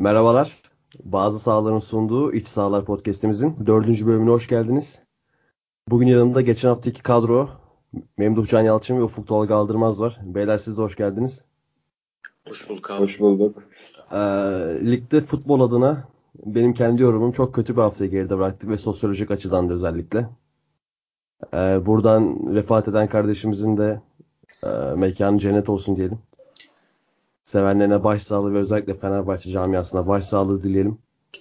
Merhabalar. Bazı sahaların sunduğu İç Sahalar Podcast'imizin 4. bölümüne hoş geldiniz. Bugün yanımda geçen haftaki kadro Memduh Can Yalçın ve Ufuk Tolga Aldırmaz var. Beyler siz de hoş geldiniz. Hoş bulduk abi. Hoş bulduk. Ligde futbol adına benim kendi yorumum çok kötü bir haftayı geride bıraktık ve sosyolojik açıdan da özellikle. Buradan vefat eden kardeşimizin de mekanı cennet olsun diyelim. Sevenlerine başsağlığı ve özellikle Fenerbahçe camiasına başsağlığı dileyelim.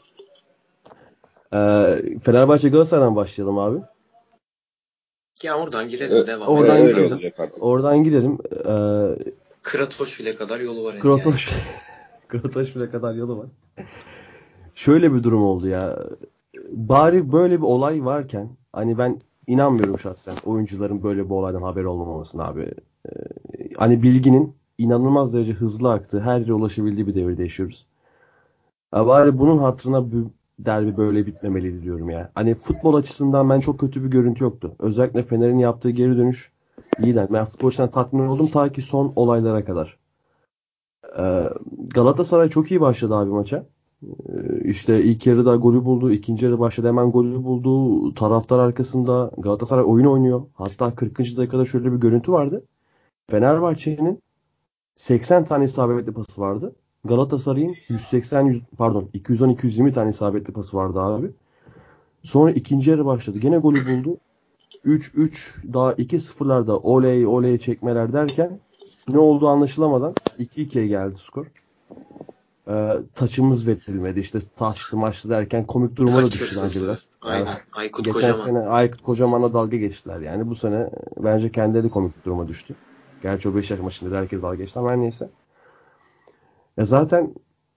Fenerbahçe Galatasaray'dan başlayalım abi. Ya oradan girelim, devam Oradan edelim. Öyle girelim. olacak artık. Oradan girelim. Kratoş bile kadar yolu var yani. Krotoş. Krotoş bile kadar yolu var. Şöyle bir durum oldu ya. Bari böyle bir olay varken hani ben inanmıyorum şahsen oyuncuların böyle bir olaydan haberi olmamasına abi. Hani bilginin inanılmaz derece hızlı aktığı, her yere ulaşabildiği bir devirde yaşıyoruz. Bari bunun hatırına bir derbi böyle bitmemeliydi diyorum ya. Hani futbol açısından ben çok kötü bir görüntü yoktu. Özellikle Fener'in yaptığı geri dönüş iyiden. Ben futbol açısından tatmin oldum ta ki son olaylara kadar. Galatasaray çok iyi başladı abi maça. İşte ilk yarıda golü buldu. İkinci yarı başladı hemen golü buldu. Taraftar arkasında Galatasaray oyun oynuyor. Hatta 40. dakikada şöyle bir görüntü vardı. Fenerbahçe'nin 80 tane isabetli pası vardı. Galatasaray'ın 210-220 tane isabetli pası vardı abi. Sonra ikinci yarı başladı. Gene golü buldu. 3-3 daha 2-0'larda oley oley çekmeler derken ne olduğu anlaşılamadan 2-2'ye geldi skor. Taçımız verilmedi. İşte taçtı maçtı derken komik duruma da düştü bence biraz. Yani Aynen. Aykut geçen Kocaman. sene Aykut Kocaman'la dalga geçtiler. Yani bu sene bence kendileri komik duruma düştü. Gerçi o Beşiktaş maçında da herkes dalga geçti ama her neyse. Ya zaten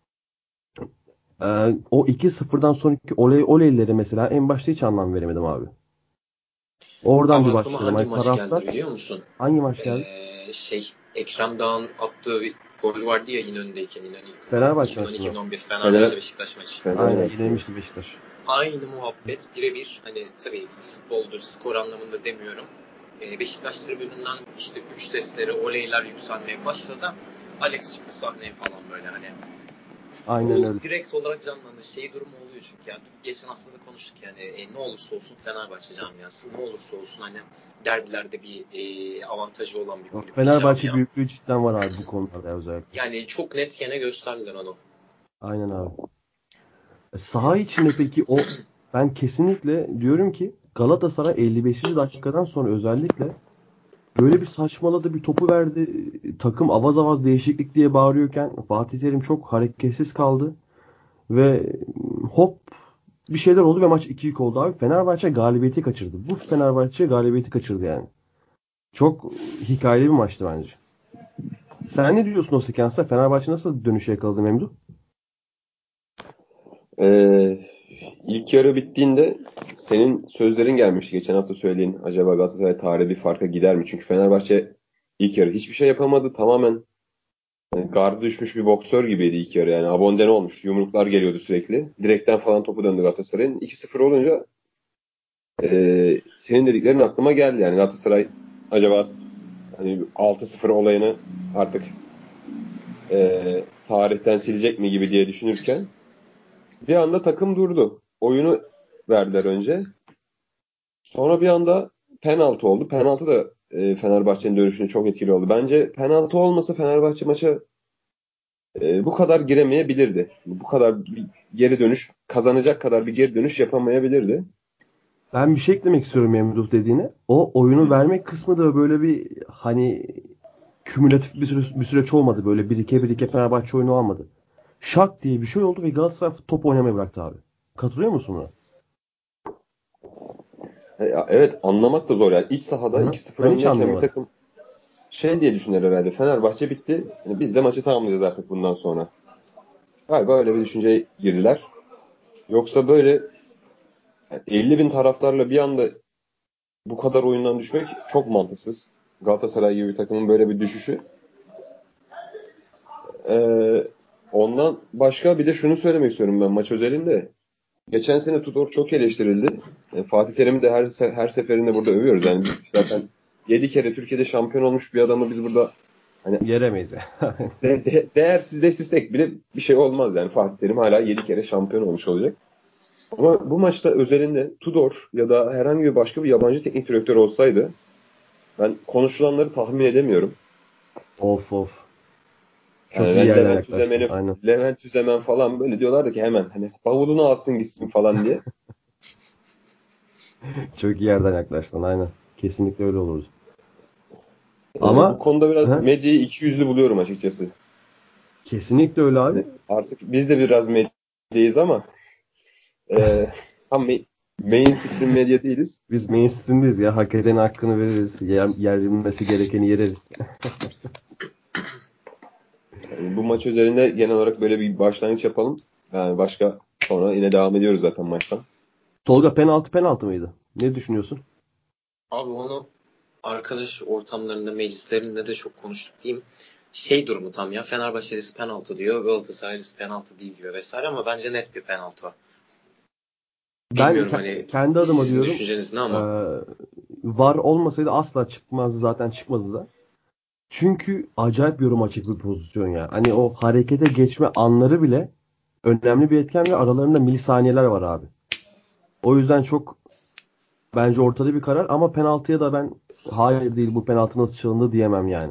o 2-0'dan sonraki oley oleyleri mesela en başta hiç anlam veremedim abi. Oradan Abi bir aklıma başlayalım. hangi Hani maç taraftar geldi biliyor musun? hangi maç geldi? Ekrem Dağ'ın attığı bir gol vardı ya İnönü'ndeyken, İnönü yıkımında. Fenerbahçe maçında. 2010-2011 Fener, Fenerbahçe Beşiktaş maçı. Aynen Fenerbahçe. yenilmişti Beşiktaş. Aynı muhabbet birebir, hani tabii futboldur, skor anlamında demiyorum. Beşiktaş tribününden işte üç sesleri, oleyler yükselmeye başladı. Alex çıktı sahneye falan böyle hani. Aynen O öyle. direkt olarak canlandı. Şey durumu oluyor çünkü yani geçen hafta da konuştuk yani ne olursa olsun Fenerbahçe camiası, ne olursa olsun hani derbilerde bir avantajı olan bir kulüp, bir Fenerbahçe camia. büyüklüğü cidden var abi bu konularda özellikle. Yani çok net gene gösterdiler onu. Aynen abi. Saha içinde peki ben kesinlikle diyorum ki Galatasaray 55. dakikadan sonra özellikle böyle bir saçmaladı, bir topu verdi. Takım avaz avaz değişiklik diye bağırıyorken Fatih Terim çok hareketsiz kaldı ve hop bir şeyler oldu ve maç 2-2 oldu abi. Fenerbahçe galibiyeti kaçırdı. Bu Fenerbahçe galibiyeti kaçırdı yani. Çok hikayeli bir maçtı bence. Sen ne diyorsun o sekansta? Fenerbahçe nasıl dönüşü yakaladı Memduh? Ee, ilk yarı bittiğinde senin sözlerin gelmişti. Geçen hafta söylediğin acaba Galatasaray tarihi bir farka gider mi? Çünkü Fenerbahçe ilk yarı hiçbir şey yapamadı. Tamamen gardı düşmüş bir boksör gibiydi ilk yarı. Yani abondene olmuş. Yumruklar geliyordu sürekli. Direkten falan topu döndü Galatasaray'ın. 2-0 olunca senin dediklerin aklıma geldi. Yani Galatasaray acaba hani 6-0 olayını artık tarihten silecek mi gibi diye düşünürken bir anda takım durdu. Oyunu verdiler önce. Sonra bir anda penaltı oldu. Penaltı da Fenerbahçe'nin dönüşüne çok etkili oldu. Bence penaltı olmasa Fenerbahçe maça bu kadar giremeyebilirdi. Bu kadar bir geri dönüş, kazanacak kadar bir geri dönüş yapamayabilirdi. Ben bir şey eklemek istiyorum Memduh dediğine. O oyunu vermek kısmı da böyle bir hani kümülatif bir süreç olmadı. Böyle bir iki Fenerbahçe oyunu olmadı. Şak diye bir şey oldu ve Galatasaray top oynamayı bıraktı abi. Katılıyor musun buna? Evet, anlamak da zor yani. İç Hı sahada hı. 2-0 Ben hiç öndeyken bir anlayamadım. takım şey diye düşünür herhalde. Fenerbahçe bitti. Yani biz de maçı tamamlayacağız artık bundan sonra. Galiba öyle bir düşünceye girdiler. Yoksa böyle 50 bin taraftarla bir anda bu kadar oyundan düşmek çok mantıksız. Galatasaray gibi bir takımın böyle bir düşüşü. Ee, ondan başka bir de şunu söylemek istiyorum ben maç özelinde. Geçen sene Tudor çok eleştirildi. Fatih Terim'i de her seferinde burada övüyoruz. Yani biz zaten 7 kere Türkiye'de şampiyon olmuş bir adamı biz burada Hani Yeremeyiz. değersizleştirsek bile bir şey olmaz yani. Fatih Terim hala 7 kere şampiyon olmuş olacak. Ama bu maçta özelinde Tudor ya da herhangi bir başka bir yabancı teknik direktör olsaydı ben konuşulanları tahmin edemiyorum. Of. Çok Yani iyi ben yerden yaklaştın. Aynen. Levent Üzemen falan böyle diyorlardı ki hemen hani bavulunu alsın gitsin falan diye. Çok iyi yerden yaklaştın. Aynen. Kesinlikle öyle olurdu. Bu Ama konuda biraz he, medyayı ikiyüzlü buluyorum açıkçası. kesinlikle öyle abi. Hani artık biz de biraz medyayız ama e, tam mainstream medya değiliz. Biz mainstream'deyiz ya. Hak eden hakkını veririz. Yerilmesi gerekeni yereriz. Yani bu maç üzerinde genel olarak böyle bir başlangıç yapalım. Yani başka sonra yine devam ediyoruz zaten maçtan. Tolga penaltı mıydı? Ne düşünüyorsun? Abi onu arkadaş ortamlarında, meclislerinde de çok konuştuk diyeyim. Şey durumu tam ya, Fenerbahçe'lisi penaltı diyor, Galatasaray'lısı penaltı değil diyor vesaire, ama bence net bir penaltı o. Ben Bilmiyorum hani kendi adıma sizin diyorum. düşünceniz ne e, ama. VAR olmasaydı asla çıkmazdı. Zaten çıkmadı da. Çünkü acayip yorum açık bir pozisyon ya. Hani o harekete geçme anları bile önemli bir etken ve aralarında milisaniyeler var abi. O yüzden çok bence ortada bir karar ama penaltıya da ben hayır değil bu penaltı nasıl çalındı diyemem yani.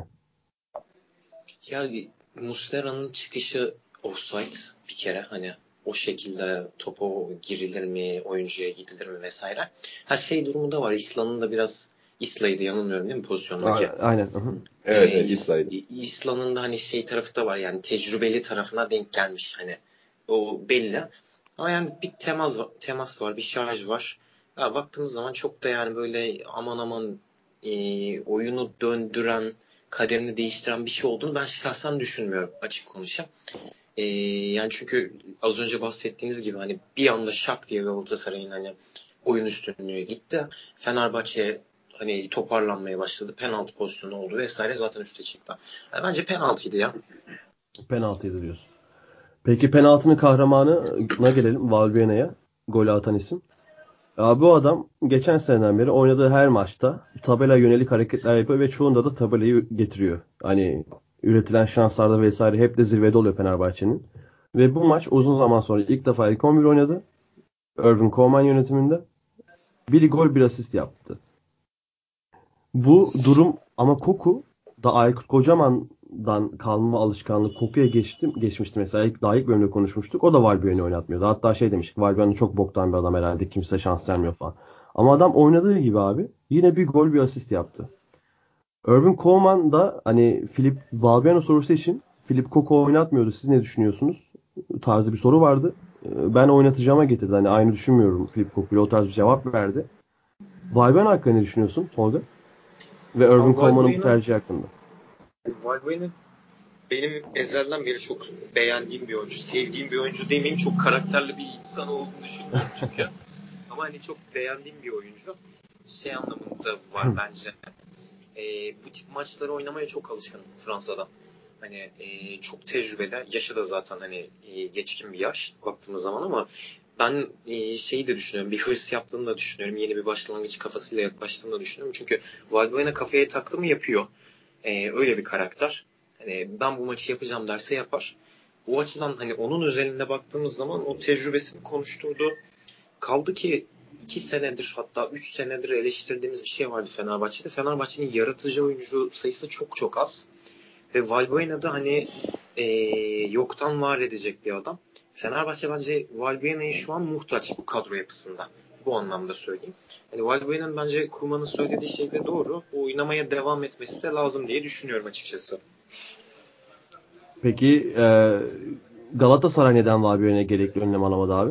Ya Muslera'nın çıkışı offside bir kere, hani o şekilde topa girilir mi, oyuncuya gidilir mi vesaire. Her şey durumu da var. İslan'ın da biraz, İsla'ydı yanılmıyorum değil mi pozisyondaki? Aynen. Hı hı. Evet, İsrail. İslan'ın da hani şey tarafı da var, yani tecrübeli tarafına denk gelmiş, hani o belli. Ama yani bir temas var, bir şarj var. Ya baktığımız zaman çok da yani böyle aman aman oyunu döndüren, kaderini değiştiren bir şey olduğunu ben şahsen düşünmüyorum, açık konuşayım. Yani çünkü az önce bahsettiğiniz gibi hani bir anda şak diye Galatasaray'ın hani oyun üstünlüğü gitti. Fenerbahçe hani toparlanmaya başladı. Penaltı pozisyonu oldu vesaire, zaten üste çıktı. Yani bence penaltıydı ya. Penaltıydı diyorsun. Peki penaltının kahramanına gelelim. Valbuena'ya. Golü atan isim. Ya bu adam geçen seneden beri oynadığı her maçta tabela yönelik hareketler yapıyor ve çoğunda da tabelayı getiriyor. Hani üretilen şanslarda vesaire hep de zirvede oluyor Fenerbahçe'nin. Ve bu maç uzun zaman sonra ilk defa ilk 11 oynadı. Irvin Koeman yönetiminde. Bir gol bir asist yaptı. Bu durum ama Koku da Aykut Kocaman'dan kalma alışkanlık Koku'ya geçmişti mesela. Daha ilk bölümde konuşmuştuk. O da Valbuena'yı oynatmıyordu. Hatta şey demiştik. Valbuena çok boktan bir adam herhalde. Kimse şans vermiyor falan. Ama adam oynadığı gibi abi yine bir gol bir asist yaptı. Irvin Koeman da hani Valbuena sorusu için Filip Koku oynatmıyordu. Siz ne düşünüyorsunuz? Tarzı bir soru vardı. Ben oynatacağıma getirdi. Hani aynı düşünmüyorum Filip Koku'yla o tarz bir cevap verdi. Valbuena hakkında ne düşünüyorsun Tolga? Ve Irvin Abi Koeman'ın bu tercihi hakkında. Valbuena benim ezelden beri çok beğendiğim bir oyuncu. Sevdiğim bir oyuncu demeyeyim, çok karakterli bir insan olduğunu düşünüyorum çünkü. Ama hani çok beğendiğim bir oyuncu. Şey anlamında var bence. Bu tip maçları oynamaya çok alışkın Fransa'da. Hani çok tecrübeli. Yaşı da zaten hani geçkin bir yaş baktığımız zaman, ama ben şeyi de düşünüyorum. Bir hırs yaptığını da düşünüyorum. Yeni bir başlangıç kafasıyla yaklaştığını da düşünüyorum. Çünkü Valbuena kafaya taktı mı yapıyor. Öyle bir karakter. Hani ben bu maçı yapacağım derse yapar. O açıdan hani onun özelinde baktığımız zaman o tecrübesini konuşturdu. Kaldı ki 2 senedir, hatta 3 senedir eleştirdiğimiz bir şey vardı Fenerbahçe'de. Fenerbahçe'nin yaratıcı oyuncu sayısı çok çok az. Ve Valbuena da hani yoktan var edecek bir adam. Fenerbahçe bence Valbuena'yı şu an muhtaç bu kadro yapısında. Bu anlamda söyleyeyim. Hani Valbuena'nın bence Koeman'ın söylediği şey de doğru. O oynamaya devam etmesi de lazım diye düşünüyorum açıkçası. Peki Galatasaray neden Valbuena'ya gerekli önlem alamadı abi?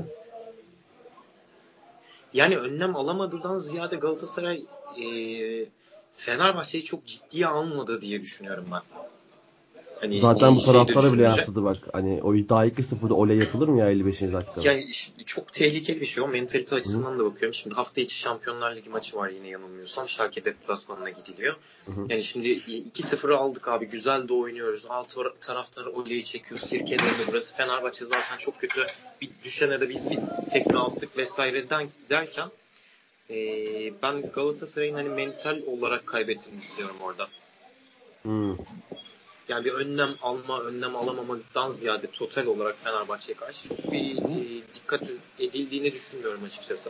Yani önlem alamadığından ziyade Galatasaray Fenerbahçe'yi çok ciddiye almadı diye düşünüyorum ben. Hani Zaten bu şeyi de taraftara bile düşününce. yansıdı bak. Hani o daha 2-0'da oley yapılır mı ya 55. dakikada? Yani çok tehlikeli bir şey o. Mentalite Hı hı. açısından da bakıyorum. Şimdi hafta içi Şampiyonlar Ligi maçı var yine yanılmıyorsam. Schalke deplasmanına gidiliyor. Hı hı. Yani şimdi 2-0'ı aldık abi. Güzel de oynuyoruz. Alt taraftarı oleyi çekiyor. Sirkelerini burası. Fenerbahçe zaten çok kötü. Bir düşene de biz bir tekme attık vesaireden derken ben Galatasaray'ın hani mental olarak kaybettiğini düşünüyorum orada. Hı. yani bir önlem alamamadan ziyade total olarak Fenerbahçe'ye karşı çok bir dikkat edildiğini düşünmüyorum açıkçası.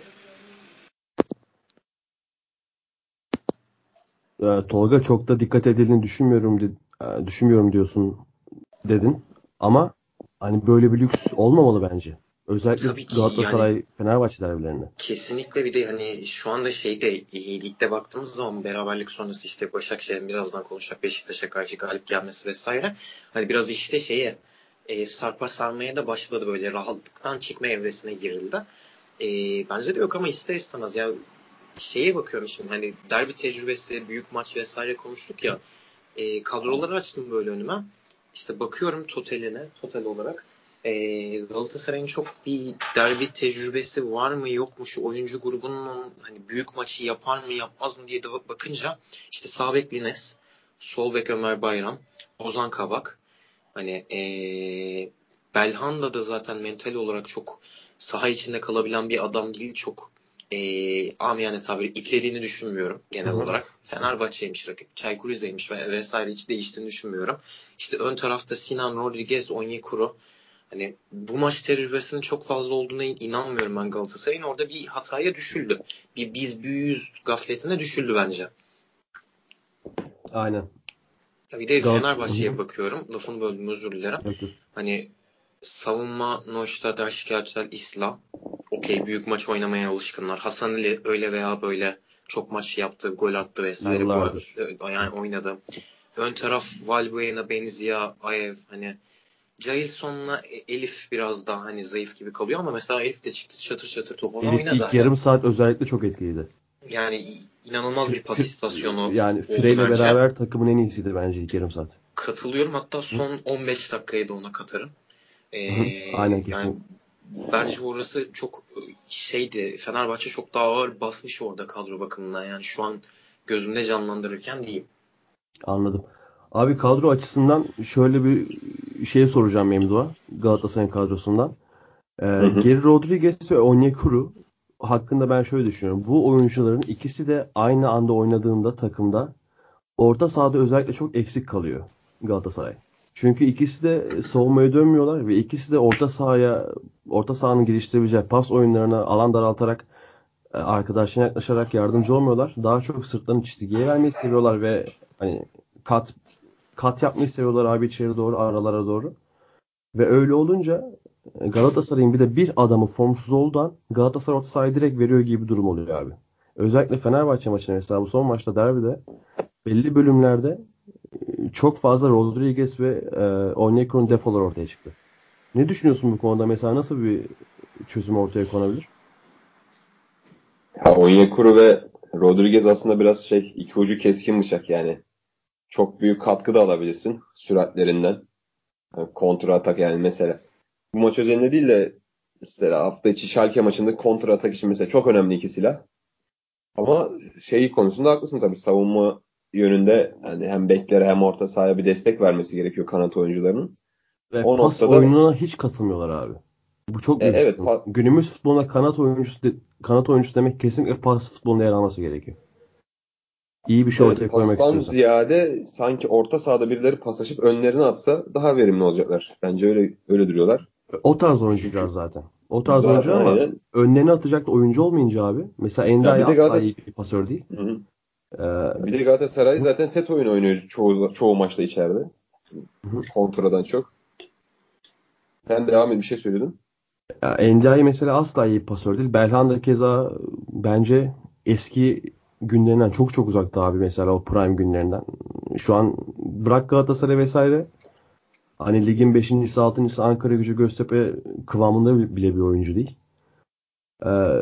Tolga çok da dikkat edildiğini düşünmüyorum diyorsun dedin. Ama hani böyle bir lüks olmamalı bence. Özellikle Tabii ki yani Galatasaray Fenerbahçe derbilerinde. kesinlikle. Bir de hani şu anda ligde baktığımız zaman beraberlik sonrası işte Başakşehir'in birazdan konuşacak Beşiktaş'a karşı galip gelmesi vesaire. Hani biraz işte sarpa sarmaya da başladı, böyle rahatlıktan çıkma evresine girildi. Bence de yok ama ister istemez ya bakıyorum şimdi, hani derbi tecrübesi, büyük maç vesaire konuştuk ya. Kadroları açtım böyle önüme. İşte bakıyorum total olarak. Galatasaray'ın çok bir derbi tecrübesi var mı yok mu, şu oyuncu grubunun hani büyük maçı yapar mı yapmaz mı diye de bakınca işte sağ bek Lines, sol bek Ömer Bayram, Ozan Kabak, hani Belhanda da zaten mental olarak çok saha içinde kalabilen bir adam değil, çok amiyane tabiri iplediğini düşünmüyorum genel olarak. Fenerbahçe'ymiş rakip, Çaykur Rize'ymiş vesaire, hiç değiştiğini düşünmüyorum. İşte ön tarafta Sinan, Rodriguez, Onyekuru. Hani bu maç tecrübesinin çok fazla olduğuna inanmıyorum ben Galatasaray'ın. Orada bir hataya düşüldü. Bir biz büyüğüz gafletine düşüldü bence. Aynen. Bir de Fenerbahçe'ye Hı-hı. bakıyorum. Lafını böldüm, özür dilerim. Yok, yok. Hani savunma Neustadter, Derşikyatel, Isla. Okey, büyük maç oynamaya alışkınlar. Hasan Ali öyle veya böyle çok maç yaptı, gol attı vesaire. Yıllardır. Yani oynadı. Ön taraf Valbuena, Benzia, Ayev, hani Jailson'la Elif biraz daha hani zayıf gibi kalıyor ama mesela Elif de çıktı, çatır çatır topunu Elif oynadı. ilk Hani yarım saat özellikle çok etkiliydi. yani inanılmaz bir pas istasyonu Yani oldu Frey'le bence. beraber takımın en iyisiydi bence ilk yarım saat. Katılıyorum. Hatta Hı? son 15 dakikayı da ona katarım. Hı. Aynen, Yani kesin. bence orası çok Fenerbahçe çok daha ağır basmış orada kadro bakımından. Yani şu an gözümde canlandırırken diyeyim. Anladım. Abi kadro açısından şöyle bir şey soracağım Memduh'a. Galatasaray'ın kadrosundan. Hı hı. Geri Rodriguez ve Onyekuru hakkında ben şöyle düşünüyorum. Bu oyuncuların ikisi de aynı anda oynadığında takımda orta sahada özellikle çok eksik kalıyor Galatasaray. Çünkü ikisi de savunmaya dönmüyorlar ve ikisi de orta sahanın geliştirebileceği pas oyunlarına alan daraltarak arkadaşlarına yaklaşarak yardımcı olmuyorlar. Daha çok sırtlarını çizgiye vermeyi seviyorlar ve hani kat kat yapmayı seviyorlar abi, içeri doğru, aralara doğru. Ve öyle olunca Galatasaray'ın bir de bir adamı formsuz olduğundan Galatasaray orta sahayı direkt veriyor gibi bir durum oluyor abi. Özellikle Fenerbahçe maçında mesela bu son maçta derbide belli bölümlerde çok fazla Rodriguez ve Onyekuru'nun defoları ortaya çıktı. Ne düşünüyorsun bu konuda? Mesela nasıl bir çözüm ortaya konabilir? Ya Onyekuru ve Rodriguez aslında biraz iki ucu keskin bıçak yani. Çok büyük katkı da alabilirsin süratlerinden. Yani kontra atak yani mesela. Bu maç özelinde değil de mesela hafta içi Schalke maçında kontra atak için mesela çok önemli iki silah. Ama konusunda haklısın tabii, savunma yönünde yani hem beklere hem orta sahaya bir destek vermesi gerekiyor kanat oyuncularının. Ve O pas noktada oyununa hiç katılmıyorlar abi. Bu çok büyük evet sıkıntı. Günümüz futboluna kanat oyuncusu demek kesinlikle pas futbolunda yer alması gerekiyor. İyi bir şey evet ortaya koymak pastan istiyorsan. ziyade sanki orta sahada birileri paslaşıp önlerine atsa daha verimli olacaklar. Bence öyle duruyorlar. O tarz oyuncular Çünkü zaten. O tarz oyuncu zaten ama aynen. önlerine atacak da oyuncu olmayınca abi. Mesela Ya Ndiaye bir de asla iyi Galatasaray bir pasör değil. Ee, Bir de Galatasaray zaten set oyunu oynuyor çoğu maçta içeride. hı. Kontradan çok. Sen devam et, bir şey söyliyordun. Ndiaye mesela asla iyi bir pasör değil. Belhanda keza bence eski günlerinden çok çok uzakta abi, mesela o prime günlerinden. Şu an bırak Galatasaray vesaire. Hani ligin beşincisi, altıncısı Ankaragücü, Göztepe kıvamında bile bir oyuncu değil. Ee,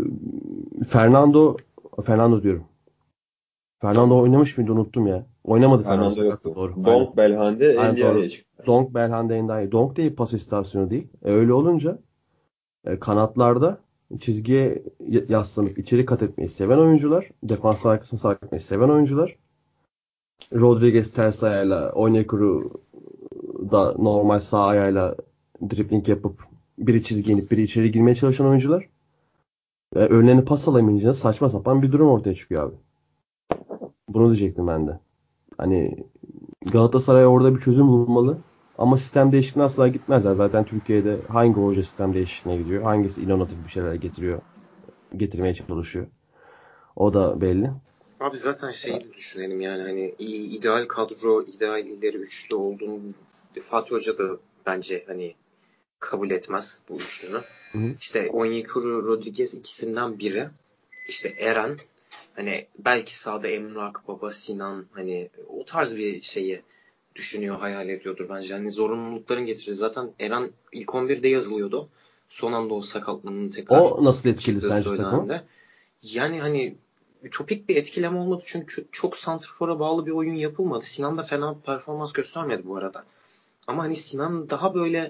Fernando diyorum. Fernando oynamış mıydı, unuttum ya. Oynamadı, Fernando Fernando sakattı, yoktu. doğru. Aynen. Donk, Belhande, Aynen doğru. Ndiaye çıktı. Donk, Belhanda, Ndiaye. Donk da iyi pas istasyonu değil. Öyle olunca kanatlarda çizgiye yaslanıp içeri kat etmeyi seven oyuncular. Defans arkasını sarkmayı seven oyuncular. Rodriguez ters ayağıyla, Onyekuru da normal sağ ayağıyla dribbling yapıp biri çizgiye inip biri içeri girmeye çalışan oyuncular. Önlerine pas alamayınca saçma sapan bir durum ortaya çıkıyor abi. Bunu diyecektim ben de. Hani Galatasaray orada bir çözüm bulmalı. Ama sistem değişikliğine asla gitmezler. Zaten Türkiye'de hangi hoca sistem değişikliğine gidiyor? Hangisi inovatif bir şeyler getirmeye çalışıyor. O da belli. Abi zaten şeyi de düşünelim yani hani ideal kadro, ideal ileri üçlü olduğunu Fatih Hoca da bence hani kabul etmez bu üçlünü. Hı hı. İşte Onyekuru, Rodriguez ikisinden biri. İşte Eren, hani belki sağda Emre Akbaba, Sinan, hani o tarz bir şeyi düşünüyor, hayal ediyordur bence. Hani zorunlulukların getirdiği. Zaten Eren ilk 11'de yazılıyordu. Son anda o sakatlığının tekrar O nasıl etkili çıktığı sence takıma? söylendi. Yani hani ütopik bir etkileme olmadı çünkü çok santrfora bağlı bir oyun yapılmadı. Sinan da fena bir performans göstermedi bu arada. Ama hani Sinan daha böyle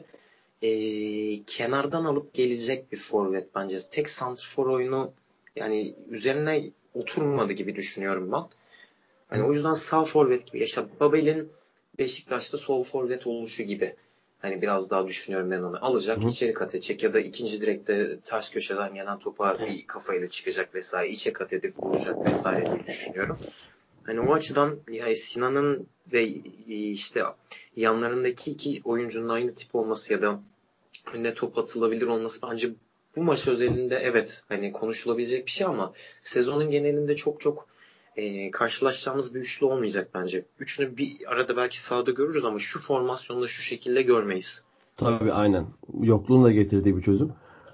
kenardan alıp gelecek bir forvet bence. Tek santrfor oyunu yani üzerine oturmadı gibi düşünüyorum ben. Hani o yüzden sağ forvet gibi. İşte Babel'in Beşiktaş'ta sol forvet oluşu gibi. Hani biraz daha düşünüyorum ben onu. Hı Alacak, hı. içeri kat edecek ya da ikinci direkte ters köşeden gelen topa bir kafayla çıkacak vesaire. İçe kat edip vuracak vesaire diye düşünüyorum. Hani o açıdan yani Sinan'ın ve işte yanlarındaki iki oyuncunun aynı tip olması ya da önüne top atılabilir olması bence bu maç özelinde evet hani konuşulabilecek bir şey ama sezonun genelinde çok karşılaşacağımız bir üçlü olmayacak bence. Üçünü bir arada belki sahada görürüz ama şu formasyonda şu şekilde görmeyiz. Tabii aynen. Yokluğun da getirdiği bir çözüm.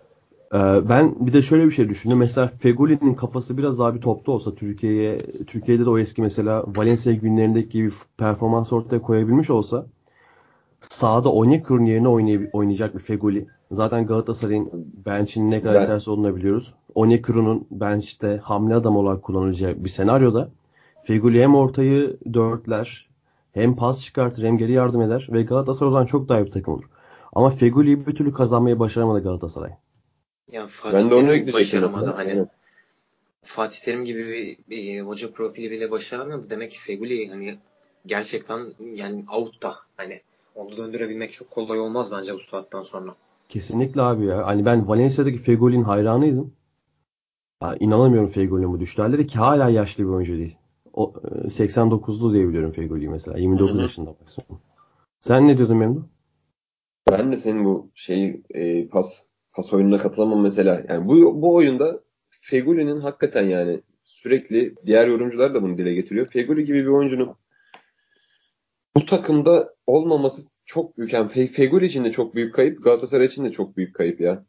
Ben bir de şöyle bir şey düşündüm. Mesela Fegoli'nin kafası biraz daha bir topta olsa Türkiye'de de o eski mesela Valencia günlerindeki gibi performans ortaya koyabilmiş olsa sahada Onyekuru'nun yerine oynayacak bir Fegoli. Zaten Galatasaray'ın bench'inin ne kadar Ben ters olduğunu biliyoruz. Onyekuru'nun bench'te hamle adam olarak kullanacağı bir senaryoda Fegoli hem ortayı dörtler, hem pas çıkartır, hem geri yardım eder ve Galatasaray o zaman çok daha iyi bir takım olur. Ama Fegoli'yi bir türlü kazanmayı başaramadı Galatasaray. Yani Fatih ben de onu Terim ekleyecektim başaramadı mesela. hani. Aynen. Fatih Terim gibi bir hoca profili bile başaramadı. Demek ki Feguli hani gerçekten yani out'ta. Hani onu döndürebilmek çok kolay olmaz bence bu saatten sonra. Kesinlikle abi ya. Hani ben Valencia'daki Fegoli'nin hayranıydım. Ya, inanamıyorum Fegoli'nin bu düştü halleri ki hala yaşlı bir oyuncu değil. O 89'lu diye biliyorum Fegoli'yi mesela. Hı 29 hı. yaşında maksimum. Sen ne diyordun Memduh? Ben de senin bu pas oyununa katılamam mesela. Yani bu oyunda Fegüli'nin hakikaten yani sürekli diğer yorumcular da bunu dile getiriyor. Fegüli gibi bir oyuncunun bu takımda olmaması çok büyük. Yani Fegüli için de çok büyük kayıp, Galatasaray için de çok büyük kayıp ya.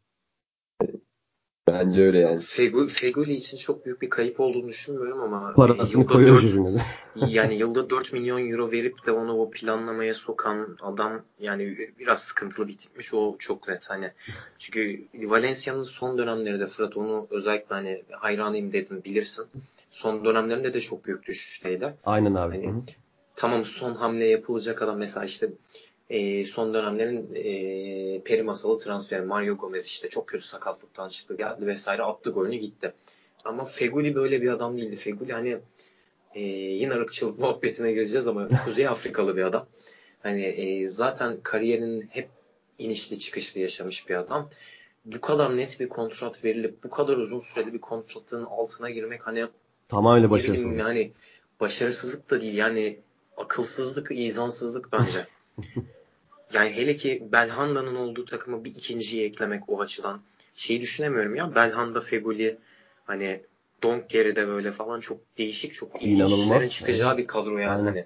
Bence öyle yani. Feguli için çok büyük bir kayıp olduğunu düşünmüyorum ama Parasını koyuyor cebine de. yılda 4 milyon euro verip de onu o planlamaya sokan adam yani biraz sıkıntılı bir tipmiş, o çok net hani. Çünkü Valencia'nın son dönemlerinde Fırat onu özellikle hani hayranıyım dedim bilirsin. Son dönemlerinde de çok büyük düşüşteydi. Aynen abi. Hı Hani hı. tamam son hamle yapılacak adam mesela işte son dönemlerin peri masalı transferi Mario Gomez işte çok kötü sakatlıktan çıktı geldi vesaire attı golünü gitti. Ama Feguli böyle bir adam değildi. Feguli hani yine ırkçılık muhabbetine gireceğiz ama Kuzey Afrikalı bir adam. Hani zaten kariyerinin hep inişli çıkışlı yaşamış bir adam. Bu kadar net bir kontrat verilip bu kadar uzun süreli bir kontratın altına girmek hani Tamamıyla ne bileyim başarısızlık. yani başarısızlık da değil yani akılsızlık, izansızlık bence. Yani hele ki Belhanda'nın olduğu takıma bir ikinciyi eklemek o açıdan. Şeyi düşünemiyorum ya Belhanda, Feguli hani Donk geride böyle falan çok değişik, çok ilginç işlerin İnanılmaz. çıkacağı bir kadro yani Aynen. hani.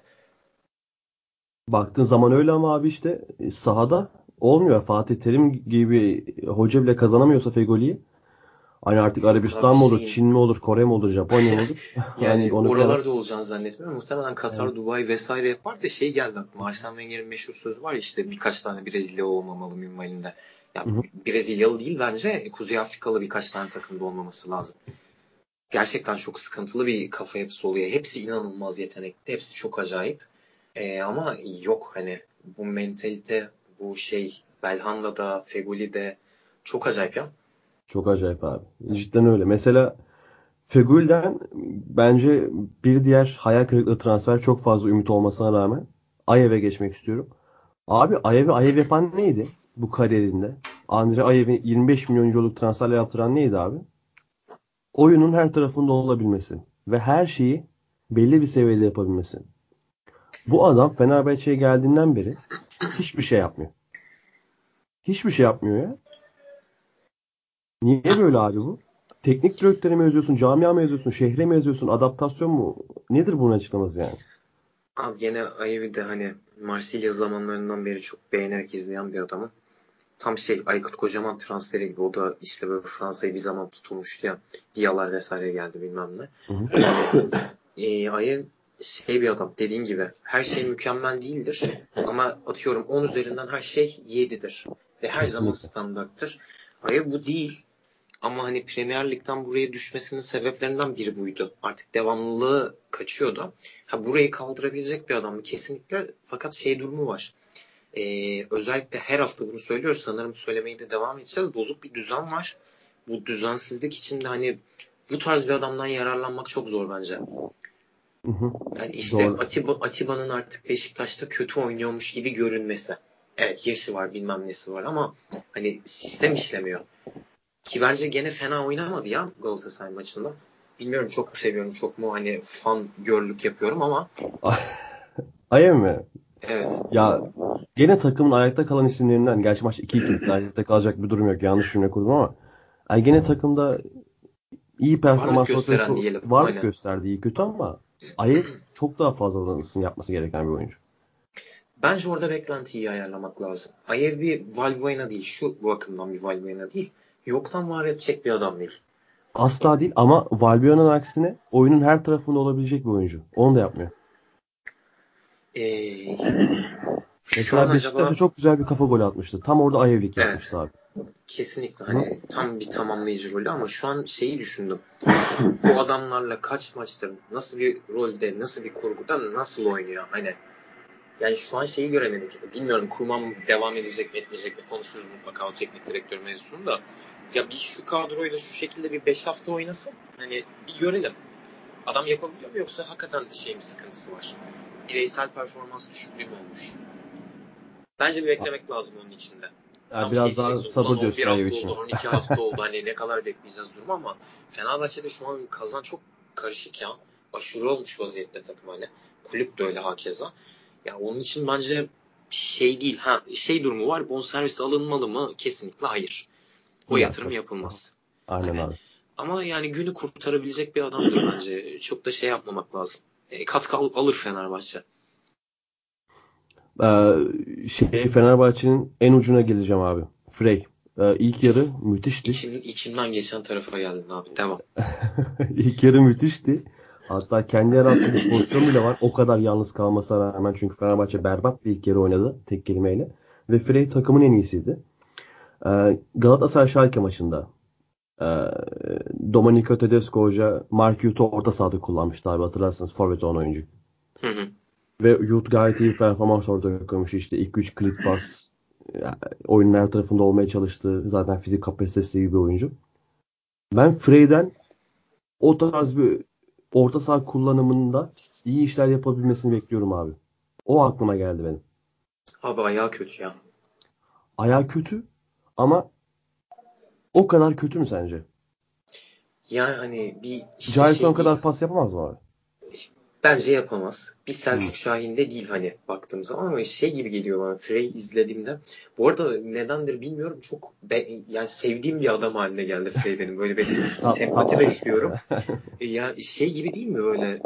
Baktığın zaman öyle ama abi işte sahada olmuyor. Fatih Terim gibi hoca bile kazanamıyorsa Fegoli'yi. Hani artık Yok abi Arabistan mı olur, şeyin Çin mi olur, Kore mi olur, Japonya mı olur? Hani yani onu bilemem. oralarda olacağını zannetmiyorum. Muhtemelen Yani, Katar, Dubai vesaire yapar da şey geldi aklıma. Arsene Wenger'in meşhur sözü var ya işte birkaç tane Brezilya olmamalı minvalinde. hı Yani hı. Brezilyalı değil bence Kuzey Afrikalı birkaç tane takımda olmaması lazım. Gerçekten çok sıkıntılı bir kafa yapısı oluyor. Hepsi inanılmaz yetenekli. Hepsi çok acayip. Ama yok hani bu mentalite, bu şey Belhanda'da, Feguli'de çok acayip ya. Çok acayip abi. Cidden öyle. Mesela Fegül'den bence bir diğer hayal kırıklığı transfer çok fazla ümit olmasına rağmen Ayev'e geçmek istiyorum. Abi Ayev yapan neydi bu kariyerinde? Andre Ayev'i 25 milyon euroluk transferle yaptıran neydi abi? Oyunun her tarafında olabilmesi ve her şeyi belli bir seviyede yapabilmesi. Bu adam Fenerbahçe'ye geldiğinden beri hiçbir şey yapmıyor. Hiçbir şey yapmıyor ya. Niye böyle abi bu? Teknik direktöre mi yazıyorsun, camia mı yazıyorsun, şehre mi yazıyorsun, adaptasyon mu? Nedir bunun açıklaması yani? Abi gene Ayev'i de hani Marsilya zamanlarından beri çok beğenerek izleyen bir adamım. Tam Aykut Kocaman transferi gibi. O da işte böyle Fransa'yı bir zaman tutulmuştu ya. Diyalar vesaire geldi bilmem ne. Hı hı. Ayev bir adam, dediğin gibi her şey mükemmel değildir ama atıyorum 10 üzerinden her şey 7'dir ve her zaman Kesinlikle. standarttır. Ayev bu değil ama hani Premier Lig'den buraya düşmesinin sebeplerinden biri buydu. Artık devamlılığı kaçıyordu. Burayı kaldırabilecek bir adam mı? Kesinlikle, fakat durumu var. Özellikle her hafta bunu söylüyoruz. Sanırım söylemeye de devam edeceğiz. Bozuk bir düzen var. Bu düzensizlik içinde hani bu tarz bir adamdan yararlanmak çok zor bence. Hı hı. Yani işte Doğru. Atiba'nın artık Beşiktaş'ta kötü oynuyormuş gibi görünmesi. Evet, yaşı var, bilmem nesi var ama hani sistem işlemiyor. Ki bence gene fena oynamadı ya Galatasaray maçında. Bilmiyorum, çok mu seviyorum, çok mu hani fan görlük yapıyorum ama Ayev mi? evet. Ya gene takımın ayakta kalan isimlerinden. Gerçi maç 2-2 bitti. Ayakta kalacak bir durum yok. Yanlış cümle kurdum ama. Yani gene takımda iyi Varlık performans ortaya gösteren diyelim. varlık Aynen. gösterdi, iyi kötü ama Ayev çok daha fazlasını yapması gereken bir oyuncu. Bence orada beklentiyi ayarlamak lazım. Ayev bir Valbuena değil. Şu bu bakımdan bir Valbuena değil. Yoktan var edecek bir adam değil. Asla değil ama Valbuena'nın aksine oyunun her tarafında olabilecek bir oyuncu. Onu da yapmıyor. Ee, Şu an Mesela Beşiktaş'a acaba çok güzel bir kafa golü atmıştı. Tam orada Ayevlik evet, yapmıştı abi. kesinlikle Hı? hani tam bir tamamlayıcı rolü ama şu an düşündüm. Bu adamlarla kaç maçtır, nasıl bir rolde, nasıl bir kurguda nasıl oynuyor? Hani yani şu an göremedik. Bilmiyorum, Koeman devam edecek mi etmeyecek mi, konuşuruz mutlaka o teknik direktör mevzusunu da. Ya bir şu kadroyla şu şekilde bir 5 hafta oynasın. Hani bir görelim. Adam yapabiliyor mu yoksa hakikaten mi sıkıntısı var? Bireysel performans düşüklüğü mü olmuş? Bence bir beklemek lazım onun içinde. Yani Tam biraz daha diyeceksin, ulan sabır 11 göster Ayev hafta için. oldu, 12 hafta oldu, hani ne kadar bekleyeceğiz durumu ama Fenerbahçe'de şu an kazan çok karışık ya. Aşırı olmuş vaziyette takım hani. Kulüp de öyle hakeza. Ya onun için bence değil. Durumu var. Bonservis alınmalı mı? Kesinlikle hayır. O Ya yatırım tabii. yapılmaz. Aynen Hani abi. ama yani günü kurtarabilecek bir adamdır bence. Çok da yapmamak lazım. Katkı alır Fenerbahçe. Fenerbahçe'nin en ucuna geleceğim abi. Frey. İlk yarı müthişti. İçimden geçen tarafa geldin abi. Devam. İlk yarı müthişti. Hatta kendi yarattığı bir pozisyon bile var. O kadar yalnız kalmasına rağmen çünkü Fenerbahçe berbat bir ilk yarı oynadı tek kelimeyle. Ve Frey takımın en iyisiydi. Galatasaray Schalke maçında e, Domenico Tedesco Hoca Mark Yut'u orta sahada kullanmıştı abi, hatırlarsınız, forvet olan oyuncu. Hı hı. Ve Yut gayet iyi bir performans ortaya koymuş. İşte ilk 3 kilit pas, oyunun her tarafında olmaya çalıştı. Zaten fizik kapasitesi iyi bir oyuncu. Ben Frey'den o tarz bir orta saha kullanımında iyi işler yapabilmesini bekliyorum abi. O aklıma geldi benim. Abi ayağı kötü ya. Ayağı kötü ama o kadar kötü mü sence? Yani hani bir Jailson değil. kadar pas yapamaz mı abi? Bence yapamaz. Bir Hmm. Selçuk Şahin de değil hani baktığım zaman ama gibi geliyor bana Frey izlediğimde. Bu arada nedendir bilmiyorum, çok yani sevdiğim bir adam haline geldi Frey benim. Böyle bir sempati Tatlış. besliyorum. Ya gibi değil mi böyle,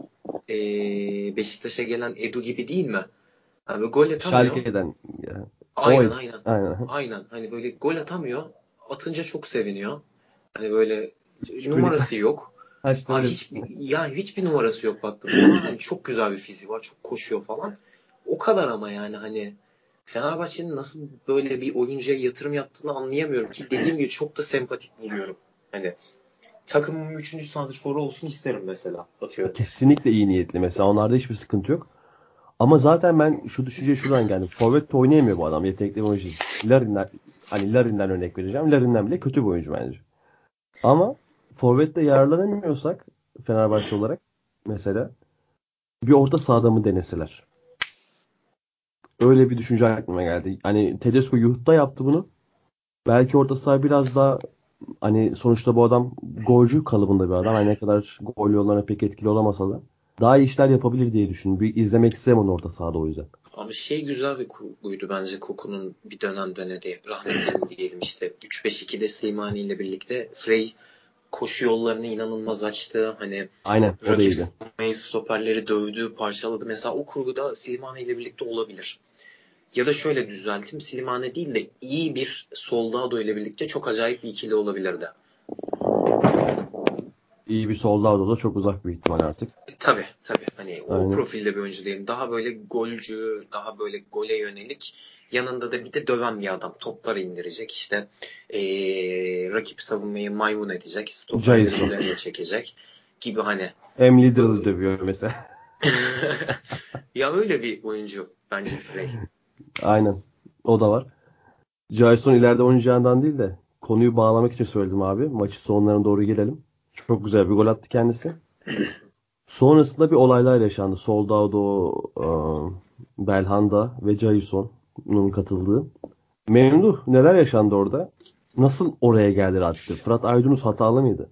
Beşiktaş'a gelen Edu gibi değil mi? Abi gol atamıyor. Schalke'den. Ya. O Aynen, aynen. aynen. Aynen. Hani böyle gol atamıyor. Atınca çok seviniyor. Hani böyle Çocuk numarası yok. ha işte öyle. Hiçbir numarası yok baktığım zaman. Hani çok güzel bir fiziği var. Çok koşuyor falan. O kadar ama yani hani Fenerbahçe'nin nasıl böyle bir oyuncuya yatırım yaptığını anlayamıyorum ki dediğim gibi çok da sempatik buluyorum. Hani takımın 3. santrforu olsun isterim mesela. Atıyorum. Kesinlikle iyi niyetli. Mesela onlarda hiçbir sıkıntı yok. Ama zaten ben şu düşünceye şuradan geldim. Forvet de oynayamıyor bu adam. Yetenekli bir oyuncu değil. Larin'den örnek vereceğim. Larin'den bile kötü bir oyuncu bence. Ama forvette yararlanamıyorsak Fenerbahçe olarak mesela bir orta sahada mı deneseler? Öyle bir düşünce aklıma geldi. Hani Tedesco Youth'ta yaptı bunu. Belki orta saha biraz daha, hani sonuçta bu adam golcü kalıbında bir adam. Hani ne kadar gol yollarına pek etkili olamasa da. daha iyi işler yapabilir diye düşündüm. Bir izlemek isterim onu orta sahada o yüzden. Abi güzel bir kurguydu bence Koku'nun bir dönem dönedi. Rahmetli mi diyelim işte 3-5-2'de Slimani ile birlikte Frey koşu yollarını inanılmaz açtı. Hani Aynen, o da rakip iyiydi. stoperleri dövdü, parçaladı. Mesela o kurguda Slimani ile birlikte olabilir. Ya da şöyle düzelteyim. Slimani değil de iyi bir Soldado ile birlikte çok acayip bir ikili olabilirdi. İyi bir Soldado da çok uzak bir ihtimal artık. Tabii. Hani o Aynen. profilde bir oyuncu değilim. Daha böyle golcü, daha böyle gole yönelik. Yanında da bir de döven bir adam. Topları indirecek. İşte rakip savunmayı maymun edecek. Stoperleri Jason. üzerine çekecek gibi hani. Hem Lidl'ı dövüyor mesela. Ya öyle bir oyuncu bence Frey. Aynen. O da var. Jason ileride oynayacağından değil de konuyu bağlamak için söyledim abi. Maçın sonlarına doğru gelelim. Çok güzel bir gol attı kendisi. Sonrasında bir olaylar yaşandı. Soldado, Belhanda ve Jason'un katıldığı. Memduh, neler yaşandı orada? Nasıl oraya geldi attı? Fırat Aydınus hatalı mıydı?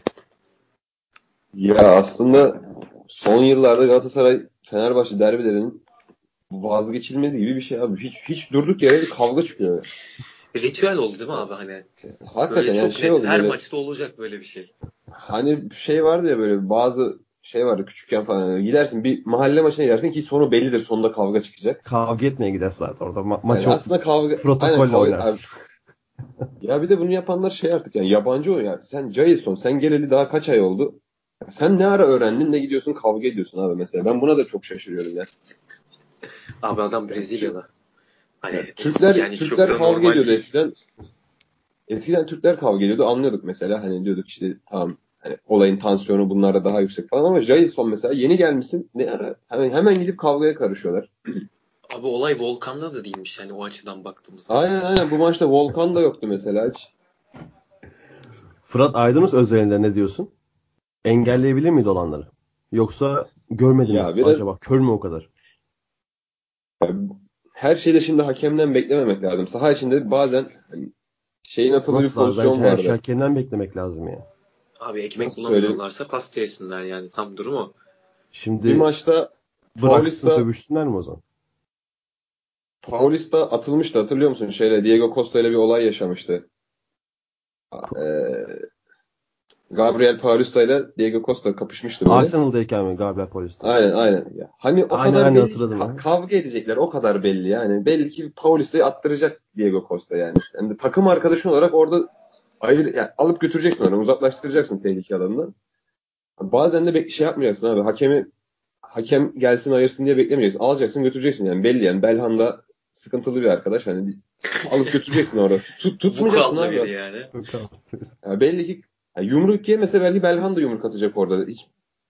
Ya aslında son yıllarda Galatasaray Fenerbahçe derbilerinin vazgeçilmezi gibi bir şey abi. Hiç durduk yere bir kavga çıkıyor. Ritüel oldu değil mi abi hani? Böyle Hakikaten yani çok şey net oldu her böyle, maçta olacak böyle bir şey. hani şey vardı ya, böyle bazı şey vardı küçükken falan. Yani gidersin bir mahalle maçına gidersin ki sonu bellidir, sonunda kavga çıkacak. Kavga etmeye gider zaten orada. Yani Maçı aslında kavga, aynen protokolle kavga abi. oynarsın. Ya bir de bunu yapanlar şey artık, yani yabancı o ya. Sen Jason, sen geleli daha kaç ay oldu? Sen ne ara öğrendin, ne gidiyorsun kavga ediyorsun abi mesela. Ben buna da çok şaşırıyorum ya. Abi adam Yani, Brezilyalı. yani Hani Türkler yani çok Türkler da kavga normal ediyordu değil. eskiden. Eskiden Türkler kavga ediyordu, anlıyorduk mesela. Hani diyorduk işte tamam, hani olayın tansiyonu bunlarda daha yüksek falan, ama Jason mesela yeni gelmişsin, ne ara hemen gidip kavgaya karışıyorlar. Abi olay Volkan'da da değilmiş hani o açıdan baktığımızda. Aynen bu maçta Volkan da yoktu mesela hiç. Fırat Aydınus özelinde ne diyorsun? Engelleyebilir miydi olanları? Yoksa görmedi mi Ya biraz acaba? Kör mü o kadar? her şeyde şimdi hakemden beklememek lazım. Saha içinde bazen hani şeyin atıldığı bir Nasıl abi? Bence pozisyon her şey vardı. hakemden beklemek lazım ya. Abi ekmek Nasıl söyleyeyim? bulamıyorlarsa pasta yesinler yani tam durumu. Bir Şimdi maçta bıraksın Paulista dövüşsünler mi o zaman? Paulista atılmıştı, hatırlıyor musun? Diego Costa ile bir olay yaşamıştı. Ee, Gabriel Paulista ile Diego Costa kapışmıştı böyle. Arsenal'dayken mi Gabriel Paulista? Aynen. Ya, hani o kadar Aynen belli ki hatırladım ha. kavga edecekler, o kadar belli yani. Belli ki Paulista'yı attıracak Diego Costa yani. Yani takım arkadaşın olarak orada yani alıp götüreceksin onu, uzaklaştıracaksın tehlike alanından. Bazen de şey yapmayacaksın abi. Hakem gelsin ayırsın diye beklemeyeceksin. Alacaksın götüreceksin yani, belli yani. Belhanda sıkıntılı bir arkadaş. Hani alıp götüreceksin orada. Tutmayacaksın Vukuatlı abi. biri yani. Yok abi. Ya belli ki yumruk yemese belki Belhanda yumruk atacak orada. Hiç,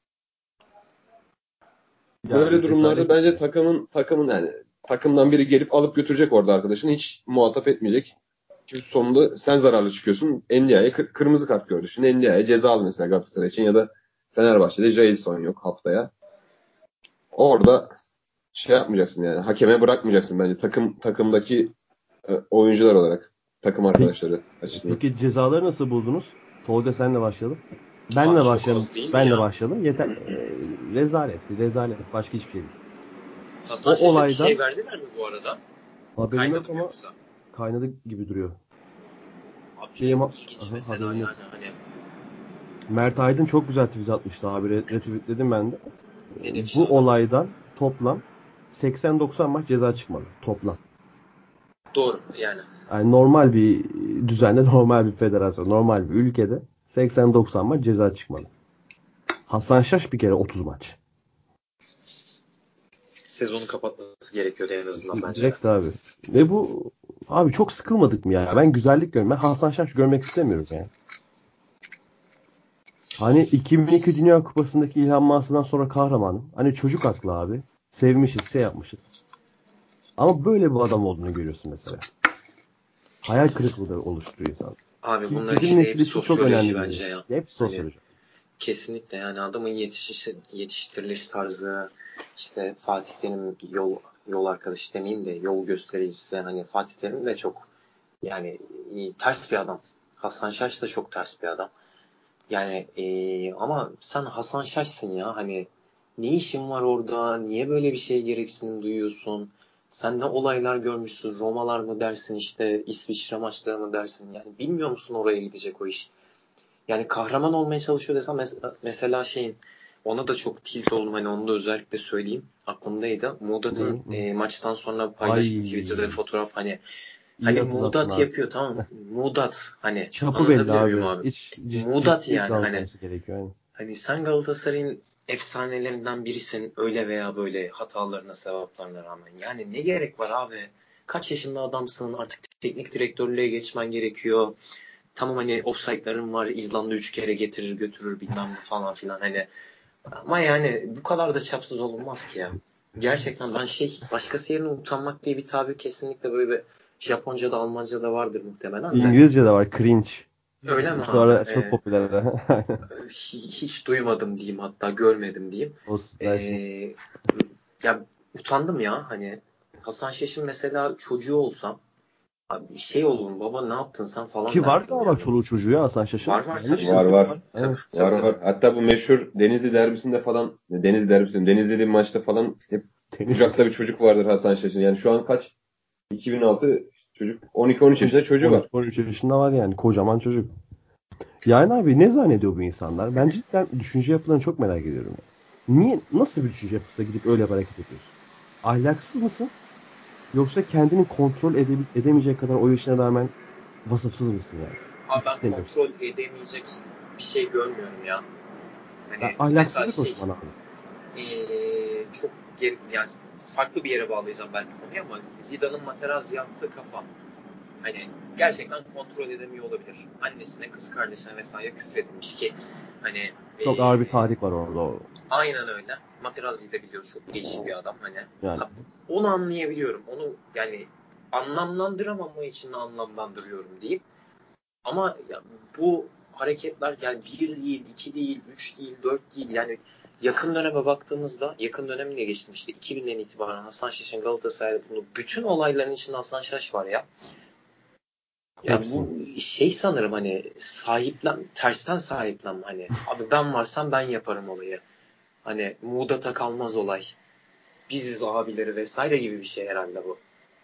böyle Yani durumlarda rezalet bence yani. takımın yani takımdan biri gelip alıp götürecek orada arkadaşını. Hiç muhatap etmeyecek. Çünkü sonunda sen zararlı çıkıyorsun. Ndiaye kırmızı kart gördü. Şimdi Ndiaye cezalı mesela Galatasaray için, ya da Fenerbahçe'de Jailson yok haftaya. Orada şey yapmayacaksın yani. Hakeme bırakmayacaksın bence, takımdaki oyuncular olarak, takım Peki, arkadaşları açısından. peki cezaları nasıl buldunuz? Tolga senle başlayalım. Abi Benle çok başlayalım. az değil mi Benle ya? başlayalım. Yeter. Rezalet. Rezalet. Başka hiçbir şey değil. Hasan O Şaş'a bir olaydan şey verdiler mi bu arada? haberim Kaynadı yok mı ama yoksa? kaynadı gibi duruyor. Abi Benim çok ilginç mesela haberim yok. yani hani Mert Aydın çok güzel tweet atmıştı abi. Retweetledim ben de. ne demişti Bu abi? olaydan toplam 80-90 maç ceza çıkmalı. Toplam. Doğru yani. Yani normal bir düzende, normal bir federasyon, normal bir ülkede 80-90 maç ceza çıkmalı. Hasan Şaş bir kere 30 maç. Sezonu kapatması gerekiyordu en azından bence. Direkt abi. Ve bu abi çok sıkılmadık mı ya? Ben güzellik görüyorum. Ben Hasan Şaş görmek istemiyorum yani. Hani 2002 Dünya Kupası'ndaki İlhan Mansız'dan sonra kahramanım. Hani çocuk aklı abi. Sevmişiz, şey yapmışız. Ama böyle bir adam olduğunu görüyorsun mesela. Hayal kırıklığı da oluşturuyor insan. Abi Ki bunların bizim işte nesil hep için çok sosyoloji önemli bir. bence ya. Hep Hani sosyoloji. kesinlikle yani adamın yetiştiriliş tarzı işte Fatih Terim yol arkadaşı demeyeyim de yol göstericisi hani Fatih Terim de çok yani ters bir adam. Hasan Şaş da çok ters bir adam. Yani ama sen Hasan Şaş'sın ya hani Ne işin var orada? Niye böyle bir şeye gereksinim duyuyorsun? Sen ne olaylar görmüşsün? Romalar mı dersin, işte İsviçre maçları mı dersin? Yani bilmiyor musun oraya gidecek o iş? Yani kahraman olmaya çalışıyor desem mesela şeyin, ona da çok tilt oldum, hani onu da özellikle söyleyeyim. Aklımdaydı. Muğdat'ın Ne? Maçtan sonra paylaştığı Twitter'da bir Ay, fotoğraf, iyi hani hatırlattın Muğdat abi. yapıyor, tamam. Muğdat, hani Çapı belli anlatabiliyor muyum abi. abi? Hiç Muğdat ciddi yani, davranması gerekiyor. Yani. hani sen Galatasaray'ın efsanelerinden birisin, öyle veya böyle hatalarına, sevaplarına rağmen. Yani ne gerek var abi? Kaç yaşında adamsın, artık teknik direktörlüğe geçmen gerekiyor. Tamam, hani offside'ların var, İzlanda 3 kere getirir götürür bilmem ne falan filan, hani. Ama yani bu kadar da çapsız olunmaz ki ya. Gerçekten ben başkası yerine utanmak diye bir tabir kesinlikle böyle bir Japonca'da, Almanca'da vardır muhtemelen de. İngilizce'de var cringe. Öyle mi Şu abi? ara çok popüler. Hiç duymadım diyeyim, hatta görmedim diyeyim. Olsun dersin. Ee, Ya utandım ya, hani Hasan Şaş'ın mesela çocuğu olsam abi şey olurum, baba ne yaptın sen falan Ki var derdim galiba yani. çoluğu çocuğu ya Hasan Şaş'ın. Var var, tabii Yanlış Var canım. bilmiyorum var. var. Tabii Evet. tabii Var tabii. var. Hatta bu meşhur Denizli derbisinde falan, Denizli derbisinde, Denizli dediğim maçta falan hep Denizli. kucakta bir çocuk vardır Hasan Şaş'ın. Yani şu an kaç? 2006 çocuk. 12-13 yaşında çocuğu var. 12-13 yaşında var yani. Kocaman çocuk. Yani abi ne zannediyor bu insanlar? Ben cidden düşünce yapılarını çok merak ediyorum. Niye, nasıl bir düşünce yapısına gidip öyle bir hareket ediyorsun? Ahlaksız mısın? Yoksa kendini kontrol edemeyecek kadar o yaşına rağmen vasıfsız mısın yani? Abi ben İkisi de mi yoksa? kontrol edemeyecek bir şey görmüyorum ya. Ya, Hani mesela ahlaksızlık o zaman abi. çok yani farklı bir yere bağlayacağım belki konuyu, ama Zidane'ın Materazzi yaptığı kafa, hani gerçekten kontrol edemiyor olabilir. Annesine, kız kardeşine vesaire küfredilmiş ki hani Çok ağır bir tahrik var orada. O. aynen öyle. Materazzi'yi de biliyoruz, çok değişik bir adam hani. Yani Onu anlayabiliyorum. Onu yani anlamlandıramama için anlamlandırıyorum diyeyim. Ama ya, bu hareketler yani bir değil, iki değil, üç değil, dört değil. Yani yakın döneme baktığımızda, yakın dönemine geçtim işte 2000'den itibaren Hasan Şaş'ın Galatasaray'da bunu, bütün olayların içinde Hasan Şaş var ya. Ya hepsini. bu şey sanırım, hani tersten sahiplenme, hani abi ben varsam ben yaparım olayı. Hani Muğdat'a kalmaz olay. Biziz abileri vesaire gibi bir şey herhalde bu.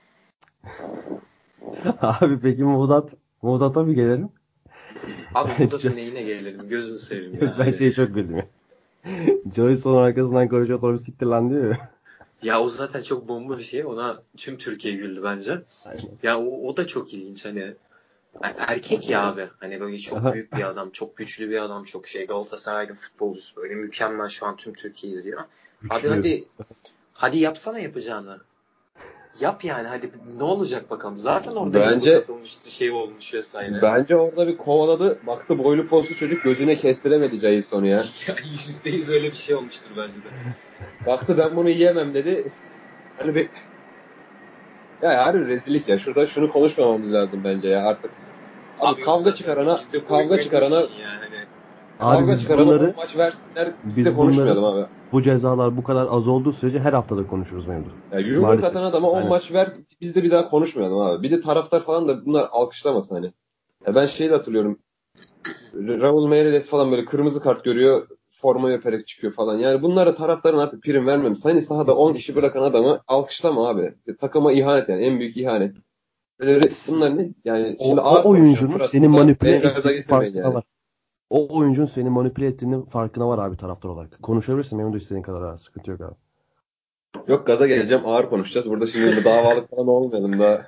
Abi peki Muğdat'a bir gelelim. Abi Şu- Muğdat'ın neyine gelelim, gözünü seveyim ya Ben hani. şeyi çok güldüm ya. Joey son arkasından konuşuyor sonra bir siktir lan diyor ya. Ya o zaten çok bomba bir şey. Ona tüm Türkiye güldü bence. Aynen. Ya o da çok ilginç. Hani erkek ya abi. Hani böyle çok Aha, büyük bir adam, çok güçlü bir adam, çok şey. Galatasaraylı futbolcusu böyle mükemmel, şu an tüm Türkiye izliyor. Abi güçlü. hadi yapsana yapacağını. Yap yani, hadi ne olacak bakalım. Zaten orada yumruk Bence atılmıştı, şey olmuş vesaire. bence orada bir kovaladı. Baktı boylu poslu çocuk gözüne kestiremedi cayı sonu ya. Yani %100 öyle bir şey olmuştur bence de. Baktı ben bunu yiyemem dedi. Hani bir ya harbi rezillik ya. Şurada şunu konuşmamamız lazım bence ya artık. Abi Abi yok kavga zaten, çıkarana biz de kavga boyundayız çıkarana işin yani. Hani Abi kavga biz çıkarana 10 bunları maç versinler. Biz de biz bunları konuşmayalım abi. bu cezalar bu kadar az olduğu sürece her haftada konuşuruz mevzu. Ya yumruk Maalesef. atan adama 10 Aynen. maç ver. Biz de bir daha konuşmayalım abi. Bir de taraftar falan da bunlar alkışlamasın hani. Ya ben şeyi de hatırlıyorum. Raul Meireles falan böyle kırmızı kart görüyor. Formayı öperek çıkıyor falan. Yani bunlara taraftarın artık prim vermemiş. Hani sahada 10 kişi Kesinlikle. bırakan adamı alkışlama abi. Takıma ihanet yani. En büyük ihanet. Bunlar ne? Yani şimdi O ağır konuşacağım. oyuncunun Fırat seni burada manipüle beni gaza ettiğinin getirmeyin farkına yani. var. O oyuncunun seni manipüle ettiğinin farkına var abi taraftar olarak. Konuşabilirsin memnun istediğin kadar abi. Sıkıntı yok abi. Yok gaza geleceğim ağır konuşacağız. Burada şimdi davalık falan olmayalım da.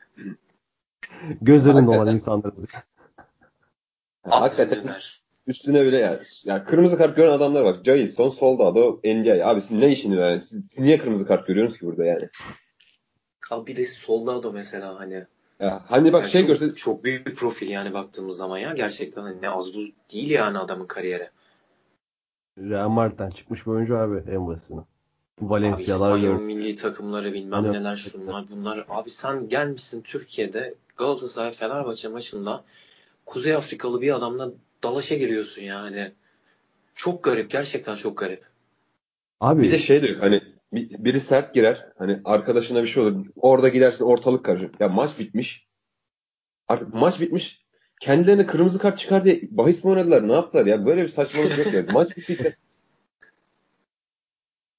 Göz önünde olan Hakikaten. insanlarız. at Hakikaten Ömer. üstüne bile ya. Ya kırmızı kart gören adamlar var. Jailson, Soldado, Ndiaye. Abi sizin ne işiniz var yani? Siz niye kırmızı kart görüyorsunuz ki burada yani? Abi bir de Soldado mesela, hani Ya hani bak yani şey çok görse çok büyük bir profil yani baktığımız zaman, ya gerçekten hani ne az buz değil yani adamın kariyeri. Real Madrid'den çıkmış bir oyuncu abi en basitinden. Abi Valencia'lar İspanyol gördü. milli takımları bilmem Hani neler, şunlar bunlar. Abi sen gelmişsin Türkiye'de Galatasaray Fenerbahçe maçında Kuzey Afrikalı bir adamla dalaşa giriyorsun yani. Çok garip, gerçekten çok garip. bir de abi şey diyor hani biri sert girer. Hani arkadaşına bir şey olur. Orada gidersin ortalık karışır. Ya maç bitmiş. Artık maç bitmiş. Kendilerine kırmızı kart çıkar diye bahis mi oynadılar? Ne yaptılar ya? Böyle bir saçmalık yok ya. Maç bittiyse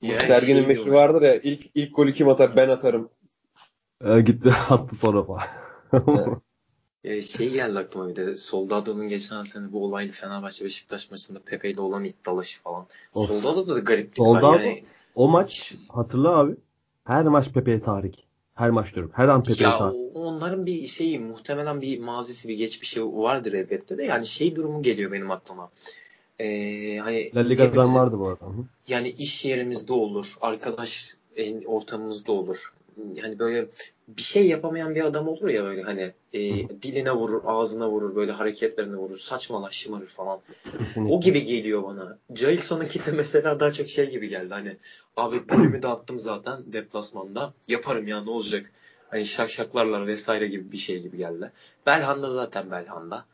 Ya Sergen'in şey meşhur diyorlar. vardır ya, ilk golü kim atar, ben atarım. Gitti attı sonra falan. Ha. Şey geldi aklıma bir de. Soldado'nun geçen sene bu olaylı Fenerbahçe Beşiktaş maçında Pepe ile olan it dalaşı falan. Of. Soldado'da da gariplik var. Soldado Yani o maç hatırla abi. Her maç Pepe'ye tahrik. Her maç diyorum. Her an Pepe'ye ya tahrik. onların bir şeyi muhtemelen bir mazisi bir geçmişi vardır elbette de. Yani şey durumu geliyor benim aklıma. Hani La Liga'dan hepimizin vardı bu arada. Hı. yani iş yerimizde olur, arkadaş ortamımızda olur. Yani böyle bir şey yapamayan bir adam olur ya böyle hani Hı. diline vurur, ağzına vurur, böyle hareketlerine vurur, saçmalar, şımarır falan. O Kesinlikle. gibi geliyor bana. Jailson'unki de mesela daha çok şey gibi geldi. Hani abi golümü de attım zaten deplasmanda. Yaparım ya ne olacak? Hani şakşaklarlar vesaire gibi bir şey gibi geldi. Belhanda zaten Belhanda.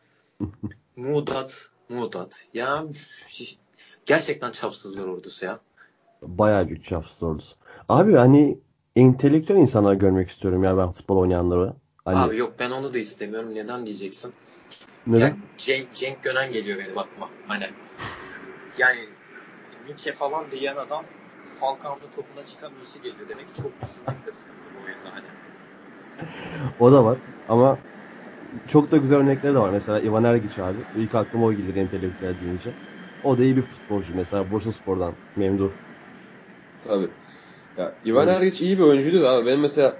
Muğdat. Ya gerçekten çapsızlar ordusu ya. Bayağı büyük çapsız ordusu. Abi hani entelektüel insanlar görmek istiyorum ya ben futbol oynayanları. Hani Abi yok ben onu da istemiyorum. Neden diyeceksin? neden? Yani Cenk Gönen geliyor benim aklıma. Hani yani Nietzsche falan diyen adam Falcao'nun topuna çıkamıyorsu geliyor. Demek ki çok düşünmekte sıkıntı bu oyunda hani. O da var. Ama çok da güzel örnekleri de var. Mesela Ivan Ergiç abi. İlk aklıma o gelir entelektüel deyince. O da iyi bir futbolcu. Mesela Bursaspor'dan Memduh. Tabii. Ya Ivan Böyle Ergiç iyi bir oyuncuydu da abi. Benim mesela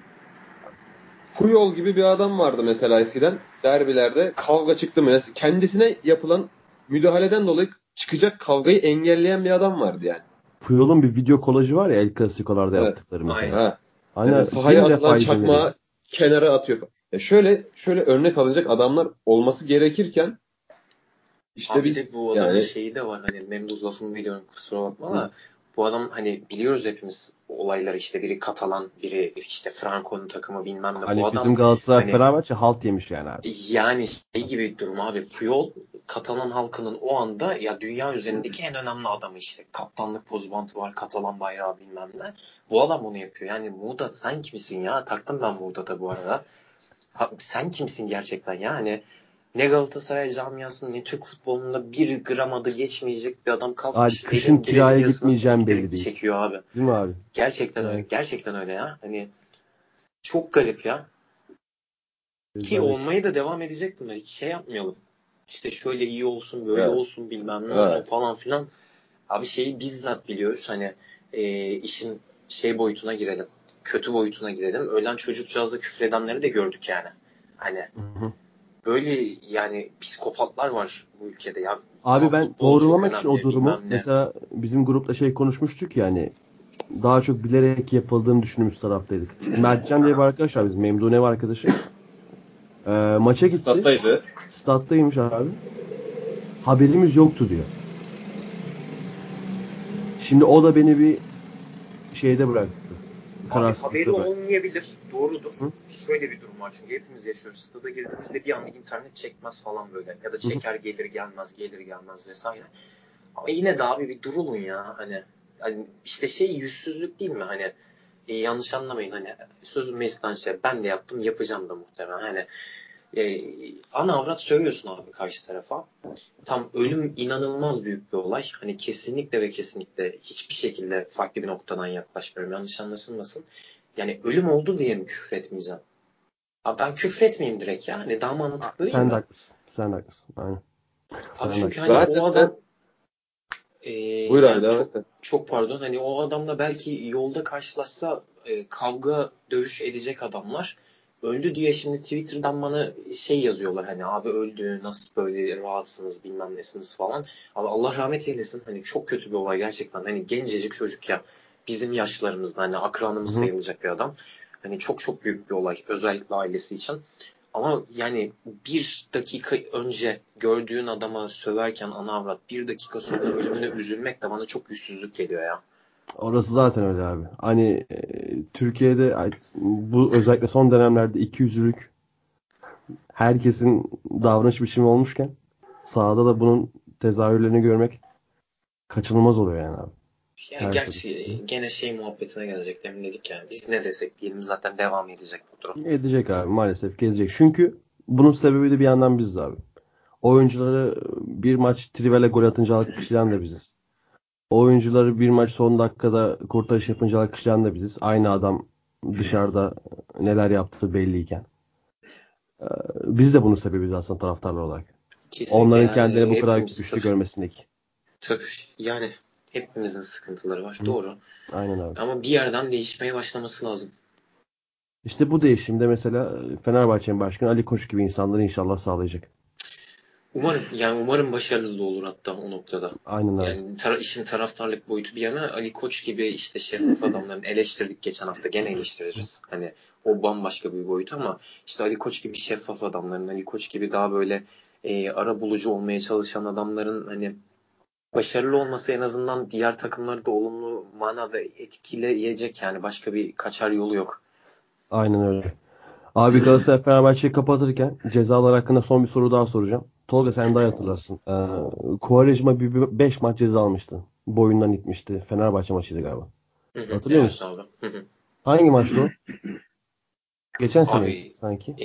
Puyol gibi bir adam vardı mesela eskiden. Derbilerde kavga çıktı mı? Kendisine yapılan müdahaleden dolayı çıkacak kavgayı engelleyen bir adam vardı yani. Puyol'un bir video kolajı var ya El Clasico'larda Evet. yaptıkları mesela. Aynen. Ha. Evet, Hani sahaya kim atılan defa izlenir ya? çakmağı kenara atıyor. Ya şöyle örnek alınacak adamlar olması gerekirken işte Abi bir de biz bu adamın yani şeyi de var. Hani Memduh lafını biliyorum kusura bakma hı, da bu adam hani biliyoruz hepimiz olaylar işte biri Katalan biri işte Franco'nun takımı bilmem ne. Bu Hani adam bizim Galatasaray hani Fenerbahçe halt yemiş yani abi. yani şey gibi bir durum abi. Puyol Katalan halkının o anda ya dünya üzerindeki en önemli adamı işte. Kaptanlık pozibantı var, Katalan bayrağı bilmem ne. Bu adam onu yapıyor. Yani Muğdat sen kimsin ya? Taktım ben Muğdat'a bu arada. Sen kimsin gerçekten ya? Hani ne Galatasaray camiasının ne Türk futbolunda bir gram adı geçmeyecek bir adam Hadi kalkmış. kışın Elin kiraya Brezilya'sına gitmeyeceğim belli siktirip değil. çekiyor abi. Değil mi abi? Gerçekten öyle. Yani Gerçekten öyle ya. Hani çok garip ya. Ki rezalet. olmaya da devam edecek bunlar. Hiç şey yapmayalım. İşte şöyle iyi olsun, böyle evet, olsun, bilmem ne olsun evet. falan filan. Abi şeyi bizzat biliyoruz. Hani işin şey boyutuna girelim. Kötü boyutuna girelim. Ölen çocukcağızda küfredenleri de gördük yani. Hani Hı hı. böyle yani psikopatlar var bu ülkede ya. Tamam Abi ben futbol çok doğrulamak için o önemli durumu bilmem ne. mesela bizim grupta şey konuşmuştuk yani daha çok bilerek yapıldığını düşündüğümüz taraftaydık. Mertcan diye bir Aha. arkadaş var bizim Memduh'un ev arkadaşı. Maça gitti. Stat'taydı. Stat'taymış abi. Haberimiz yoktu diyor. Şimdi o da beni bir şeyde bıraktı. Abi haberi Kararsızlıkta bıraktı. olmayabilir. Doğrudur. Hı Şöyle bir durum var çünkü hepimiz yaşıyoruz. Stada girdiğimizde bir anda internet çekmez falan böyle. Ya da hı. çeker gelir gelmez gelir gelmez vesaire. Ama yine de abi bir durulun ya. Hani işte şey yüzsüzlük değil mi? Hani yanlış anlamayın hani sözüm meclisten şey ben de yaptım yapacağım da muhtemelen. Hani ana avrat söylüyorsun abi karşı tarafa. Tam ölüm inanılmaz büyük bir olay. Hani kesinlikle ve kesinlikle hiçbir şekilde farklı bir noktadan yaklaşmıyorum. Yanlış anlaşılmasın. Yani ölüm oldu diye mi küfretmeyeceğim? Abi ben küfretmeyeyim direkt ya. Hani daha mantıklı değil Sen de mi? haklısın. Sen de haklısın. Aynen. Abi Sen de çünkü haklısın. hani Zaten o adam buyur abi yani devam çok et. çok pardon hani o adamla belki yolda karşılaşsa kavga dövüş edecek adamlar öldü diye şimdi Twitter'dan bana şey yazıyorlar hani abi öldü nasıl böyle rahatsınız bilmem nesiniz falan. Abi Allah rahmet eylesin hani çok kötü bir olay gerçekten hani gencecik çocuk ya bizim yaşlarımızda hani Hı akranımız hı. sayılacak bir adam. Hani çok çok büyük bir olay özellikle ailesi için. Ama yani bir dakika önce gördüğün adama söverken ana avrat bir dakika sonra ölümüne üzülmek de bana çok yüzsüzlük geliyor ya. Orası zaten öyle abi. Hani Türkiye'de bu özellikle son dönemlerde ikiyüzlülük herkesin davranış biçimi olmuşken sahada da bunun tezahürlerini görmek kaçınılmaz oluyor yani abi. Yani Her türlü. gerçi gene şey muhabbetine gelecek demin dedik yani. Biz ne desek diyelim zaten devam edecek bu durum. Edecek abi maalesef gezecek. Çünkü bunun sebebi de bir yandan biziz abi. Oyuncuları bir maç trivela gol atınca alkışlayan da biziz. Oyuncuları bir maç son dakikada kurtarış yapınca alkışlayan da biziz. Aynı adam dışarıda neler yaptığı belliyken. Biz de bunun sebebiyiz aslında taraftarlar olarak. Kesinlikle Onların yani kendileri bu kadar hepimiz güçlü görmesindeki. tabii yani hepimizin sıkıntıları var. Hı. Doğru. Aynen abi. Ama bir yerden değişmeye başlaması lazım. İşte bu değişimde mesela Fenerbahçe'nin başkanı Ali Koç gibi insanları inşallah sağlayacak. Umarım başarılı da olur hatta o noktada. Aynen abi. Yani işin taraftarlık boyutu bir yana Ali Koç gibi işte şeffaf adamların eleştirdik geçen hafta gene eleştiririz. Hani o bambaşka bir boyut ama işte Ali Koç gibi şeffaf adamların, Ali Koç gibi daha böyle ara bulucu olmaya çalışan adamların hani başarılı olması en azından diğer takımları da olumlu manada etkileyecek yani başka bir kaçar yolu yok. Aynen öyle. Abi Galatasaray Fenerbahçe'yi kapatırken cezalar hakkında son bir soru daha soracağım. Tolga sen daha iyi hatırlarsın. Quaresma bir 5 maç ceza almıştı. Boyundan itmişti. Fenerbahçe maçıydı galiba. Hı hı, Hatırlıyor evet musun? abi. Hı hı. Hangi maçtı o? Geçen seneydi Abi sanki.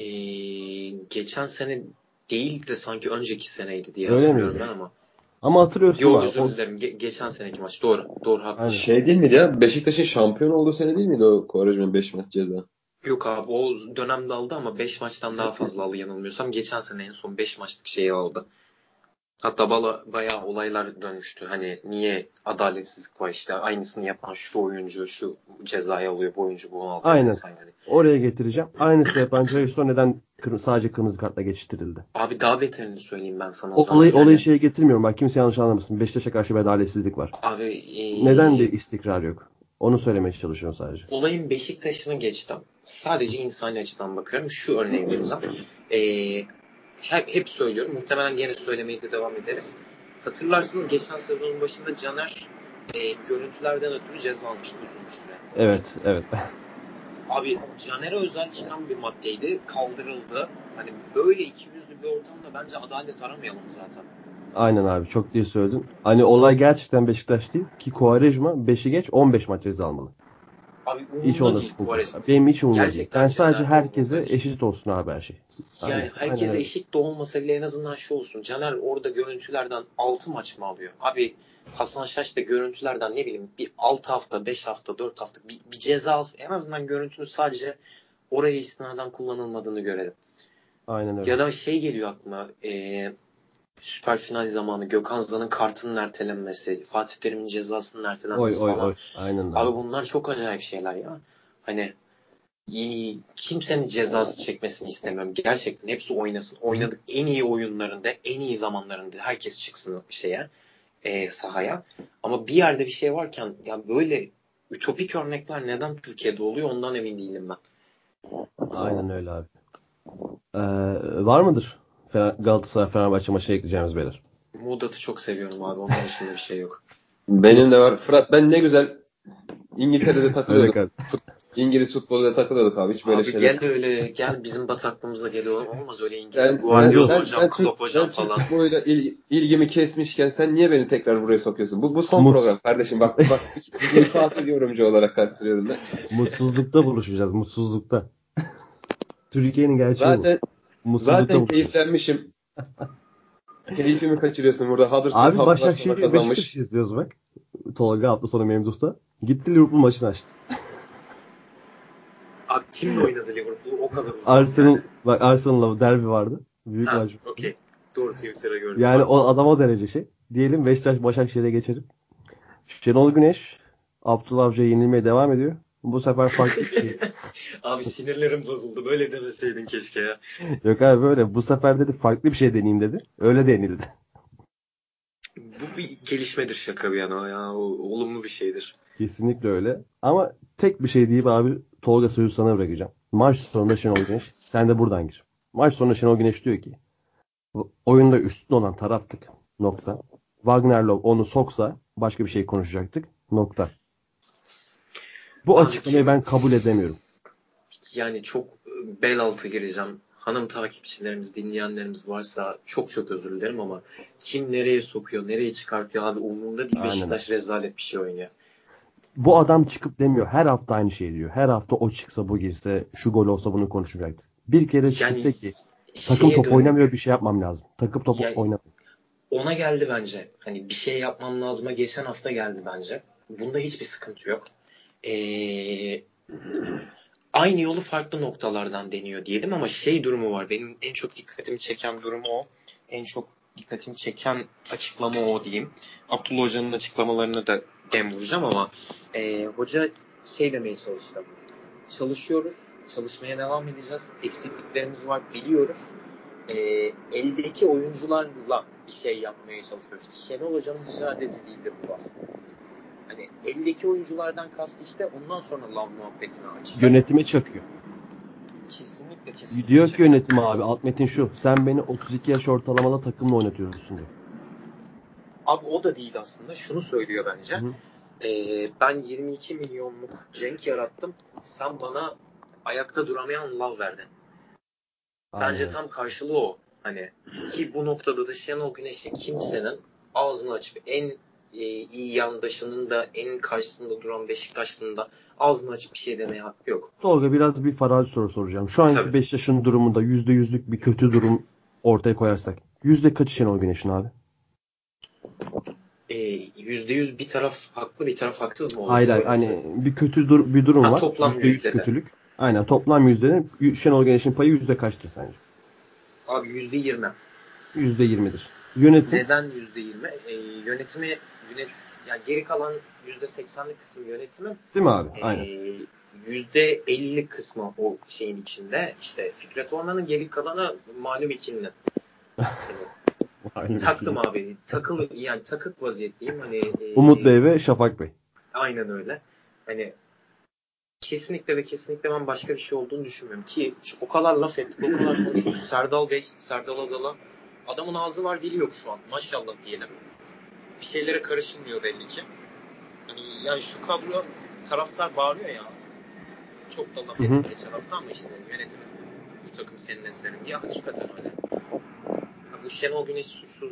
geçen sene değil de sanki önceki seneydi diye Öyle hatırlıyorum miydi? ben ama. Ama hatırlıyorsun Yo abi. özür dilerim. Geçen seneki maç. Doğru. Doğru Aynen. haklısın. Şey değil miydi ya? Beşiktaş'ın şampiyon olduğu sene değil miydi o Quaresma'nın 5 maç ceza? Yok abi o dönemde aldı ama 5 maçtan daha fazla aldı yanılmıyorsam. Geçen sene en son 5 maçlık şeyi aldı. Hatta bayağı olaylar dönmüştü. Hani niye adaletsizlik var işte aynısını yapan şu oyuncu şu cezayı alıyor bu oyuncu bunu alıyor Aynen. vesaire. Oraya getireceğim. Aynısı yapan Cayson neden sadece kırmızı kartla geçiştirildi? Abi daha beterini söyleyeyim ben sana o zaman. Olayı Yani şeye getirmiyorum. Bak kimse yanlış anlamasın. Beşiktaş'a karşı bir adaletsizlik var. abi Neden bir istikrar yok? Onu söylemeye çalışıyorum sadece. olayın Beşiktaş'ına geçtim. Sadece insani açıdan bakıyorum. Şu örneği vereceğim. Ee, hep söylüyorum. Muhtemelen yine söylemeye de devam ederiz. Hatırlarsınız geçen sezonun başında Caner görüntülerden ötürü ceza almıştı uzun bir süre. Evet, evet. Abi Caner'e özel çıkan bir maddeydi. Kaldırıldı. Hani böyle ikiyüzlü bir ortamda bence adalet aramayalım zaten. Aynen abi. Çok iyi söyledin. Hani olay gerçekten Beşiktaş değil. Ki Quaresma 5'i geç 15 maç ceza almalı. Abi Hiç umurumda onda değil sıkıntı yok. Quaresma'nın. Benim hiç umurumda değil. Gerçekten Ben sadece Caner de herkese umurumda değil. eşit olsun abi her şey. Yani Aynen herkese öyle. eşit de olmasa bile en azından şu olsun. Caner orada görüntülerden 6 maç mı alıyor? Abi Hasan Şaş da görüntülerden ne bileyim bir 6 hafta, 5 hafta, 4 hafta bir ceza alsın. En azından görüntünün sadece oraya istinaden kullanılmadığını görelim. Aynen öyle. Ya da şey geliyor aklıma. Süper final zamanı Gökhan Zan'ın kartının ertelenmesi, Fatih Terim'in cezasının Oy ertelenmesi oy falan. oy. Aynen Abi abi. bunlar çok acayip şeyler ya. Hani kimsenin cezası çekmesini istemiyorum. Gerçekten hepsi oynasın. Hı-hı. Oynadık en iyi oyunlarında, en iyi zamanlarında herkes çıksın sahaya. Ama bir yerde bir şey varken yani böyle ütopik örnekler neden Türkiye'de oluyor ondan emin değilim ben. Aynen öyle abi. Var mıdır Galatasaray Fenerbahçe maçına ekleyeceğimiz beyler? Mudat'ı çok seviyorum abi. Onun dışında bir şey yok. Benim de var. Fırat ben ne güzel İngiltere'de Öyle takılıyorduk. kal. İngiliz futboluyla takılıyorduk abi. Hiç böyle Abi şeyler. gel bizim bataklığımıza gel olmaz öyle İngiliz Sen sen Guardiola Emrul. sen hocam, sen Türk Klopp hocam sen Türk falan. futboluyla ilgimi kesmişken sen niye beni tekrar buraya sokuyorsun? Bu son Mut program kardeşim. Bak misafir yorumcu olarak katılıyorum ben. Mutsuzlukta buluşacağız. Mutsuzlukta. Türkiye'nin gerçeği bu. Zaten Mutsuzlukta zaten buluşacağız. keyiflenmişim. Keyfimi kaçırıyorsun burada. Huddersfield Abi haftalar sonra Başakşehir'i kazanmış. Beşiktaş izliyoruz bak. Tolga hafta sonu Memduh'ta. Gitti Liverpool maçını açtı. Abi kimle oynadı Liverpool o kadar uzağım yani. Arsenal'la derbi vardı. Büyük Ha maç. okey. Doğru Twitter'a gördüm Yani bak. o adam o derece şey. Diyelim Beşiktaş Başakşehir'e geçelim. Şenol Güneş Abdullah Avcı'ya yenilmeye devam ediyor. Bu sefer farklı bir şey. Abi sinirlerim bozuldu. Böyle demeseydin keşke ya. Yok abi böyle. Bu sefer dedi farklı bir şey deneyeyim dedi. Öyle denildi. Bu bir gelişmedir şaka bir yana ya. O, olumlu bir şeydir. Kesinlikle öyle. Ama tek bir şey deyip abi Tolga sözü sana bırakacağım. Maç sonunda Şenol Güneş. Sen de buradan gir. Maç sonunda Şenol Güneş diyor ki oyunda üstün olan taraftık. Nokta. Wagner'le onu soksa başka bir şey konuşacaktık. Nokta. Bu Abi açıklamayı ben kabul edemiyorum. yani çok bel altı gireceğim. Hanım takipçilerimiz, dinleyenlerimiz varsa çok çok özür dilerim ama kim nereye sokuyor, nereye çıkartıyor abi umurumda değil. Aynen öyle. Beşiktaş rezalet bir şey oynuyor. Bu adam çıkıp demiyor. Her hafta aynı şey diyor. Her hafta o çıksa bu girse şu gol olsa bunu konuşacaktı. Bir kere çıkıp Yani de ki takım şeye top oynamıyor dönük. bir şey yapmam lazım. Takım top Yani oynamıyor. ona geldi bence. Hani bir şey yapmam lazıma geçen hafta geldi bence. Bunda hiçbir sıkıntı yok. Aynı yolu farklı noktalardan deniyor diyelim ama şey durumu var. Benim en çok dikkatimi çeken durum o. En çok dikkatimi çeken açıklama o diyeyim. Abdullah Hoca'nın açıklamalarını da dem vuracağım ama hoca şey demeye çalıştı. Çalışıyoruz. Çalışmaya devam edeceğiz. Eksikliklerimiz var biliyoruz. Eldeki oyuncularla bir şey yapmaya çalışıyoruz. Şenol Hoca'nın hiç adeti değildir bu laf. Hani eldeki oyunculardan kast işte ondan sonra lav muhabbetini açtı. Yönetime çakıyor. Kesinlikle Diyor ki çakıyor. yönetim abi, alt metin şu. Sen beni 32 yaş ortalamalı takımla oynatıyorsun diyor. Abi o da değil aslında. Şunu söylüyor bence. Hı. Ben 22 milyonluk cenk yarattım. Sen bana ayakta duramayan lav verdin. Bence Aynen. tam karşılığı o. Hani ki bu noktada da Şenol Güneş'e kimsenin ağzını açıp en iyi yandaşının da en karşısında duran Beşiktaşlı'nın da ağzını açıp bir şey demeye hakkı yok. Tolga, biraz bir farazi soru soracağım. Şu anki Tabii. Beşiktaş'ın durumunda %100'lük bir kötü durum ortaya koyarsak. Yüzde kaçı Şenol Güneş'in abi? %100 bir taraf haklı bir taraf haksız mı Hayır, olacak hayır. öyle mi söyleyeyim? Hani bir kötü bir durum Ha, var. toplam %100 yüzdede. kötülük. Aynen, toplam yüzdenin Şenol Güneş'in payı yüzde kaçtır sence? Abi %20. %20'dir. Yönetim? Neden %20? Yani geri kalan %80'lik kısım yönetimi, Değil mi abi? Aynen. %50 kısmı o şeyin içinde. İşte Fikret Orman'ın geri kalanı malum ikilinin. Aynen. Taktım abi. Yani takık vaziyetteyim. Hani Umut Bey ve Şafak Bey. aynen öyle. Hani kesinlikle ve kesinlikle ben başka bir şey olduğunu düşünmüyorum. Ki o kadar laf ettik, o kadar konuştuk. Serdal Bey, Serdal Adalı. Adamın ağzı var dili yok şu an. Maşallah diyelim. Bir şeylere karışılmıyor belli ki. Hani yani şu kadro taraftar bağırıyor ya. Çok da laf ettik geçen hafta ama işte yönetim bu takım senin eserin. Ya hakikaten öyle. Bu Şenol Güneş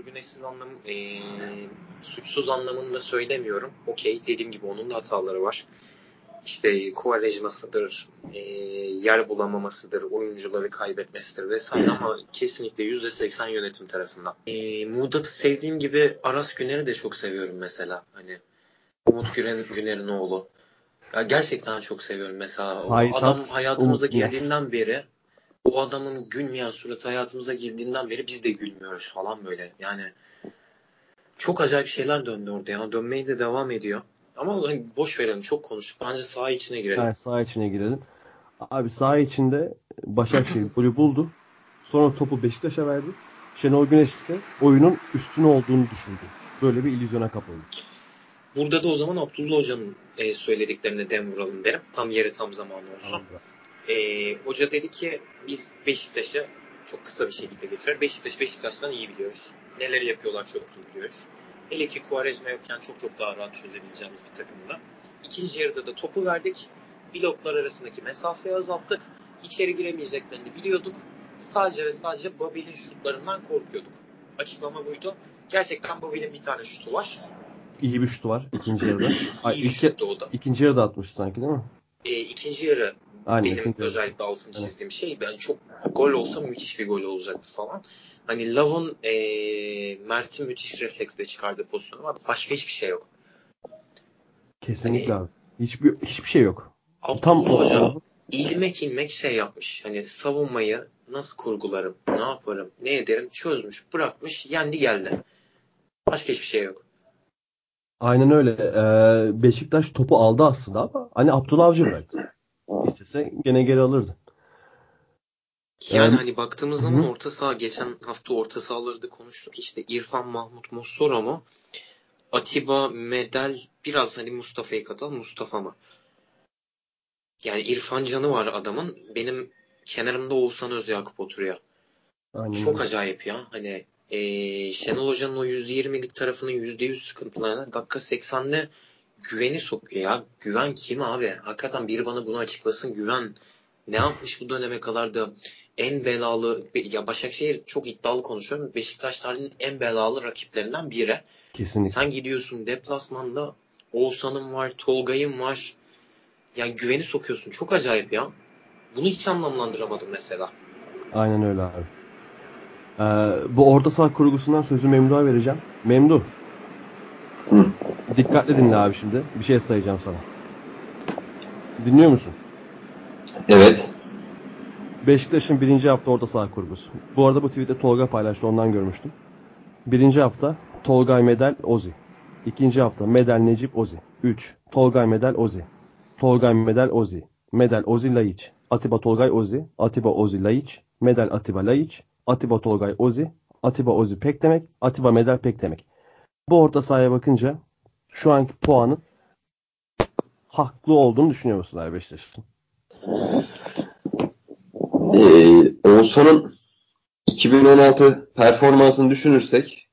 suçsuz anlamında söylemiyorum. Okey, dediğim gibi onun da hataları var. İşte Quaresma'sıdır, yer bulamamasıdır, oyuncuları kaybetmesidir vesaire ama kesinlikle %80 yönetim tarafından. Muğdat'ı sevdiğim gibi Aras Güner'i de çok seviyorum mesela. Hani Umut Güner'in oğlu. Ya gerçekten çok seviyorum mesela. O adam Haytat, hayatımıza Umut Güner. girdiğinden beri, o adamın gülmeyen suratı hayatımıza girdiğinden beri biz de gülmüyoruz falan böyle. Yani çok acayip şeyler döndü orada ya. Dönmeye de devam ediyor. Ama hani boş verelim, çok konuştuk. Bence saha içine girelim. Yani saha içine girelim. Abi, saha içinde Başakşehir golü buldu. Sonra topu Beşiktaş'a verdi. Şenol Güneş de oyunun üstün olduğunu düşündü. Böyle bir illüzyona kapıldı. Burada da o zaman Abdullah Hoca'nın söylediklerine dem vuralım derim. Tam yeri tam zamanı olsun. Hoca dedi ki biz Beşiktaş'ı çok kısa bir şekilde geçiyor. Beşiktaş'tan iyi biliyoruz. Neleri yapıyorlar çok iyi biliyoruz. Hele ki Quaresma yokken çok daha rahat çözebileceğimiz bir takımda. İkinci yarıda da topu verdik. Bloklar arasındaki mesafeyi azalttık. İçeri giremeyeceklerini biliyorduk. Sadece ve sadece Babel'in şutlarından korkuyorduk. Açıklama buydu. Gerçekten Babel'in bir tane şutu var. İyi bir şutu var ikinci yarıda. İyi bir şuttu o da. İkinci yarıda atmış sanki, değil mi? İkinci yarı Aynen, benim ikinci yarıda. özellikle altını çizdiğim şey, ben çok gol olsa müthiş bir gol olacaktı falan. Hani Love'ın Mert'in müthiş refleksle çıkardığı pozisyonu var. Başka hiçbir şey yok. Kesinlikle Hani abi. Hiçbir şey yok. Tam Abdullah Hoca pozisyonu. ilmek şey yapmış. Hani savunmayı nasıl kurgularım, ne yaparım, ne ederim çözmüş, bırakmış, yendi geldi. Başka hiçbir şey yok. Aynen öyle. Beşiktaş topu aldı aslında ama hani Abdullah Avcı bıraktı. İstese gene geri alırdı. Yani hani baktığımız zaman Hı. orta saha, geçen hafta orta sahaları da konuştuk. İşte İrfan, Mahmut, Mossoro mu? Atiba, Medel, biraz hani Mustafa'yı katalım. Mustafa mı? Yani İrfan Can'ı var adamın. Benim kenarımda Oğuzhan Özyakup oturuyor. Aynen Çok öyle. acayip ya. Hani Şenol Hoca'nın o %20'lik tarafının %100 sıkıntılarına dakika 80'de Güven'i sokuyor ya. Güven kim abi? Hakikaten biri bana bunu açıklasın. Güven ne yapmış bu döneme kadar da en belalı, ya Başakşehir çok iddialı konuşuyorum. Beşiktaş tarihinin en belalı rakiplerinden biri. Kesinlikle. Sen gidiyorsun deplasmanda, Oğuzhan'ın var, Tolga'yın var. Yani Güven'i sokuyorsun. Çok acayip ya. Bunu hiç anlamlandıramadım mesela. Aynen öyle abi. Bu orta saha kurgusundan sözü Memduh'a vereceğim. Memduh, Hı. dikkatli dinle abi şimdi. Bir şey sayacağım sana. Dinliyor musun? Evet. Beşiktaş'ın birinci hafta orta saha kurgusu. Bu arada bu tweet'te Tolga paylaştı, ondan görmüştüm. Birinci hafta Tolgay Medel Ozi. İkinci hafta Medel Necip Ozi. 3. Tolgay Medel Ozi. Tolgay Medel Ozi. Medel Ozi Laiç. Atiba Tolgay Ozi. Atiba Ozi Laiç. Medel Atiba Laiç. Atiba Tolgay Ozi. Atiba Ozi Pekdemek. Atiba Medel Pekdemek. Bu orta sahaya bakınca şu anki puanın haklı olduğunu düşünüyor musun abi Beşiktaş'ın? Oğuzhan'ın 2016 performansını düşünürsek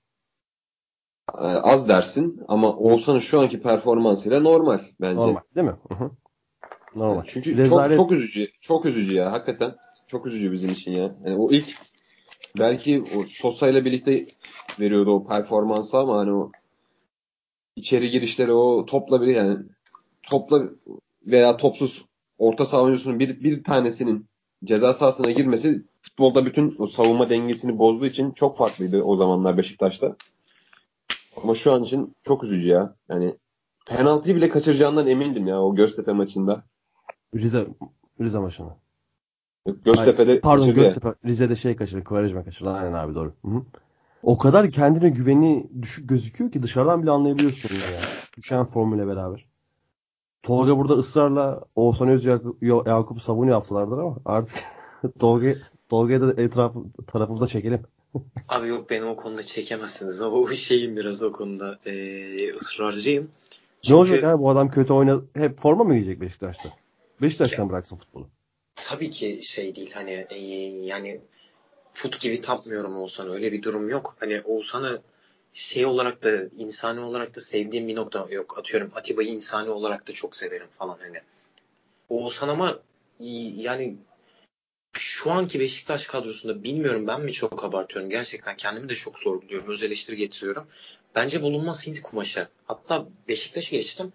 az dersin ama Oğuzhan'ın şu anki performansıyla normal bence. Normal değil mi? Hı hı. Normal. Çünkü çok Rezalet. çok üzücü. Çok üzücü ya hakikaten. Çok üzücü bizim için ya. Yani o ilk belki o Sosa ile birlikte veriyordu o performansı ama hani o içeri girişleri o topla bir yani topla veya topsuz orta saha oyuncusunun bir tanesinin ceza sahasına girmesi futbolda bütün o savunma dengesini bozduğu için çok farklıydı o zamanlar Beşiktaş'ta. Ama şu an için çok üzücü ya. Yani penaltıyı bile kaçıracağından emindim ya o Göztepe maçında. Rize, Rize maçını. Ay, Göztepe'de pardon, kaçırdı ya. Göztepe. Rize'de kaçırdı. Quaresma kaçırdı. Aynen abi, doğru. Hı hı. O kadar kendine güveni düşük gözüküyor ki dışarıdan bile anlayabiliyorsun bunu ya. Düşen formüle beraber. Tolga burada ısrarla Oğuzhan Yakup'u savunuyor haftalardır ama artık Tolga'yı da tarafımıza çekelim. Abi yok, beni o konuda çekemezsiniz. O şeyim biraz o konuda ısrarcıyım. Ne olacak Çünkü abi, bu adam kötü oynadı. Hep forma mı giyecek Beşiktaş'ta? ya, Beşiktaş'tan bıraksın futbolu. tabii ki şey değil hani yani put gibi tapmıyorum Oğuzhan'ı, öyle bir durum yok. Hani Oğuzhan'ı şey olarak da insani olarak da sevdiğim bir nokta yok. Atıyorum Atiba'yı insani olarak da çok severim falan hani. Oğuzhan ama yani şu anki Beşiktaş kadrosunda bilmiyorum, ben mi çok abartıyorum. Gerçekten kendimi de çok sorguluyorum. Öz eleştiri getiriyorum. Bence bulunmaz Hint kumaşı. Hatta Beşiktaş'ı geçtim.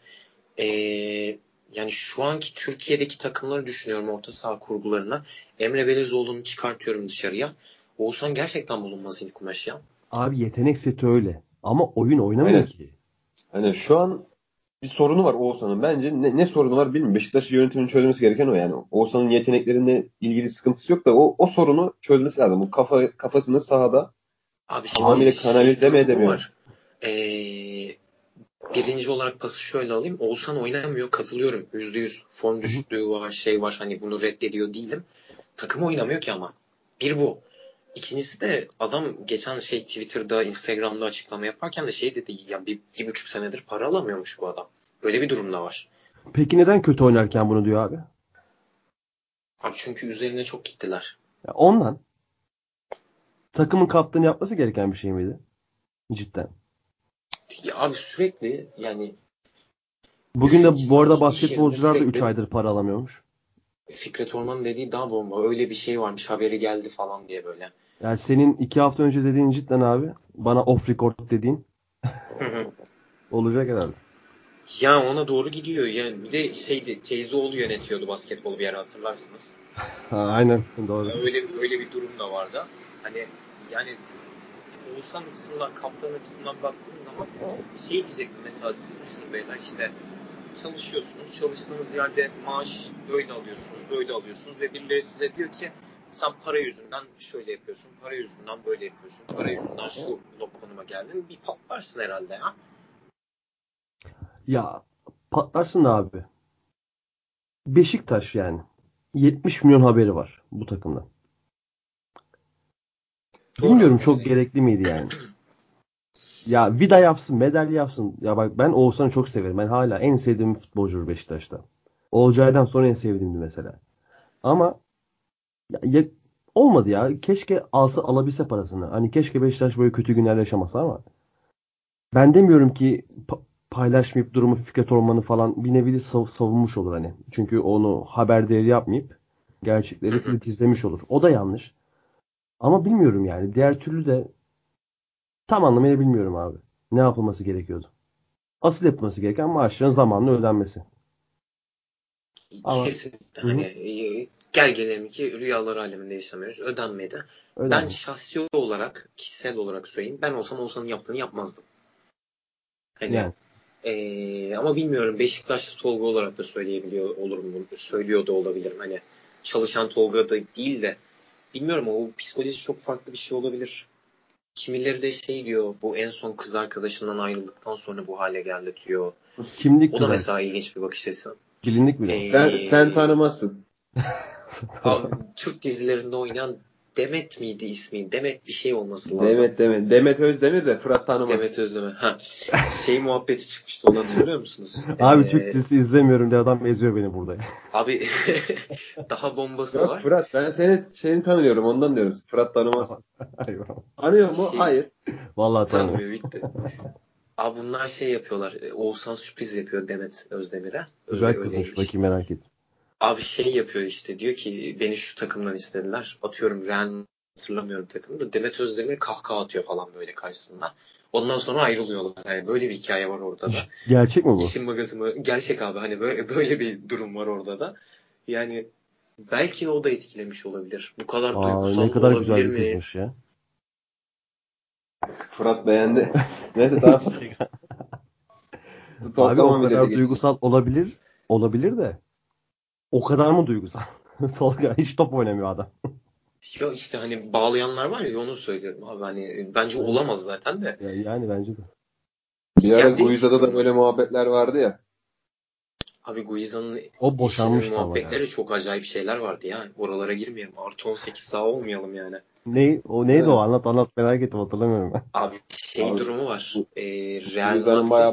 Yani şu anki Türkiye'deki takımları düşünüyorum, orta saha kurgularına. Emre Belezoğlu'nu çıkartıyorum dışarıya. Oğuzhan gerçekten bulunmaz Hint kumaşı ya. Abi yetenek seti öyle. Ama oyun oynamıyor Aynen. ki. Hani şu an bir sorunu var Oğuzhan'ın. Bence ne sorunu var bilmiyorum. Beşiktaş yönetiminin çözmesi gereken o yani. Oğuzhan'ın yeteneklerine ilgili sıkıntısı yok da o sorunu çözmesi lazım. Bu kafasını sahada Abi tamamıyla şimdi şey kanalize mi durumu edemiyor? var. Ee, Birinci olarak pası şöyle alayım. Oğuzhan oynamıyor, katılıyorum. %100 form Hı hı. düşüklüğü var, şey var. Hani bunu reddediyor değilim. Takım oynamıyor ki ama. Bir bu. İkincisi de adam geçen şey Twitter'da, Instagram'da açıklama yaparken de şey dedi. Ya bir buçuk senedir para alamıyormuş bu adam. Böyle bir durum da var. Peki neden kötü oynarken bunu diyor abi? Abi çünkü üzerine çok gittiler. Ya ondan takımın kaptanı yapması gereken bir şey miydi? Cidden. Ya abi sürekli yani Bugün düşün de ki bu arada iş yerinde basketbolcular da 3 sürekli aydır para alamıyormuş. Fikret Orman'ın dediği daha bomba. Öyle bir şey varmış, haberi geldi falan diye böyle. Yani senin 2 hafta önce dediğin cidden abi, bana off record dediğin olacak herhalde. Ya ona doğru gidiyor. Yani bir de şeydi, teyzeoğlu yönetiyordu basketbolu bir ara, hatırlarsınız. Ha, aynen doğru. Öyle bir durum da vardı. Hani yani Oğuzhan açısından, kaptan açısından baktığım zaman şey diyecektim mesela, siz düşünün beyler, işte çalışıyorsunuz. Çalıştığınız yerde maaş böyle alıyorsunuz, böyle alıyorsunuz ve birileri size diyor ki sen para yüzünden şöyle yapıyorsun, para yüzünden böyle yapıyorsun, para yüzünden şu konuma geldin. Bir patlarsın herhalde ya. Ya patlarsın da abi. Beşiktaş yani. 70 milyon haberi var bu takımda. Doğru Bilmiyorum, abi. çok gerekli miydi yani? Ya vida yapsın, medal yapsın. Ya bak, ben Oğuzhan'ı çok severim. Ben hala en sevdiğim futbolcudur Beşiktaş'ta. Olcay'dan sonra en sevdiğimdi mesela. Ama ya olmadı ya. Keşke alabilse parasını. Hani keşke Beşiktaş böyle kötü günler yaşamasa ama ben demiyorum ki paylaşmayıp durumu Fikret Orman'ı falan bir nevi de savunmuş olur hani. Çünkü onu haber değeri yapmayıp Hı gerçekleri hı. gizlemiş olur. O da yanlış. Ama bilmiyorum yani. Diğer türlü de tam anlamıyla bilmiyorum abi. Ne yapılması gerekiyordu? Asıl yapılması gereken maaşların zamanla ödenmesi. Ama Kesinlikle hı hani hı. Gel gelelim ki rüyalar aleminde yaşamıyoruz. Ödenmedi. Ben Önemli. şahsi olarak, kişisel olarak söyleyeyim. Ben olsam Oğuzhan'ın yaptığını yapmazdım. Hani Yani. ama bilmiyorum, Beşiktaşlı Tolga olarak da söyleyebiliyor olurum bunu. Söylüyor da olabilirim. Hani çalışan Tolga da değil de bilmiyorum, o psikoloji çok farklı bir şey olabilir. Kimileri de şey diyor, bu en son kız arkadaşından ayrıldıktan sonra bu hale geldi diyor. Kimlik O da kızar. mesela ilginç bir bakış açısı. Bilindik bile. Sen tanımazsın. Abi, Türk dizilerinde oynayan Demet miydi ismi? Demet bir şey olması lazım. Demet Özdemir de Fırat tanımaz. Demet Özdemir. Ha. Şey muhabbeti çıkmıştı, onu hatırlıyor musunuz? Abi Türk dizisi izlemiyorum diye adam eziyor beni burada. Abi daha bombası Yok var. Fırat, ben seni tanıyorum, ondan diyorum. Fırat tanımaz. Eyvallah. Tanıyor mu? Şey, Hayır. Vallahi tanımıyorum. tanımıyor, bitti. Abi bunlar şey yapıyorlar. Oğuzhan sürpriz yapıyor Demet Özdemir'e. Güzel kızmış. Öyleymiş. Bakayım, merak ettim. Abi şey yapıyor işte, diyor ki beni şu takımdan istediler. Atıyorum Real, hatırlamıyorum takımı da, Demet Özdemir kahkaha atıyor falan böyle karşısında. Ondan sonra ayrılıyorlar. Yani böyle bir hikaye var orada da. Gerçek mi bu? İsim magazini gerçek abi, hani böyle bir durum var orada da. Yani belki o da etkilemiş olabilir. Bu kadar Aa, duygusal ne kadar olabilir güzel bir mi? kızmış ya. Fırat beğendi. Neyse daha Abi o stalklama millete kadar geç. duygusal olabilir. Olabilir de. O kadar mı duygusal? Tolga hiç top oynamıyor adam. Ya işte hani bağlayanlar var ya, onu söylüyorum abi, hani bence Aynen. olamaz zaten de. Yani bence de. Bir ara Yani değişik Guiza'da da böyle durumlar. muhabbetler vardı ya. Abi Guiza'nın O eşinin boşanmıştı ama ya. muhabbetleri çok acayip şeyler vardı ya. Oralara girmeyelim. Artı 18 sağ olmayalım yani. Neydi o? Evet. Anlat merak ettim, hatırlamıyorum ben. Abi şey Abi, durumu var. Real Guiza'nın Madrid bayağı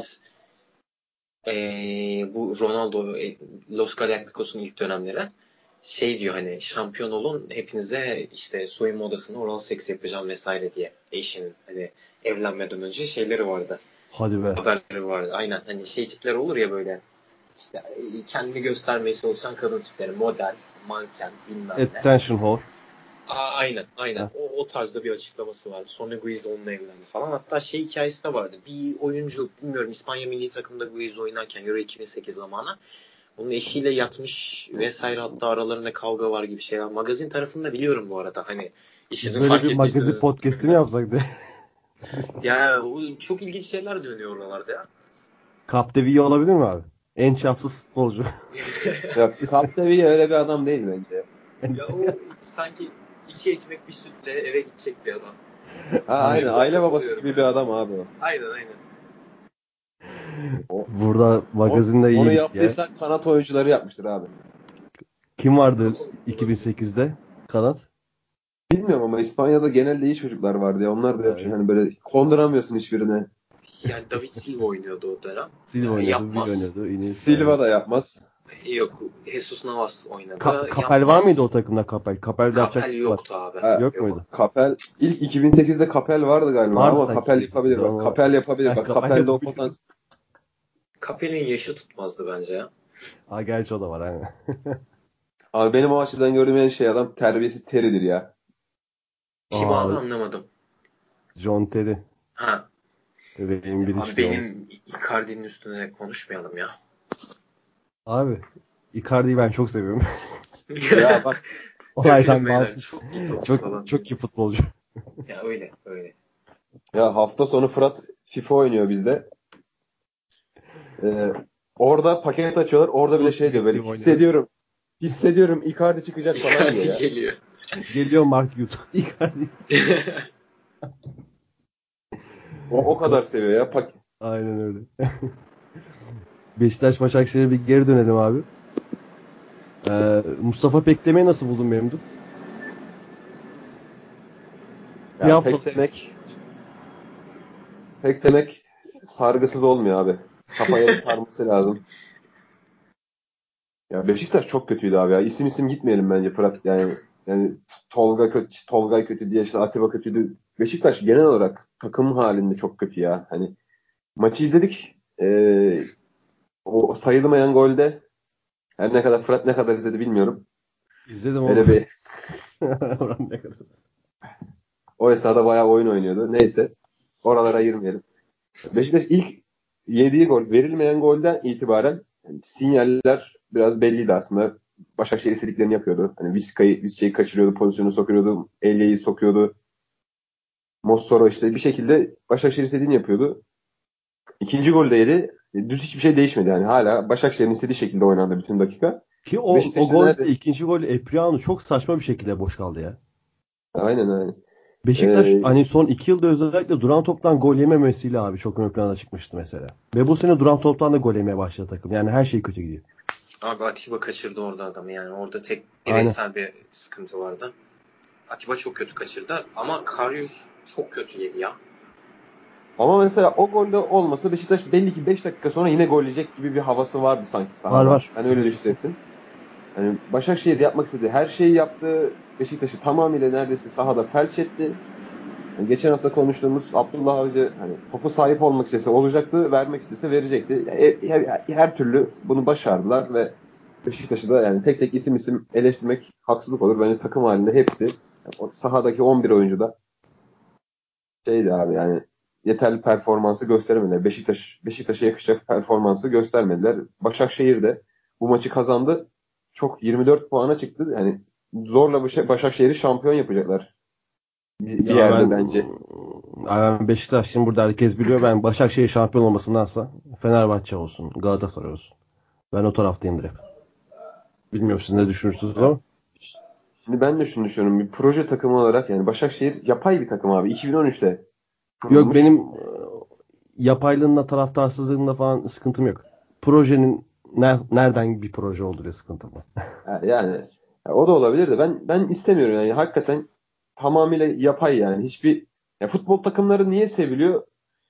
bu Ronaldo, Los Galacticos'un ilk dönemleri şey diyor, hani şampiyon olun, hepinize işte soyunma odasında oral seks yapacağım vesaire diye, eşinin hani evlenmeden önce şeyleri vardı. Hadi be. Haberleri vardı. Aynen, hani şey tipler olur ya böyle, işte kendini göstermeye çalışan kadın tipleri, model, manken, bilmem ne. Attention whore. Aynen. Heh. O tarzda bir açıklaması vardı. Sonra Guiz onunla evlendi falan. Hatta şey hikayesi de vardı. Bir oyuncu, bilmiyorum, İspanya milli takımında Guiz oynarken Euro 2008 zamanı onun eşiyle yatmış vesaire, hatta aralarında kavga var gibi şeyler. Magazin tarafında biliyorum bu arada. Hani Biz işini böyle bir fark magazin etmişsiniz. podcast'i mi yapsak diye. Ya çok ilginç şeyler dönüyor oralarda ya. Capdeville olabilir mi abi? En çapsız futbolcu. ya Kaptevi öyle bir adam değil bence. Ya o sanki 2 ekmek bir sütle eve gidecek bir adam. Ha, aynen Aynen. Burada aile babası katılıyorum gibi bir yani. adam abi o. Aynen. O, Burada magazinle onu iyi gitti ya. yaptıysa kanat oyuncuları yapmıştır abi. Kim vardı Olabilir. 2008'de? Kanat. Bilmiyorum ama İspanya'da genelde iyi çocuklar vardı ya. Onlar da yapıyor. Yani Hani böyle konduramıyorsun hiçbirine. Yani David Silva oynuyordu o dönem. Silva oynuyordu, Villa Yapmaz. oynuyordu, Iniesta, Silva evet. da yapmaz. Yok. Jesus Navas oynadı. Kapel var mıydı o Yapmaz. takımda, Kapel? Kapel de yapacak Kapel bir şey var. yoktu abi. Ha, Yok Yok. muydu? Kapel ilk 2008'de Kapel vardı galiba Vardı ama sanki Kapel yapabilir 2008'de bak. ama Kapel yapabilir bak. Kapel Kapel'de o yapabilir. potansiyel. Kapel'in yaşı tutmazdı bence ya. Ha, gerçi o da var aynen. Abi benim o açıdan gördüğüm en şey adam terbiyesi Terry'dir ya. Kim abi, Aa, anlamadım. John Terry. Ha. Benim bir Abi işim ama. benim Icardi'nin üstüne konuşmayalım ya. Abi Icardi'yi ben çok seviyorum. Ya bak Dökülün Olaydan beyler. bağımsız. Çok iyi topçu Çok falan diye. çok iyi futbolcu. Ya öyle. ya hafta sonu Fırat FIFA oynuyor bizde. Ee, orada paket açıyorlar. Orada bile şey diyor böyle Ultimate Team oynuyoruz. hissediyorum Icardi çıkacak falan diyor Icardi ya. geliyor. Geliyor Mark Hughes. Icardi. O kadar seviyor ya. Aynen öyle. Beşiktaş Başakşehir'e bir geri dönelim abi. Mustafa Pekleme'yi nasıl buldun Memduh? Bir Ya haftalık pek demek sargısız olmuyor abi. Kafaya bir sarması lazım. Ya Beşiktaş çok kötüydü abi ya. İsim gitmeyelim bence Fırat. Yani Tolga kötü, Tolgay kötü diye işte Atiba kötüydü. Beşiktaş genel olarak takım halinde çok kötü ya. Hani maçı izledik. O sayılmayan golde her ne kadar Fırat ne kadar izledi bilmiyorum. izledim oğlum. Hele bir Oran ne kadar? o esnada bayağı oyun oynuyordu. Neyse. Oralara girmeyelim. Beşiktaş ilk yediği gol verilmeyen golden itibaren yani sinyaller biraz belliydi aslında. Başakşehir istediklerini yapıyordu. Hani Vizca'yı kaçırıyordu, pozisyonu sokuyordu, Elya'yı sokuyordu. Mossoro işte bir şekilde Başakşehir istediğini yapıyordu. İkinci golde yedi. Düz hiçbir şey değişmedi. Yani hala Başakşehir'in istediği şekilde oynandı bütün dakika. Ki o Beşiktaş'ın gol, nerede? ikinci gol Epriano çok saçma bir şekilde boş kaldı ya. Aynen aynen. Beşiktaş Ee, hani son 2 yılda özellikle duran toptan gol yememesiyle abi çok ön plana çıkmıştı mesela. Ve bu sene duran toptan da gol yemeye başladı takım. Yani her şey kötü gidiyor. Abi Atiba kaçırdı orada adamı yani. Orada tek Aynen. bireysel bir sıkıntı vardı. Atiba çok kötü kaçırdı ama Karius çok kötü yedi ya. Ama mesela o golde olmasa Beşiktaş belli ki 5 dakika sonra yine gol yiyecek gibi bir havası vardı sanki Var sahada. var. Ben öyle hissettim. Yani Başakşehir yapmak istediği her şeyi yaptı. Beşiktaş'ı tamamıyla neredeyse sahada felç etti. Yani geçen hafta konuştuğumuz Abdullah Avcı hani topu sahip olmak istese olacaktı, vermek istese verecekti. Yani her türlü bunu başardılar ve Beşiktaş'ı da yani tek tek isim eleştirmek haksızlık olur. Bence takım halinde hepsi yani o sahadaki 11 oyuncu da şeydi abi yani yeterli performansı gösteremediler. Beşiktaş'a yakışacak performansı göstermediler. Başakşehir de bu maçı kazandı. Çok 24 puana çıktı. Yani zorla Başakşehir'i şampiyon yapacaklar. Bir Ya yerde bence. ben Beşiktaşlıyım, burada herkes biliyor. Ben Başakşehir şampiyon olmasındansa Fenerbahçe olsun, Galatasaray olsun. Ben o taraftayımdır hep. Bilmiyorum siz ne düşünürsünüz ama. Şimdi ben de şunu düşünüyorum. Bir proje takımı olarak yani Başakşehir yapay bir takım abi. 2013'te Yok kurulmuş. benim yapaylığında, taraftarsızlığında falan sıkıntım yok. Projenin nereden bir proje olduğu diye sıkıntım var. Yani o da olabilir de ben istemiyorum yani hakikaten tamamıyla yapay yani. Ya futbol takımları niye seviliyor?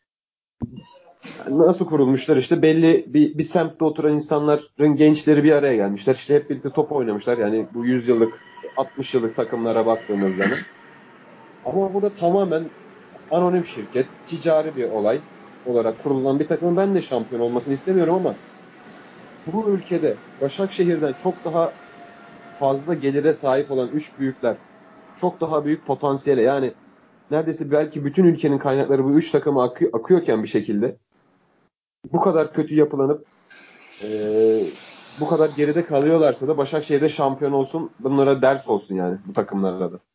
Nasıl kurulmuşlar işte belli bir semtte oturan insanların gençleri bir araya gelmişler. İşte hep birlikte top oynamışlar. Yani bu 100 yıllık 60 yıllık takımlara baktığımız zaman. Ama bu da tamamen anonim şirket, ticari bir olay olarak kurulan bir takımın ben de şampiyon olmasını istemiyorum ama bu ülkede Başakşehir'den çok daha fazla gelire sahip olan üç büyükler çok daha büyük potansiyele yani neredeyse belki bütün ülkenin kaynakları bu üç takıma akıyorken bir şekilde bu kadar kötü yapılanıp bu kadar geride kalıyorlarsa da Başakşehir'de şampiyon olsun. Bunlara ders olsun yani bu takımlara da.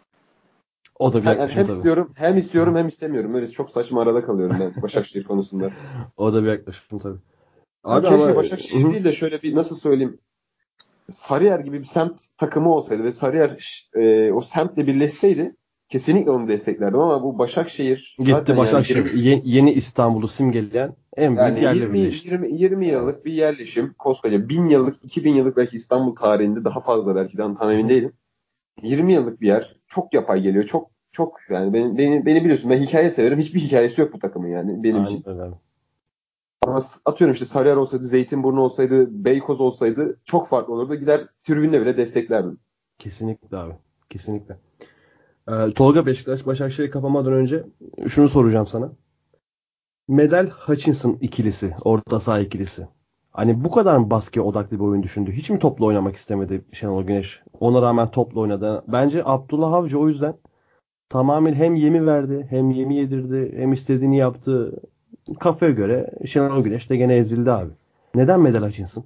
O da bir Yani yaklaşım hem tabii. istiyorum, hem istiyorum, hem istemiyorum. Öyle çok saçma arada kalıyorum ben Başakşehir konusunda. O da bir yaklaşım tabii. Yani Abi ama keşke Başakşehir değil de şöyle bir nasıl söyleyeyim Sarıyer gibi bir semt takımı olsaydı ve Sarıyer o semtle birleşseydi kesinlikle onu desteklerdim ama bu Başakşehir zaten gitti yani Başakşehir yeni İstanbul'u simgeleyen en büyük yani yerle birleşti. 20 Yani yıllık bir yerleşim koskoca 1000 yıllık 2000 yıllık belki İstanbul tarihinde daha fazla belki de tam emin değilim. 20 yıllık bir yer. Çok yapay geliyor. Çok yani beni biliyorsun ben hikaye severim. Hiçbir hikayesi yok bu takımın yani benim aynen için. öyle abi. Ama atıyorum işte Sarıyer olsaydı, Zeytinburnu olsaydı, Beykoz olsaydı çok farklı olurdu. Gider tribünle bile desteklerdim. Kesinlikle abi. Kesinlikle. Tolga, Beşiktaş Başakşehir'i kapamadan önce şunu soracağım sana. Medel Hutchinson ikilisi, orta saha ikilisi. Hani bu kadar mı baskıya odaklı bir oyun düşündü? Hiç mi topla oynamak istemedi Şenol Güneş? Ona rağmen topla oynadı. Bence Abdullah Avcı o yüzden tamamen hem yemi verdi, hem yemi yedirdi, hem istediğini yaptı. Kafaya göre Şenol Güneş de gene ezildi abi. Neden Medel Hutchinson?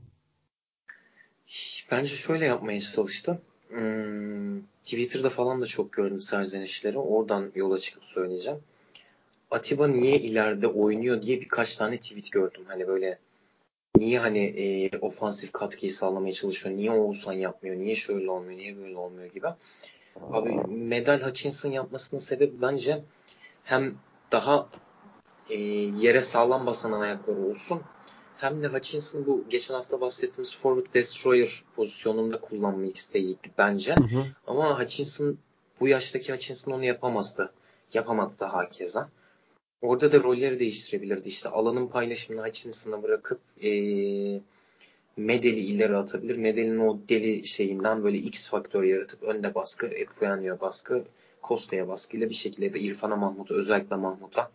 Bence şöyle yapmaya çalıştı. Twitter'da falan da çok gördüm serzenişleri. Oradan yola çıkıp söyleyeceğim. Atiba niye ileride oynuyor diye birkaç tane tweet gördüm. Hani böyle niye hani ofansif katkıyı sağlamaya çalışıyor? Niye Oğuzhan yapmıyor? Niye şöyle olmuyor? Niye böyle olmuyor gibi. Abi Medal Hutchinson yapmasının sebebi bence hem daha yere sağlam basan ayakları olsun hem de Hutchinson bu geçen hafta bahsettiğimiz Forward Destroyer pozisyonunda kullanma isteğiydi bence. Hı hı. Ama Hutchinson bu yaştaki Hutchinson onu yapamazdı. Yapamadı da hakeza. Orada da rolleri değiştirebilirdi. İşte alanın paylaşımını Hutchinson'a bırakıp Medel'i ileri atabilir. Medel'in o deli şeyinden böyle X faktör yaratıp önde baskı, Epuyanio'ya baskı, Kosta'ya baskıyla bir şekilde de İrfan'a Mahmut'a özellikle Mahmut'a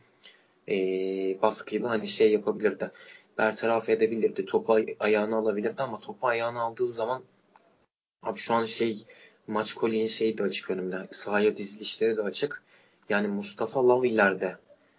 baskıyla hani şey yapabilirdi. Bertaraf edebilirdi. Topu ayağına alabilirdi ama topu ayağına aldığı zaman abi şu an maç kolyeğin şeyi de açık önümde. Sahaya dizilişleri de açık. Yani Mustafa Lav ileride.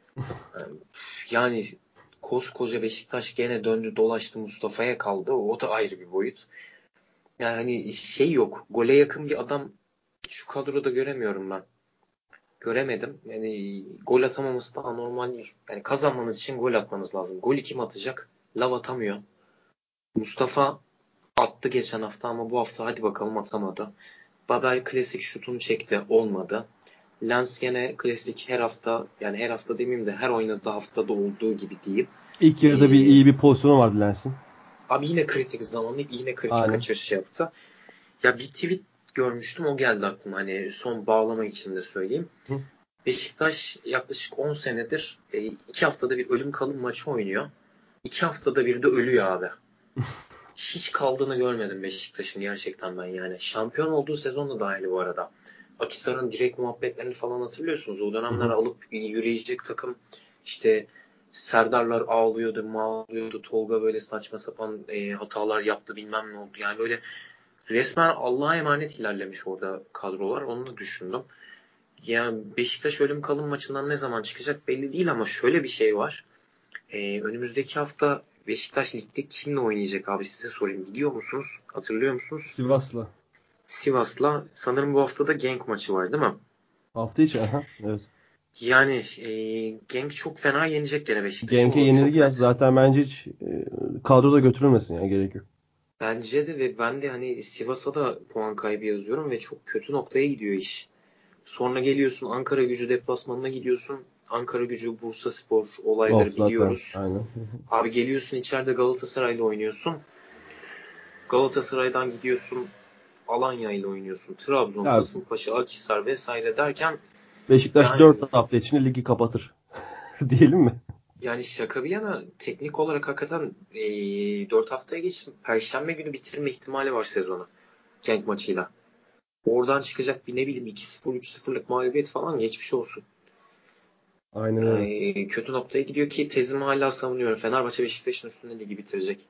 Yani koskoca Beşiktaş gene döndü dolaştı Mustafa'ya kaldı. O da ayrı bir boyut. Yani şey yok. Gole yakın bir adam şu kadroda göremiyorum ben. Göremedim. Yani gol atamaması da anormal değil. Yani kazanmanız için gol atmanız lazım. Golü kim atacak? Lav atamıyor. Mustafa attı geçen hafta ama bu hafta hadi bakalım atamadı. Babel klasik şutunu çekti. Olmadı. Lens gene klasik her hafta, yani her hafta demeyeyim de her oynadığı haftada olduğu gibi diyeyim. İlk yarıda iyi bir pozisyonu vardı Lens'in. Abi yine kritik zamanı, yine kritik Aynen. kaçırış yaptı. Ya bir tweet görmüştüm, o geldi aklıma, hani son bağlama için de söyleyeyim. Hı. Beşiktaş yaklaşık 10 senedir 2 haftada bir ölüm kalım maçı oynuyor. 2 haftada bir de ölüyor abi. Hiç kaldığını görmedim Beşiktaş'ın gerçekten ben yani. Şampiyon olduğu sezon da dahil bu arada. Akhisar'ın direkt muhabbetlerini falan hatırlıyorsunuz. O dönemler alıp yürüyecek takım, işte Serdarlar ağlıyordu, Tolga böyle saçma sapan hatalar yaptı, bilmem ne oldu. Yani böyle resmen Allah'a emanet ilerlemiş orada kadrolar. Onu da düşündüm. Yani Beşiktaş ölüm kalım maçından ne zaman çıkacak belli değil ama şöyle bir şey var. Önümüzdeki hafta Beşiktaş ligde kimle oynayacak abi, size sorayım. Biliyor musunuz? Hatırlıyor musunuz? Sivas'la. Sivas'la. Sanırım bu hafta da Genk maçı var değil mi? Hafta içi. Aha, evet. Yani Genk çok fena yenecek gene Beşiktaş'ı. Genk'e O yenilgi çok yaz. net. Zaten bence hiç kadroda götürülmesin ya, gerek yok. Bence de, ve ben de hani Sivas'a da puan kaybı yazıyorum ve çok kötü noktaya gidiyor iş. Sonra geliyorsun Ankara Gücü deplasmanına gidiyorsun. Ankara Gücü, Bursaspor Of olayları zaten. biliyoruz. Aynen. Abi geliyorsun içeride Galatasaray'la oynuyorsun. Galatasaray'dan gidiyorsun Alanya ile oynuyorsun. Trabzon, Ya, Kasımpaşa, Akhisar vesaire derken Beşiktaş yani 4 hafta içinde ligi kapatır. Diyelim mi? yani şaka bir yana teknik olarak hakikaten 4 haftaya geçtim. Perşembe günü bitirme ihtimali var sezonu. Genk maçıyla. Oradan çıkacak bir ne bileyim 2-0, 3-0'lık mağlubiyet falan, geçmiş olsun. Aynen öyle. Kötü noktaya gidiyor ki tezimi hala savunuyorum. Fenerbahçe Beşiktaş'ın üstünde ligi bitirecek.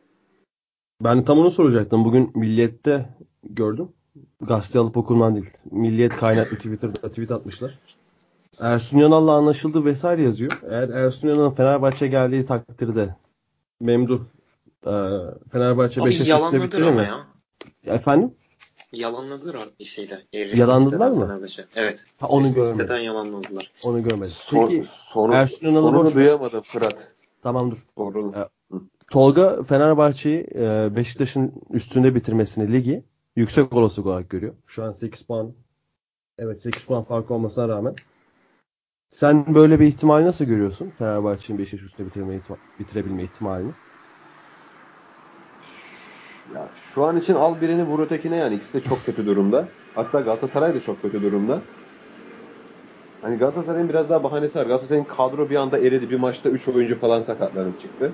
Ben tam onu soracaktım. Bugün Milliyet'te gördüm. Gazete alıp okunman değil. Milliyet kaynaklı Twitter'da tweet atmışlar. Ersun Yanal'la anlaşıldı vesaire yazıyor. Eğer Ersun Yanal'ın Fenerbahçe geldiği takdirde Memduh e, Fenerbahçe Abi Beşiktaş üstüne yalanladır bitirir ama mi? ya. Efendim? Yalanladılar bir şeyde. Resmi Yalanladılar siteden mı? Fenerbahçe. Evet. Ha, onu Resmi görmedim. siteden yalanladılar. Onu görmedim. Peki Ersun Yanal'ı Sonunu boş ver. duyamadım Fırat. Tamam, dur. Doğru. Tolga Fenerbahçe'yi Beşiktaş'ın üstünde bitirmesini ligi yüksek olasılık olarak görüyor. Şu an 8 puan. Evet, 8 puan fark olmasına rağmen. Sen böyle bir ihtimali nasıl görüyorsun? Fenerbahçe'nin Beşiktaş üstünde bitirebilme ihtimalini. Ya şu an için al birini vur ötekine, yani ikisi de çok kötü durumda. Hatta Galatasaray da çok kötü durumda. Hani Galatasaray'ın biraz daha bahanesi var. Galatasaray'ın kadro bir anda eridi. Bir maçta 3 oyuncu falan sakatlanıp çıktı.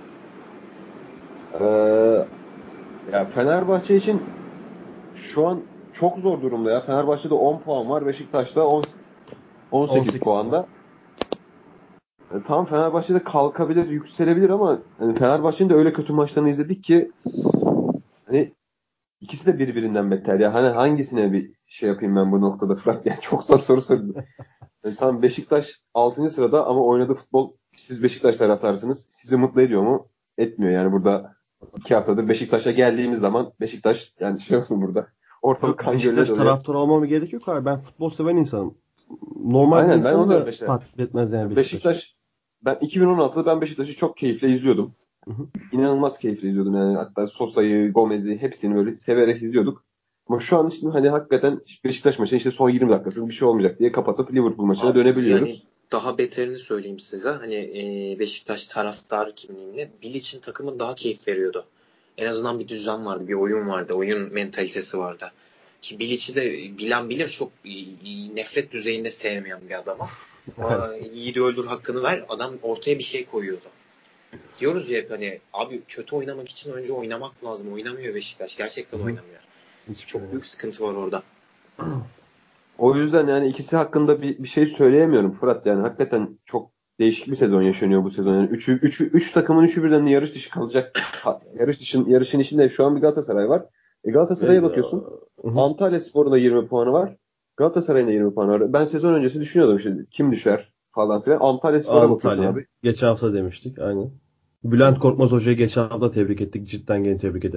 Ya Fenerbahçe için şu an çok zor durumda ya. Fenerbahçe'de 10 puan var. Beşiktaş'ta 18 18 var. puanda. Tam Fenerbahçe'de kalkabilir, yükselebilir ama hani Fenerbahçe'nin de öyle kötü maçlarını izledik ki hani ikisi de birbirinden beter ya. Hani hangisine bir şey yapayım ben bu noktada Fırat? Yani çok zor soru sordum. Yani tamam, Beşiktaş 6. sırada ama oynadığı futbol, siz Beşiktaş taraftarısınız. Sizi mutlu ediyor mu? Etmiyor. Yani burada 2 haftadır Beşiktaş'a geldiğimiz zaman Beşiktaş yani şey oldu burada. Ortalık Yok, kan gölüne Beşiktaş doluyor. taraftarı olmama gerek yok abi. Ben futbol seven insanım. Normal bir Aynen, ben insanı onu diyorum da işte. tatmin etmez yani Beşiktaş. Ben 2016'da ben Beşiktaş'ı çok keyifle izliyordum. Hı hı. İnanılmaz keyifle izliyordum yani. Hatta Sosa'yı, Gomez'i hepsini böyle severek izliyorduk. Ama şu an işte hani hakikaten Beşiktaş maçı işte son 20 dakikasında bir şey olmayacak diye kapatıp Liverpool maçına Abi yani dönebiliyoruz. daha beterini söyleyeyim size. Hani Beşiktaş taraftar kimliğimle Bilic'in takımı daha keyif veriyordu. En azından bir düzen vardı, bir oyun vardı, oyun mentalitesi vardı. Ki Bilic'i de bilen bilir, çok nefret düzeyinde sevmeyen bir adama. Evet. Ama yiğidi öldür hakkını ver, adam ortaya bir şey koyuyordu. Diyoruz ya hep hani abi kötü oynamak için önce oynamak lazım. Oynamıyor Beşiktaş. Hı Gerçekten hı. oynamıyor. Hiçbir şey Çok yok. büyük sıkıntı var orada. O yüzden yani ikisi hakkında bir şey söyleyemiyorum Fırat. Yani hakikaten çok değişik bir sezon yaşanıyor bu sezon. Yani üç takımın üçü birden yarış dışı kalacak. Yarışın içinde şu an bir Galatasaray var. Galatasaray'a Ve, bakıyorsun. hı hı. Antalyaspor'un da 20 puanı var. Galatasaray'ın da 20 puanı var. Ben sezon öncesi düşünüyordum işte kim düşer falan filan. Antalyaspor'a bakıyorsun Antalya. abi. Geçen hafta demiştik. Aynen. Bülent Korkmaz Hoca'yı geçen hafta tebrik ettik. Cidden gene tebrik edelim.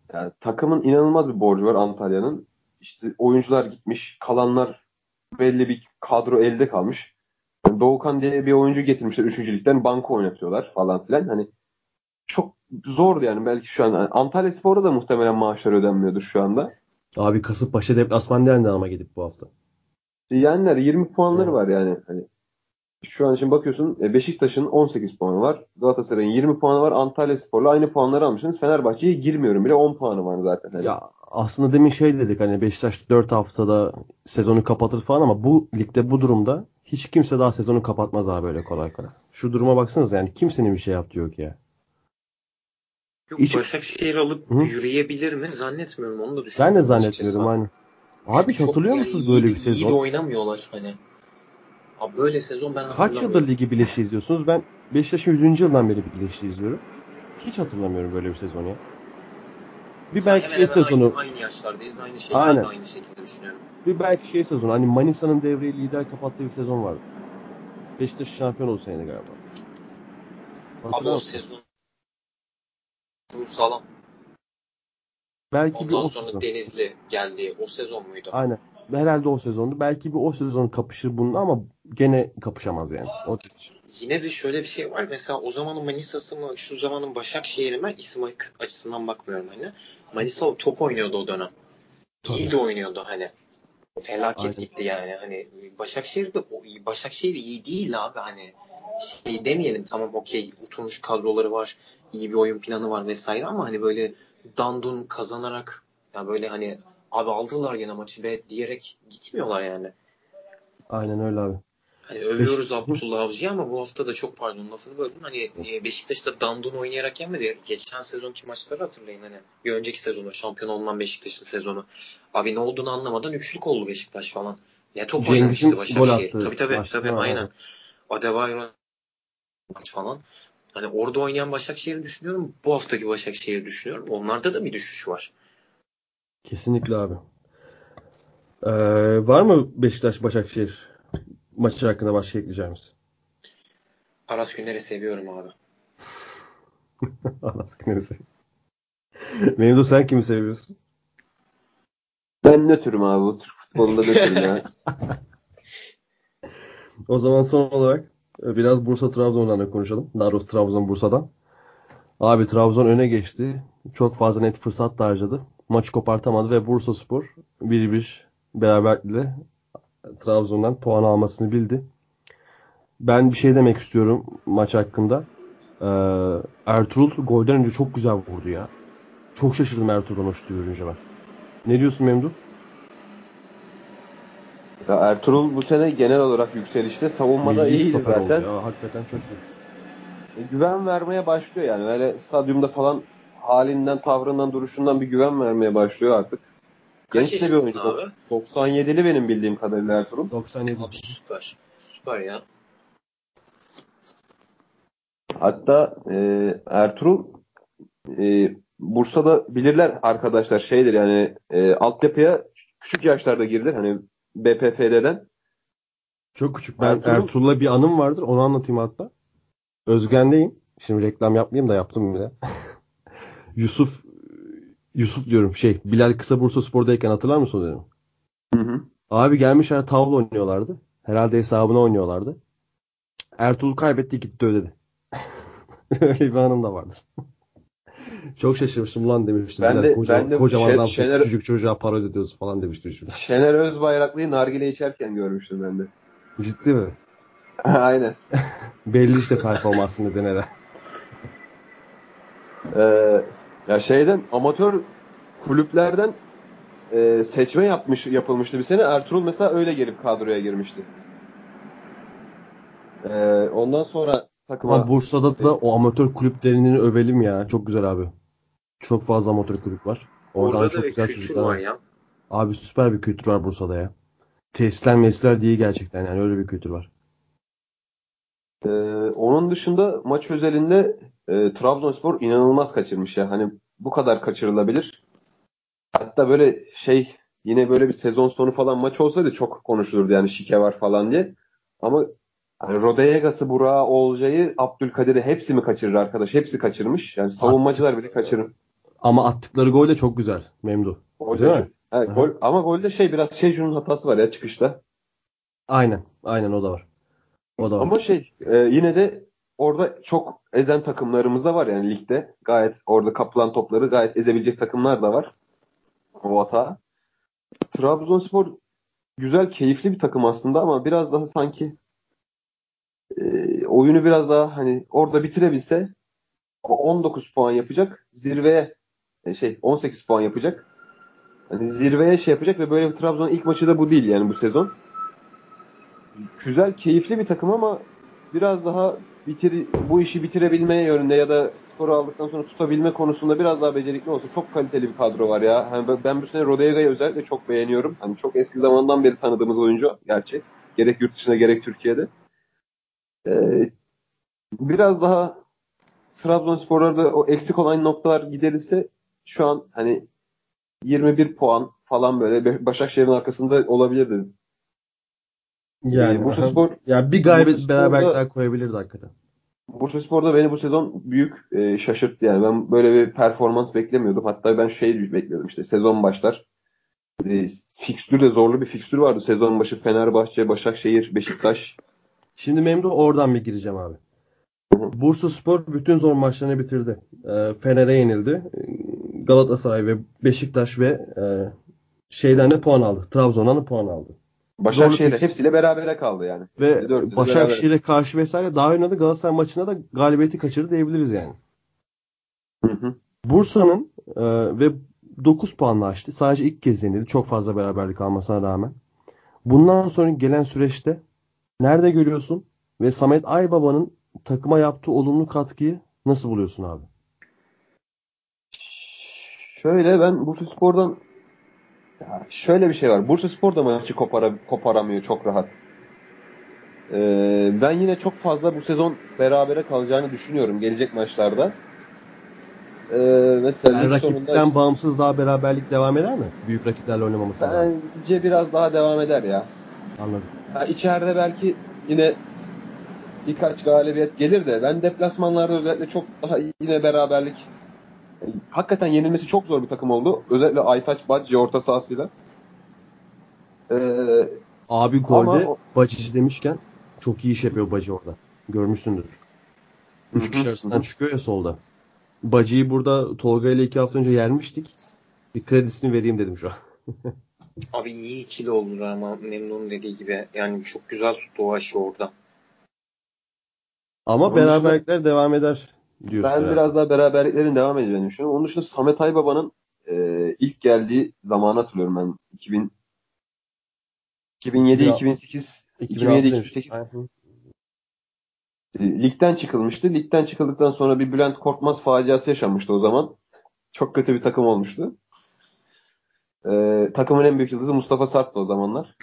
Yani takımın inanılmaz bir borcu var Antalya'nın. İşte oyuncular gitmiş, kalanlar belli bir kadro elde kalmış. Yani Doğukan diye bir oyuncu getirmişler 3. ligden banko oynatıyorlar falan filan. Hani çok zordu yani belki şu an. Antalyaspor'da da muhtemelen maaşlar ödenmiyordur şu anda. Abi Kasımpaşa deplasman dendi ama gidip bu hafta. Yenler 20 puanları Evet. var yani. Hani şu an için bakıyorsun Beşiktaş'ın 18 puanı var. Galatasaray'ın 20 puanı var. Antalyaspor'la aynı puanları almışsınız. Fenerbahçe'ye girmiyorum bile 10 puanı var zaten. Hani. Ya aslında demin şey dedik hani Beşiktaş 4 haftada sezonu kapatır falan ama bu ligde bu durumda hiç kimse daha sezonu kapatmaz abi böyle kolay kolay. Şu duruma baksanız yani kimsenin bir şey yaptığı yok ya. Yok, Hiç Başakşehir alıp Hı? yürüyebilir mi? Zannetmiyorum. Onu da Ben de düşünüyorum açıkçası. zannetmiyorum aynı. Abi Çünkü hiç çok hatırlıyor yani musunuz böyle bir iyi de sezon? oynamıyorlar hani. Abi böyle sezon ben Kaç yıldır hatırlamıyorum. ligi bileşi izliyorsunuz? Ben Beşiktaş'ın 100. yıldan beri bileşi izliyorum. Hiç hatırlamıyorum böyle bir sezon ya. Bir belki Hemen şey hemen aynı, sezonu aynı yaşlardayız. Aynı şey. Ben de aynen. aynı şekilde düşünüyorum. Bir belki şey sezonu hani Manisa'nın devreyi lider kapattığı bir sezon vardı. Beşiktaş şampiyon oldu senede galiba. Abi Hatırlar o mısınız? sezon sağlam. Belki bir Ondan o sonra sezon. Denizli geldi. O sezon muydu? Aynen. Herhalde o sezondu. Belki bir o sezon kapışır bununla ama gene kapışamaz yani. O hiç. Yine de şöyle bir şey var. Mesela o zamanın Manisa'sı mı, şu zamanın Başakşehir'i mi? İsim açısından bakmıyorum hani. Manisa top oynuyordu o dönem. İyi Tabii. de oynuyordu hani. Felaket Aynen. gitti yani. Hani Başakşehir de Başakşehir iyi değil abi hani. Şey demeyelim, tamam okey, oturmuş kadroları var, iyi bir oyun planı var vesaire ama hani böyle dandun kazanarak ya böyle hani abi aldılar gene maçı be diyerek gitmiyorlar yani. Aynen öyle abi. Hani Beş... övüyoruz Hı. Abdullah Avcı'yı ama bu hafta da çok pardon lafını böldüm. Hani Beşiktaş'ta dandun oynayarak yenmedi. Geçen sezonki maçları hatırlayın hani. Bir önceki sezonu şampiyon olunan Beşiktaş'ın sezonu. Abi ne olduğunu anlamadan üçlük oldu Beşiktaş falan. Ne top oynamıştı Cengiz'in gol Başakşehir. attığı Tabii tabii maçtı tabii değil mi? aynen. Aynen. Adebayor maç falan. Hani orada oynayan Başakşehir'i düşünüyorum. Bu haftaki Başakşehir'i düşünüyorum. Onlarda da bir düşüş var. Kesinlikle abi. Ee, var mı Beşiktaş Başakşehir maçı hakkında başka ekleyeceğimiz? Aras Güner'i seviyorum abi. Anas Güner'i. Memduh sen kimi seviyorsun? Ben nötrüm abi. Bu Türk futbolunda nötrüm ya. O zaman son olarak biraz Bursa Trabzon'dan da konuşalım. Daha doğrusu Trabzon Bursa'dan. Abi Trabzon öne geçti. Çok fazla net fırsat da harcadı. Maçı kopartamadı ve Bursaspor 1-1 beraberlikle Trabzon'dan puan almasını bildi. Ben bir şey demek istiyorum maç hakkında. Ertuğrul golden önce çok güzel vurdu ya. Çok şaşırdım Ertuğrul'dan o şutu görünce ben. Ne diyorsun Memduh? Ya Ertuğrul bu sene genel olarak yükselişte. Savunmada Milli iyiydi stoper oldu zaten. ya. Hakikaten çok iyi. Güven vermeye başlıyor yani. Böyle stadyumda falan halinden, tavrından, duruşundan bir güven vermeye başlıyor artık. Kaç Genç de bir oyuncu. yaşında abi? 97'li benim bildiğim kadarıyla Ertuğrul. 97. Abi süper. Süper ya. Hatta Ertuğrul Bursa'da bilirler arkadaşlar şeydir yani altyapıya küçük yaşlarda girilir. Hani BPFD'den. Çok küçük. Ben Ertuğrul Ertuğrul'la bir anım vardır. Onu anlatayım hatta. Özgen'deyim. Şimdi reklam yapmayayım da yaptım bile. Yusuf Yusuf diyorum Bilal Kısa Bursaspor'dayken hatırlar mısın o dönemi? hı hı. Abi gelmişler tavla oynuyorlardı. Herhalde hesabına oynuyorlardı. Ertuğrul kaybetti gitti ödedi. Öyle bir anım da vardır. Çok şaşırmıştım lan demiştim. Ben Bilal de ben de kocaman adamsın Şener küçücük çocuğa para ödüyoruz falan demiştim şimdi. Şener Özbayraklı'yı nargile içerken görmüştüm ben de. Ciddi mi? Aynen. Belli işte performansın nedeni herhalde. Ee, ya şeyden amatör kulüplerden seçme yapılmıştı bir sene. Ertuğrul mesela öyle gelip kadroya girmişti. Ondan sonra Ama takıma Bursa'da da o amatör kulüplerinin övelim ya. Çok güzel abi. Çok fazla amatör kulüp var. Oradan Orada çok da güzel kültür çocuklar var var. ya. Abi süper bir kültür var Bursa'da ya. Tesisler mesler değil gerçekten yani öyle bir kültür var. Ee, onun dışında maç özelinde Trabzonspor inanılmaz kaçırmış ya. Hani bu kadar kaçırılabilir. Hatta böyle yine böyle bir sezon sonu falan maç olsaydı çok konuşulurdu yani şike var falan diye. Ama hani Rodegas'ı, Burak'ı, Olcay'ı, Abdülkadir'i hepsi mi kaçırır arkadaş? Hepsi kaçırmış. Yani Attı, savunmacılar bile kaçırır. Ama attıkları gol de çok güzel. Memdu. Gol Değil de mi? evet, Aha. ama golde biraz Şejun'un hatası var ya çıkışta. Aynen. Aynen o da var. O da var. Ama yine de orada çok ezen takımlarımız da var yani ligde. Gayet orada kapılan topları gayet ezebilecek takımlar da var. O hata. Trabzonspor güzel, keyifli bir takım aslında ama biraz daha sanki oyunu biraz daha hani orada bitirebilse o 19 puan yapacak. Zirveye 18 puan yapacak. Hani zirveye yapacak ve böyle bir Trabzon'un ilk maçı da bu değil yani bu sezon. Güzel, keyifli bir takım ama biraz daha bu işi bitirebilme yönünde ya da skoru aldıktan sonra tutabilme konusunda biraz daha becerikli olsa çok kaliteli bir kadro var ya. Hani ben bu sene Rodallega'yı özellikle çok beğeniyorum. Hani çok eski zamandan beri tanıdığımız oyuncu gerçi. Gerek yurt dışında gerek Türkiye'de. Ee, Biraz daha Trabzonspor'da o eksik olan noktalar giderilse şu an hani 21 puan falan böyle Başakşehir'in arkasında olabilirdi. Yani aha. Bursaspor Yani bir galibiyet beraberlik Bursaspor'da daha koyabilirdi hakikaten. Bursaspor'da beni bu sezon büyük şaşırttı yani. Ben böyle bir performans beklemiyordum. Hatta ben bekliyordum işte sezon başlar. Fikstür de zorlu bir fikstür vardı. Sezon başı Fenerbahçe, Başakşehir, Beşiktaş. Şimdi Memdu oradan bir gireceğim abi. Hı hı. Bursaspor bütün zor maçlarını bitirdi. Fener'e yenildi. Galatasaray ve Beşiktaş ve şeyden de puan aldı. Trabzon'dan da puan aldı. Zorlu Başakşehir'le fikstür. hepsiyle berabere kaldı yani. Ve Hepsiyle dördü de berabere. Başakşehir'e karşı vesaire daha oynadı. Galatasaray maçına da galibiyeti kaçırdı diyebiliriz yani. Hı hı. Bursa'nın ve 9 puanla açtı. Sadece ilk kez yenildi. Çok fazla beraberlik almasına rağmen. Bundan sonra gelen süreçte nerede görüyorsun? Ve Samet Aybaba'nın takıma yaptığı olumlu katkıyı nasıl buluyorsun abi? Ben Bursaspor'dan şöyle bir şey var. Bursaspor da maçı koparamıyor çok rahat. Ben yine çok fazla bu sezon berabere kalacağını düşünüyorum gelecek maçlarda. Mesela Yani lig sonunda rakipten bağımsız daha beraberlik devam eder mi? Büyük rakiplerle oynamamasına rağmen. bence biraz daha devam eder ya. Anladım. Ha, içeride belki yine birkaç galibiyet gelir de ben deplasmanlarda özellikle çok daha yine beraberlik. Hakikaten yenilmesi çok zor bir takım oldu. Özellikle Aytaç Bacı orta sahasıyla. Ee, Abi ama golde Bacıcı demişken çok iyi iş yapıyor Bacı orada. Görmüşsündür. hı 3 kişi hı, arasından hı. çıkıyor ya solda. Bacı'yı burada Tolga ile 2 hafta önce yermiştik. Bir kredisini vereyim dedim şu an. Abi iyi ikili oldular ama Memnun'un dediği gibi. Yani çok güzel tuttu o aşı orada. Ama Onun dışında beraberlikler devam eder diyorsun ben herhalde. biraz daha beraberliklerin devam edeceğini düşünüyorum. Onun dışında Samet Aybaba'nın ilk geldiği zamanı hatırlıyorum ben. 2007, 2006, 2008, 2006 demiştik. 2007-2008 Aynen. ligden çıkılmıştı. Ligden çıkıldıktan sonra bir Bülent Korkmaz faciası yaşanmıştı o zaman. Çok kötü bir takım olmuştu. Takımın en büyük yıldızı Mustafa Sarp'tı o zamanlar.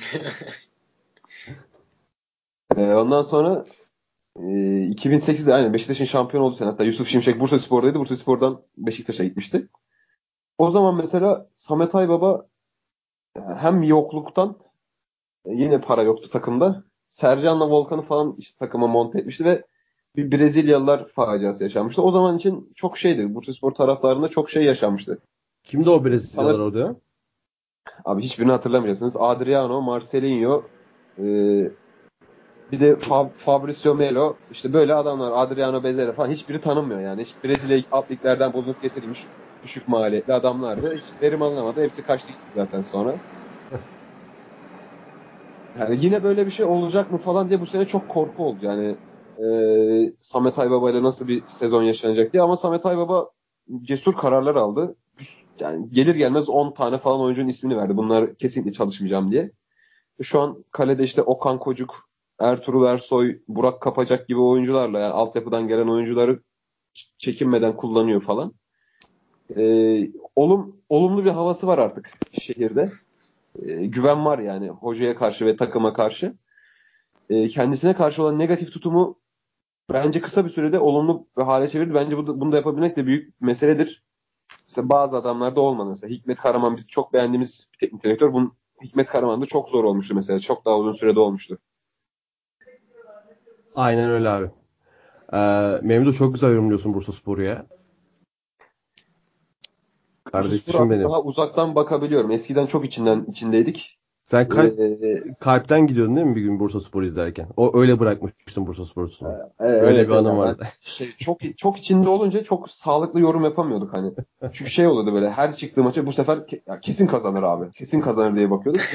Ondan sonra 2008'de aynen Beşiktaş'ın şampiyon olduğu sene. Hatta Yusuf Şimşek Bursaspor'daydı. Bursaspor'dan Beşiktaş'a gitmişti. O zaman mesela Samet Aybaba hem yokluktan yine para yoktu takımda. Sercan'la Volkan'ı falan işte takıma monte etmişti ve bir Brezilyalılar faciası yaşanmıştı. O zaman için çok Bursaspor taraftarında çok şey yaşanmıştı. Kimdi o Brezilyalılar Samet o dönem? abi hiçbirini hatırlamayacaksınız. Adriano, Marcelinho, e, bir de Fabrizio Melo işte böyle adamlar Adriano Bezerra falan hiçbiri tanınmıyor yani. Hiç Brezilya alt liglerden bulunup getirilmiş düşük maliyetli adamlardı. Hiç verim alınamadı. Hepsi kaçtı gitti zaten sonra. Yani yine böyle bir şey olacak mı falan diye bu sene çok korku oldu. Yani Samet Aybaba ile nasıl bir sezon yaşanacak diye ama Samet Aybaba cesur kararlar aldı. Yani gelir gelmez 10 tane falan oyuncunun ismini verdi. Bunlar kesinlikle çalışmayacağım diye. Şu an kalede işte Okan Kocuk, Ertuğrul Ersoy, Burak Kapacak gibi oyuncularla yani altyapıdan gelen oyuncuları çekinmeden kullanıyor falan. Olumlu bir havası var artık şehirde. Güven var yani hocaya karşı ve takıma karşı. Kendisine karşı olan negatif tutumu bence kısa bir sürede olumlu bir hale çevirdi. Bence bunu da yapabilmek de büyük bir meseledir. Mesela bazı adamlarda olmadı. Mesela Hikmet Karaman biz çok beğendiğimiz bir teknik direktör. Hikmet Karaman'da çok zor olmuştu mesela. Çok daha uzun sürede olmuştu. Aynen öyle abi. Memdu çok güzel yorumluyorsun Bursaspor'u ya. Bursaspor Kardeşim artık benim. daha uzaktan bakabiliyorum. Eskiden çok içindeydik. Sen Ee, kalpten gidiyordun değil mi bir gün Bursaspor izlerken? O öyle bırakmıştın Bursaspor tutmayı. Öyle evet, bir evet. anım Yani var. ben çok içinde olunca çok sağlıklı yorum yapamıyorduk hani. Çünkü şey oluyordu böyle her çıktığı maça bu sefer ya kesin kazanır abi. Kesin kazanır diye bakıyorduk.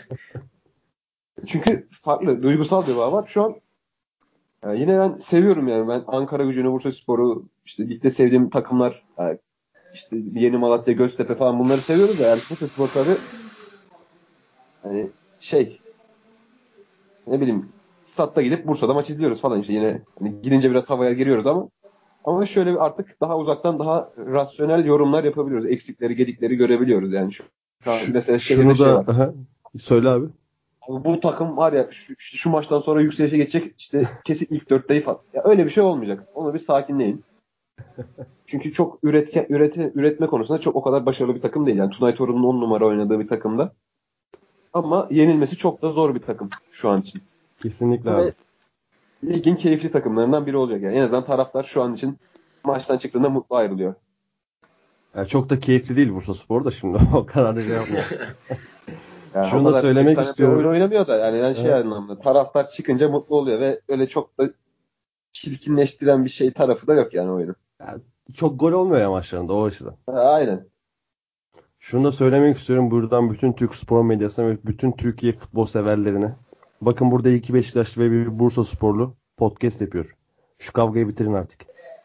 Çünkü farklı duygusal bir bağ var. Şu an yine ben seviyorum yani. Ben Ankaragücü'nü, Bursaspor'u, işte ligde sevdiğim takımlar, işte Yeni Malatya, Göztepe falan bunları seviyoruz da yani Bursaspor tabii hani şey ne bileyim statta gidip Bursa'da maç izliyoruz falan işte yine hani gidince biraz havaya giriyoruz ama şöyle artık daha uzaktan daha rasyonel yorumlar yapabiliyoruz. Eksikleri, gedikleri görebiliyoruz yani şu an mesela şehirde Şunu şey da var. söyle abi. Abi bu takım var ya şu maçtan sonra yükselişe geçecek işte kesin ilk dörtteyi falan. Ya öyle bir şey olmayacak. Onu bir sakinleyin. Çünkü çok üretme konusunda çok o kadar başarılı bir takım değil. Yani Tunay Torun'un 10 numara oynadığı bir takımda. Ama yenilmesi çok da zor bir takım şu an için. Kesinlikle abi. Ve ligin keyifli takımlarından biri olacak. Yani en azından taraftar şu an için maçtan çıktığında mutlu ayrılıyor. Yani çok da keyifli değil Bursaspor da şimdi o kadar da şey yapma. Yani o Şunu da kadar söylemek efsane bir oyun istiyorum. oynamıyor da yani ben şey Aha. anlamda taraftar çıkınca mutlu oluyor ve öyle çok da çirkinleştiren bir şey tarafı da yok yani oyunu. Yani çok gol olmuyor ya maçlarında o açıdan. Aynen. Şunu da söylemek istiyorum buradan bütün Türk spor medyasına ve bütün Türkiye futbol severlerine. Bakın burada iki Beşiktaşlı ve bir Bursasporlu podcast yapıyor. Şu kavgayı bitirin artık.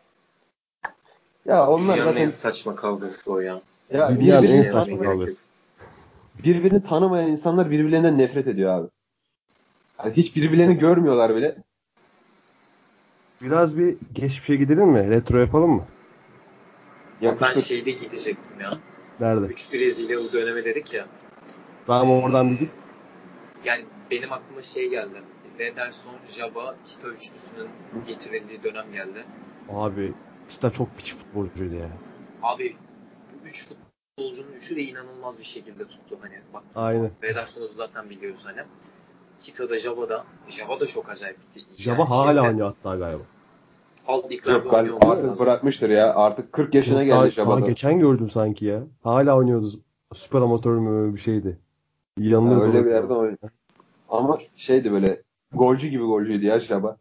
Ya onlar Dünyanın en zaten saçma kavgası o ya. ya Hiç Dünyanın en birbirini şey yapmaya saçma tanımayan gerek yok. kavgası. birbirini tanımayan insanlar birbirlerinden nefret ediyor abi. Yani hiç birbirlerini görmüyorlar bile. Biraz bir geçmişe gidelim mi? Retro yapalım mı? Abi ben Yapıştır. şeyde gidecektim ya. Nerede? 3 Brezilyalı dönemi dedik ya. Tamam oradan bir git. Yani benim aklıma şey geldi. Ederson, Jaba, Tita üçlüsünün getirildiği dönem geldi. Abi Tita çok piç futbolcuydu ya. Abi bu 3 futbolcunun üçü de inanılmaz bir şekilde tuttu hani baktığınız zaman. Aynen. Ederson'u zaten biliyoruz hani. Tita'da, Jaba'da. Jaba da çok acayip Java yani hala şeyde. oynuyor hatta galiba. Alt liglerde Yok oynuyor Değil olması mi? artık lazım. bırakmıştır ya. Artık 40 yaşına Yok geldi daha Şabada. geçen gördüm sanki ya. Hala oynuyordu. Süper amatör mü bir şeydi. Ha, Yanılıyor da öyle bir olabilir yerde ama. oynuyor. Ama şeydi böyle golcü gibi golcüydü ya Şaba.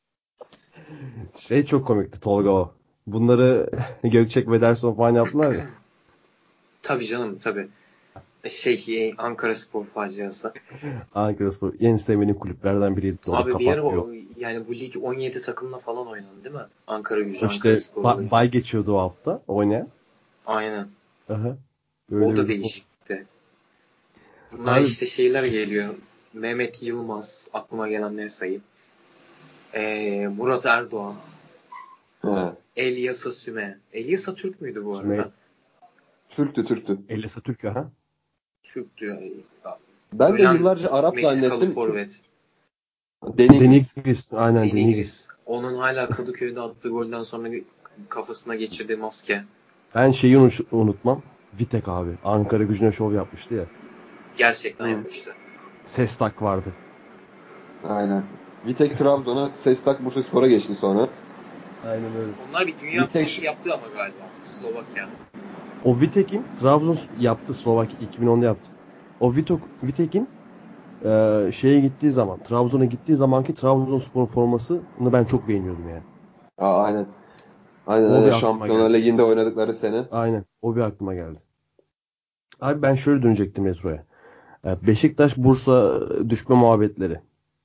Şey çok komikti Tolga o. Bunları Gökçek ve Derson falan yaptılar ya. Tabii canım tabii. Ankara Spor faciası. Ankaraspor en sevdiğim kulüplerden biriydi. O da Abi bir ara kapattı. yani bu lig 17 takımla falan oynandı değil mi? Ankara Gücü, O Ankara işte Spor'la bay oynayan. geçiyordu o hafta oynayan. Aynen. Aha. Öyle O da bir durum. değişikti. Buna Abi işte şeyler geliyor. Mehmet Yılmaz aklıma gelenleri sayayım. Murat Erdoğan. He. Elyasa Süme. Elyasa Türk müydü bu arada? Sümeyye Türktü. Elisa Türk ha. Türktü. Ben de Ölen yıllarca Arap Meksikalı zannettim. forvet. Denigris. Denigris. Aynen Denigris. Denigris. Onun hala Kadıköy'de attığı golden sonra kafasına geçirdiği maske. Ben şeyi unutmam. Vitek abi. Ankara Gücü'ne şov yapmıştı ya. Gerçekten Hı. yapmıştı. Ses tak vardı. Aynen. Vitek Trabzon'a, Sestak Bursaspor'a geçti sonra. Aynen öyle. Onlar bir dünya kupası Vitek yaptı ama galiba. Slovakya. O Vitek'in Trabzon yaptı Slovakya 2010'da yaptı. O Vitek'in şeye gittiği zaman Trabzon'a gittiği zamanki Trabzonspor formasını ben çok beğeniyordum yani. aynen. Aynen O bir aynen aklıma Şampiyonlar geldi. Ligi'nde oynadıkları sene. Aynen. O bir aklıma geldi. Abi ben şöyle dönecektim retroya. Beşiktaş Bursa düşme muhabbetleri.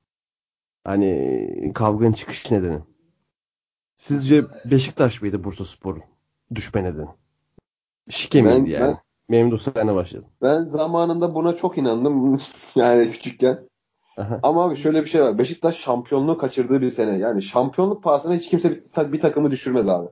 Hani kavganın çıkış nedeni. Sizce Beşiktaş mıydı Bursaspor'un düşme nedeni? Şike miydi Ben yani? ben Memduh senle başladım. ben zamanında buna çok inandım yani küçükken. Aha. Ama abi şöyle bir şey var. Beşiktaş şampiyonluğu kaçırdığı bir sene. Yani şampiyonluk pahasına hiç kimse bir takımı düşürmez abi.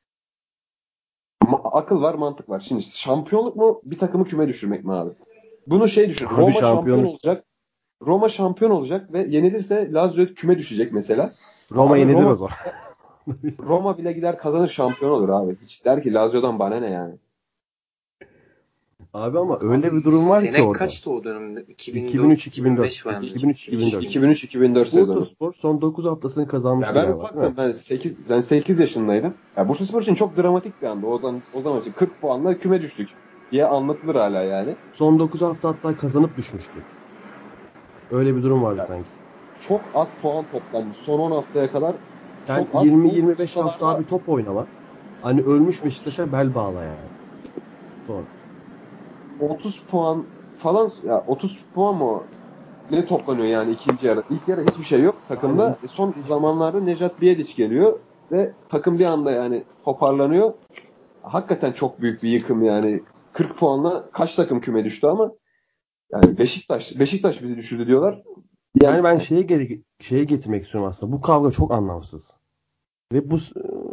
Akıl var, mantık var. Şimdi şampiyonluk mu bir takımı küme düşürmek mi abi? Bunu şey düşün. Abi şampiyonluk. Roma şampiyon olacak ve yenilirse Lazio küme düşecek mesela. Roma Abi yenilir o zaman. Roma bile gider kazanır şampiyon olur abi. Hiç der ki Lazio'dan bana ne yani. Abi ama öyle bir durum var ki Sene orada. kaçtı o dönemde? 2003-2004. 2003-2004 sezonu. Bursaspor son 9 haftasını kazanmıştı Ya ben galiba, değil mi? ufaktım. Ben 8 yaşındaydım. Ya Bursaspor için çok dramatik bir anda. O zaman için 40 puanla küme düştük diye anlatılır hala yani. Son 9 hafta hatta kazanıp düşmüştü. Öyle bir durum vardı Ya, sanki. çok az puan toplanmış. Son 10 haftaya kadar Sen çok az. 20-25 hafta Haftalarda abi top oynama. Hani ölmüş Beşiktaş'a bel bağla yani. Sonra. 30 puan falan, ya 30 puan mı o? Ne toplanıyor yani ikinci yarı? İlk yarı hiçbir şey yok takımda. Aynen. Son zamanlarda Nejat Bielic geliyor ve takım bir anda yani toparlanıyor. Hakikaten çok büyük bir yıkım yani. 40 puanla kaç takım küme düştü ama yani Beşiktaş bizi düşürdü diyorlar. Yani Yani ben şeye getirmek istiyorum aslında. Bu kavga çok anlamsız. Ve bu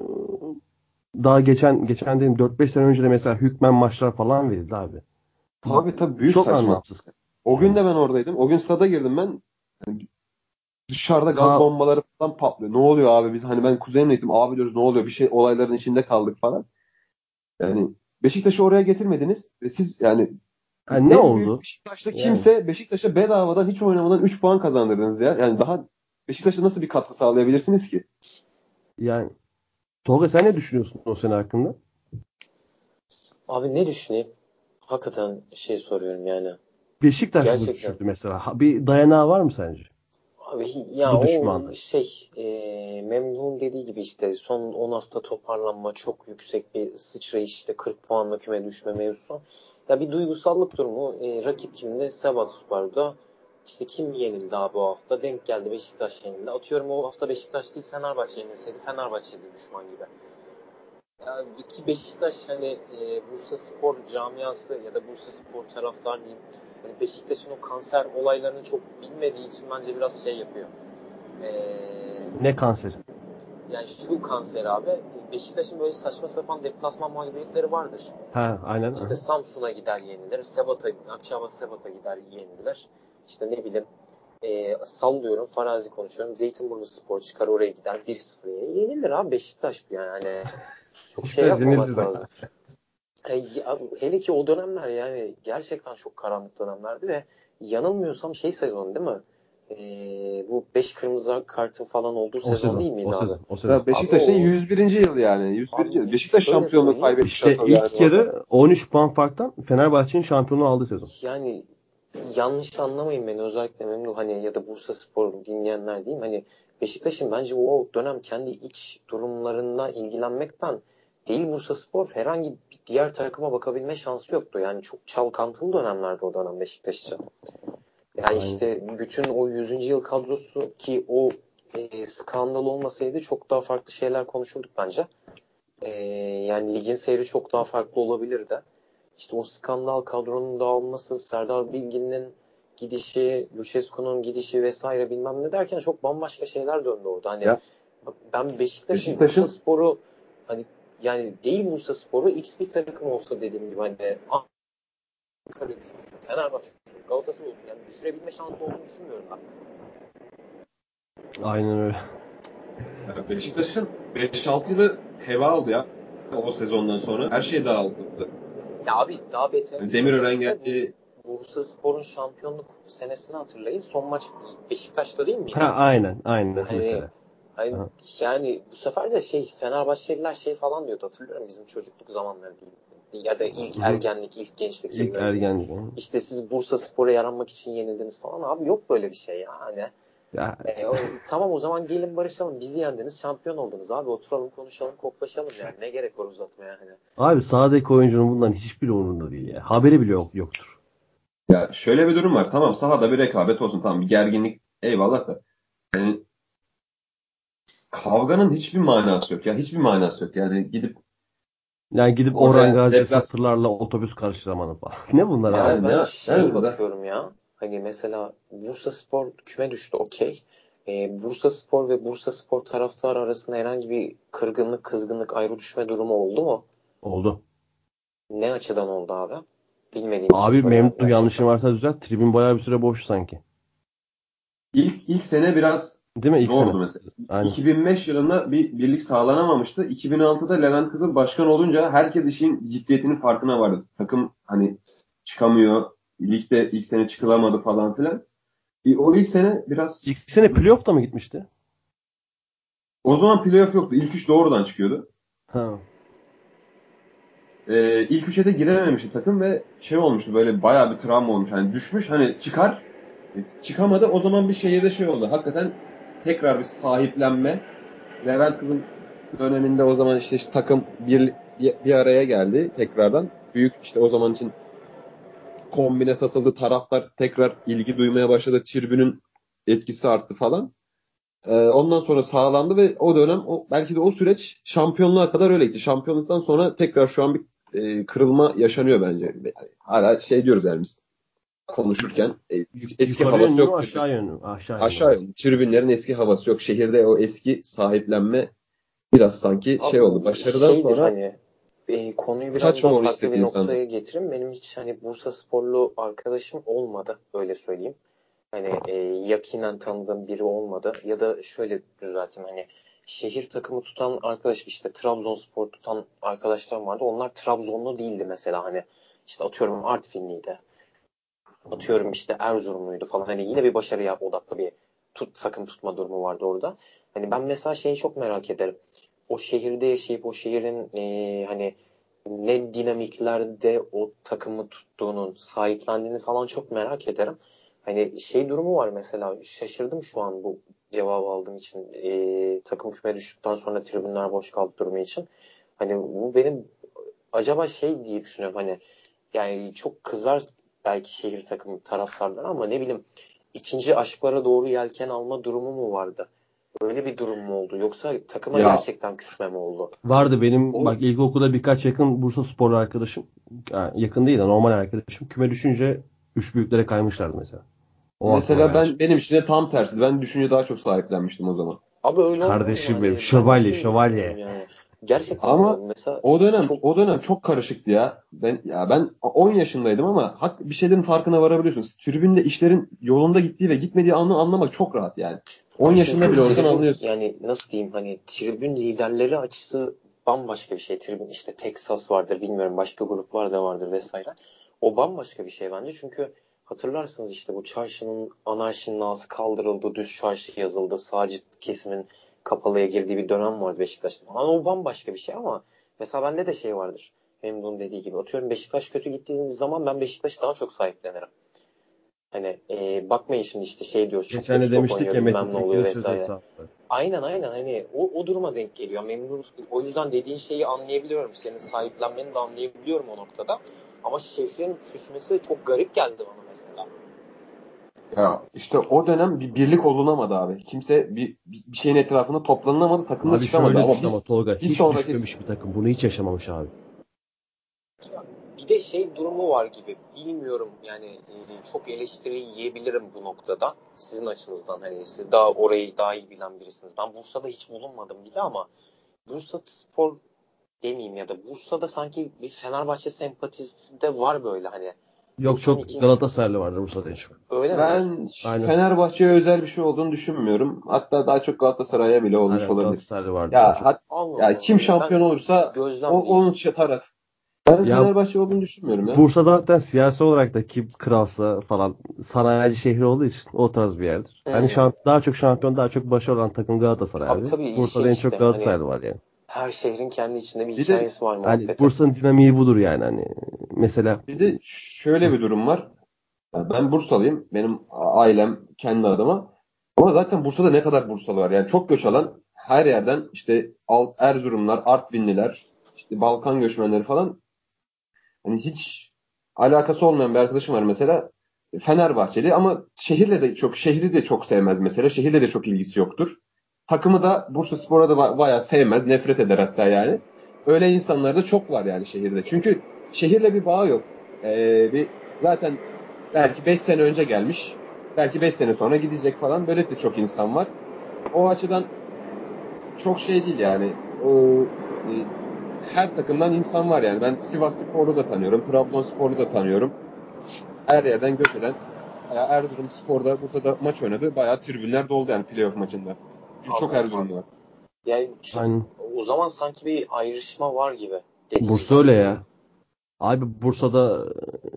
daha geçen dedim 4-5 sene önce de mesela hükmen maçlar falan verildi abi. tabii büyük Çok saçma. anlamsız. O gün Yani de ben oradaydım. O gün stada girdim ben. Yani dışarıda gaz ha, bombaları falan patlıyor. Ne oluyor abi? Biz hani ben kuzenimle gittim. Abi diyoruz ne oluyor? Bir şey olayların içinde kaldık falan. Yani Beşiktaş'ı oraya getirmediniz ve siz yani ne en büyük oldu? Beşiktaş'ta Yani kimse Beşiktaş'a bedavadan hiç oynamadan 3 puan kazandırdınız ya. Yani daha Beşiktaş'a nasıl bir katkı sağlayabilirsiniz ki? yani Tolga sen ne düşünüyorsun o sene hakkında? Abi ne düşüneyim? Hakikaten şey soruyorum yani. Beşiktaş mı Gerçekten. düşürdü mesela? Bir dayanağı var mı sence? Abi ya Bu o düşmanlığı. Memnun'un dediği gibi işte son 10 hafta toparlanma, çok yüksek bir sıçrayış, işte 40 puanla küme düşme mevzusu. Ya bir duygusallık durumu. Rakip kimdi? Sivasspor'da. İşte kim yenildi abi bu hafta? Denk geldi, Beşiktaş yenildi. Atıyorum o hafta Beşiktaş değil Fenerbahçe yenilseydi Fenerbahçe'de düşman gibi. Ya ki Beşiktaş hani Bursaspor camiası ya da Bursaspor taraftar diyeyim. Hani Beşiktaş'ın o kanser olaylarını çok bilmediği için bence biraz şey yapıyor. E, Ne kanseri? Yani şu kanser abi, Beşiktaş'ın böyle saçma sapan deplasman mağlubiyetleri vardır. Ha, aynen. İşte Aha. Samsun'a gider yenilir, Akçabat Sebat'a gider yenilir. İşte ne bileyim, sallıyorum, farazi konuşuyorum. Zeytinburnuspor çıkar oraya gider 1-0'ya yenilir abi Beşiktaş yani. Hani çok şey Beşiktaş yenildi yapmamak zaten. lazım. Hele ki o dönemler yani gerçekten çok karanlık dönemlerdi ve yanılmıyorsam şey sezon değil mi? Bu 5 kırmızı kartın falan olduğu O sezon sezon. değil O miydi abi? sezon. O sezon. Ya Abi Beşiktaş'ın 101. yıl yani. 101. yıl. abi Beşiktaş şöyle şampiyonluğu söyleyeyim. kaybetti İşte asıl yani ilk orada. yarı 13 puan farktan Fenerbahçe'nin şampiyonluğu aldığı sezon. Yani yanlış anlamayın beni, özellikle Memnun hani ya da Bursaspor dinleyenler diyeyim, hani Beşiktaş'ın bence o dönem kendi iç durumlarına ilgilenmekten değil, Bursaspor herhangi bir diğer takıma bakabilme şansı yoktu. Yani çok çalkantılı dönemlerde o dönem Beşiktaş için. Yani Aynen. işte bütün o 100. yıl kadrosu ki o skandal olmasaydı çok daha farklı şeyler konuşurduk bence. Yani ligin seyri çok daha farklı olabilirdi. İşte o skandal kadronun dağılması, Serdar Bilgin'in gidişi, Lucescu'nun gidişi vesaire bilmem ne derken çok bambaşka şeyler döndü orada. Hani Ya ben Beşiktaş'ın Beşiktaş'ın Bursaspor'u hani yani değil Bursaspor'u X bir takım olsa dediğim gibi hani Ankara düşmüşsün, Fenerbahçe olsun, Galatasaray olsun yani düşürebilme şansı olduğunu düşünmüyorum ben. Aynen öyle. Beşiktaş'ın 5-6 yılı heba oldu ya o sezondan sonra. Her şey dağıldı. Ya abi daha beter Yani Demirören söyleyeyim size, geldi. bu Bursaspor'un şampiyonluk senesini hatırlayın. Son maç Beşiktaş'ta değil Ha, miydi? aynen Hani mesela. Hani Aha. yani bu sefer de Fenerbahçeliler şey falan diyordu, hatırlıyorum, bizim çocukluk zamanları değil. Ya da ilk Hı hı. ergenlik, ilk gençlik İlk yılları. ergenlik. İşte siz Bursaspor'a yaranmak için yenildiniz falan. Abi yok böyle bir şey ya. Hani, Ya, tamam o zaman gelin barışalım. Bizi yendiniz, şampiyon oldunuz abi. Oturalım, konuşalım, koklaşalım yani. Ne gerek var uzatmaya hani. abi sahadaki oyuncunun bundan hiçbiri umurunda değil ya. Haberi bile yoktur. Ya şöyle bir durum var. Tamam, sahada bir rekabet olsun. Tamam, bir gerginlik eyvallah da. Yani kavganın hiçbir manası yok ya. Hiçbir manası yok. Yani gidip Yani gidip Orhan orada Gazi satırlarla otobüs karşılamanı falan. Ne bunlar Abi abi? yani ben yani bakıyorum ya. Hani mesela Bursaspor küme düştü, okey. Bursaspor ve Bursaspor taraftarı arasında herhangi bir kırgınlık, kızgınlık, ayrı düşme durumu oldu mu? Oldu. Ne açıdan oldu abi? Bilmediğim için Abi soruyorum Memduh, yanlışım gerçekten. varsa düzelt. Tribün bayağı bir süre boş sanki. ilk sene biraz Değil mi? İlk sene. zordu mesela. Aynen. 2005 yılında bir birlik sağlanamamıştı. 2006'da Levent Kızıl başkan olunca herkes işin ciddiyetinin farkına vardı. Takım hani çıkamıyor. Ligde ilk sene çıkılamadı falan filan. O ilk sene biraz... İlk sene playoff'ta mı gitmişti? O zaman playoff yoktu. İlk üç doğrudan çıkıyordu. Ha. İlk üçe de girememişti takım ve şey olmuştu, böyle bayağı bir travma olmuş. Hani düşmüş, hani çıkamadı. O zaman bir şehirde şey oldu. Hakikaten tekrar bir sahiplenme. Levent Kız'ın döneminde o zaman işte takım bir araya geldi tekrardan. Büyük işte o zaman için kombine satıldı. Taraftar tekrar ilgi duymaya başladı. Tribünün etkisi arttı falan. Ondan sonra sağlandı ve o dönem belki de o süreç şampiyonluğa kadar öyle gitti. Şampiyonluktan sonra tekrar şu an bir kırılma yaşanıyor bence. Yani hala şey diyoruz yani biz konuşurken eski Yukarı havası yönlü mü yok. aşağı yönlü mü? Aşağı yönlü. Aşağı yönlü. Tribünlerin eski havası yok. Şehirde o eski sahiplenme biraz sanki şey oldu. Abi Başarıdan şeydir sonra hani konuyu biraz daha kaçmamalı farklı istedi bir insanlar. noktaya getireyim. Benim hiç hani Bursa sporlu arkadaşım olmadı, öyle söyleyeyim. Hani yakinen tanıdığım biri olmadı. Ya da şöyle düzelteyim, hani şehir takımı tutan arkadaş, işte Trabzonspor tutan arkadaşlarım vardı. Onlar Trabzonlu değildi mesela, hani işte atıyorum Artvinliydi. Atıyorum işte Erzurumluydu falan. Hani yine bir başarıya odaklı bir takım tutma durumu vardı orada. Hani ben mesela şeyi çok merak ederim. O şehirde yaşayıp o şehrin hani ne dinamiklerde o takımı tuttuğunun, sahiplendiğini falan çok merak ederim. Hani şey durumu var mesela, şaşırdım şu an bu cevabı aldığım için. Takım küme düştükten sonra tribünler boş kaldı durumu için. Hani bu benim acaba şey diye düşünüyorum, hani yani çok kızar belki şehir takımı taraftarları ama ne bileyim, ikinci aşklara doğru yelken alma durumu mu vardı? Öyle bir durum mu oldu? Yoksa takıma Ya gerçekten küsme mi oldu? Vardı benim, O bak, ilkokulda birkaç yakın Bursa sporlu arkadaşım. Yani yakın değil de normal arkadaşım. Küme düşünce üç büyüklere kaymışlardı mesela. O aklıma mesela geldi şimdi. benim için de tam tersi. Ben düşünce daha çok sahiplenmiştim o zaman. abi öyle olmuyor mu? Kardeşim benim. Hani ben de Şövalye, şey düşünüyorum şövalye. yani. Gerçekten mi? Ama Mesela çok o dönem çok karışıktı ya. Ben 10 yaşındaydım ama bir şeylerin farkına varabiliyorsun. Tribünde işlerin yolunda gittiği ve gitmediği anı anlamak çok rahat yani. 10 abi yaşında çünkü bile olsan tribün, anlıyorsun. yani nasıl diyeyim, hani tribün liderleri açısı bambaşka bir şey. Tribün işte Texas vardır, bilmiyorum başka gruplar da vardır vesaire. O bambaşka bir şey bence, çünkü hatırlarsınız işte bu çarşının, anarşinin ağası kaldırıldı, düz çarşı yazıldı, sağcı kesimin kapalıya girdiği bir dönem vardı Beşiktaş'ta. Ama o bambaşka bir şey. Ama mesela bende de şey vardır. Memnun dediği gibi. Atıyorum Beşiktaş kötü gittiğiniz zaman ben Beşiktaş'ı daha çok sahiplenirim. Hani bakmayın şimdi işte şey diyoruz, çok Geçen kötü de top demiştik oynuyor ya, Metin bilmem ne oluyor Tekin'in sözü vesaire. hesaplı. Aynen hani o duruma denk geliyor. Memnun, o yüzden dediğin şeyi anlayabiliyorum. Senin sahiplenmeni de anlayabiliyorum o noktada. Ama şehrin küsmesi çok garip geldi bana mesela. Ya işte o dönem bir birlik olunamadı abi. Kimse bir şeyin etrafında toplanılamadı, takım da Abi çıkamadı. şöyle Ama düşün ama Tolga, bir hiç sonraki düşmemiş bir takım. Bunu hiç yaşamamış abi. Bir de şey durumu var gibi. Bilmiyorum yani, çok eleştiri yiyebilirim bu noktada. Sizin açınızdan, hani siz daha orayı daha iyi bilen birisiniz. Ben Bursa'da hiç bulunmadım bile ama Bursa Spor demeyeyim, ya da Bursa'da sanki bir Fenerbahçe sempatisi de var böyle, hani Yok, Bursa'nın çok ikinci, Galatasaraylı vardır Bursa'da en çok. öyle mi? ben Aynen. Fenerbahçe'ye özel bir şey olduğunu düşünmüyorum. Hatta daha çok Galatasaray'a bile olmuş Aynen, olabilir. Galatasaraylı vardır en Ya çok. Allah ya Allah, kim hani şampiyon ben olursa gözlemleyeyim. onun taraf. Ben Ya Fenerbahçe olduğunu düşünmüyorum ya. Bursa zaten siyasi olarak da kim kralsa falan sanayici şehri olduğu için o tarz bir yerdir. Hani Hmm. daha çok şampiyon, daha çok başarılı olan takım Galatasaray Abi abi. tabii Bursa'da şey en çok işte hani Galatasaraylı var yani. her şehrin kendi içinde bir Bir de hikayesi var Hani muhabbeti. Bursa'nın dinamiği budur yani, hani mesela. bir de şöyle Hı. bir durum var. Ya ben Bursalıyım. Benim ailem kendi adıma. Ama zaten Bursa'da ne kadar Bursalı var. Yani çok göç alan, her yerden işte Erzurumlar, Artvinliler, işte Balkan göçmenleri falan. Hani hiç alakası olmayan bir arkadaşım var mesela. Fenerbahçeli ama şehri de çok sevmez mesela. Şehirle de çok ilgisi yoktur. Takımı da Bursaspor'a da bayağı sevmez, nefret eder hatta yani. Öyle insanlar da çok var yani şehirde. Çünkü şehirle bir bağı yok. Bir zaten belki 5 sene önce gelmiş. Belki 5 sene sonra gidecek falan. Böyle de çok insan var. O açıdan çok şey değil yani. E, Her takımdan insan var yani. Ben Sivassporlu da tanıyorum. Trabzonsporlu da tanıyorum. Her yerden göç eden. Bayağı Erzurumspor'da, Bursa'da maç oynadı. Bayağı tribünler doldu yani playoff maçında. Çünkü çok Anladım Erzurumlu abi. var. Yani çok, Aynen. o zaman sanki bir ayrışma var gibi dediğin Bursa gibi. öyle ya. Abi Bursa'da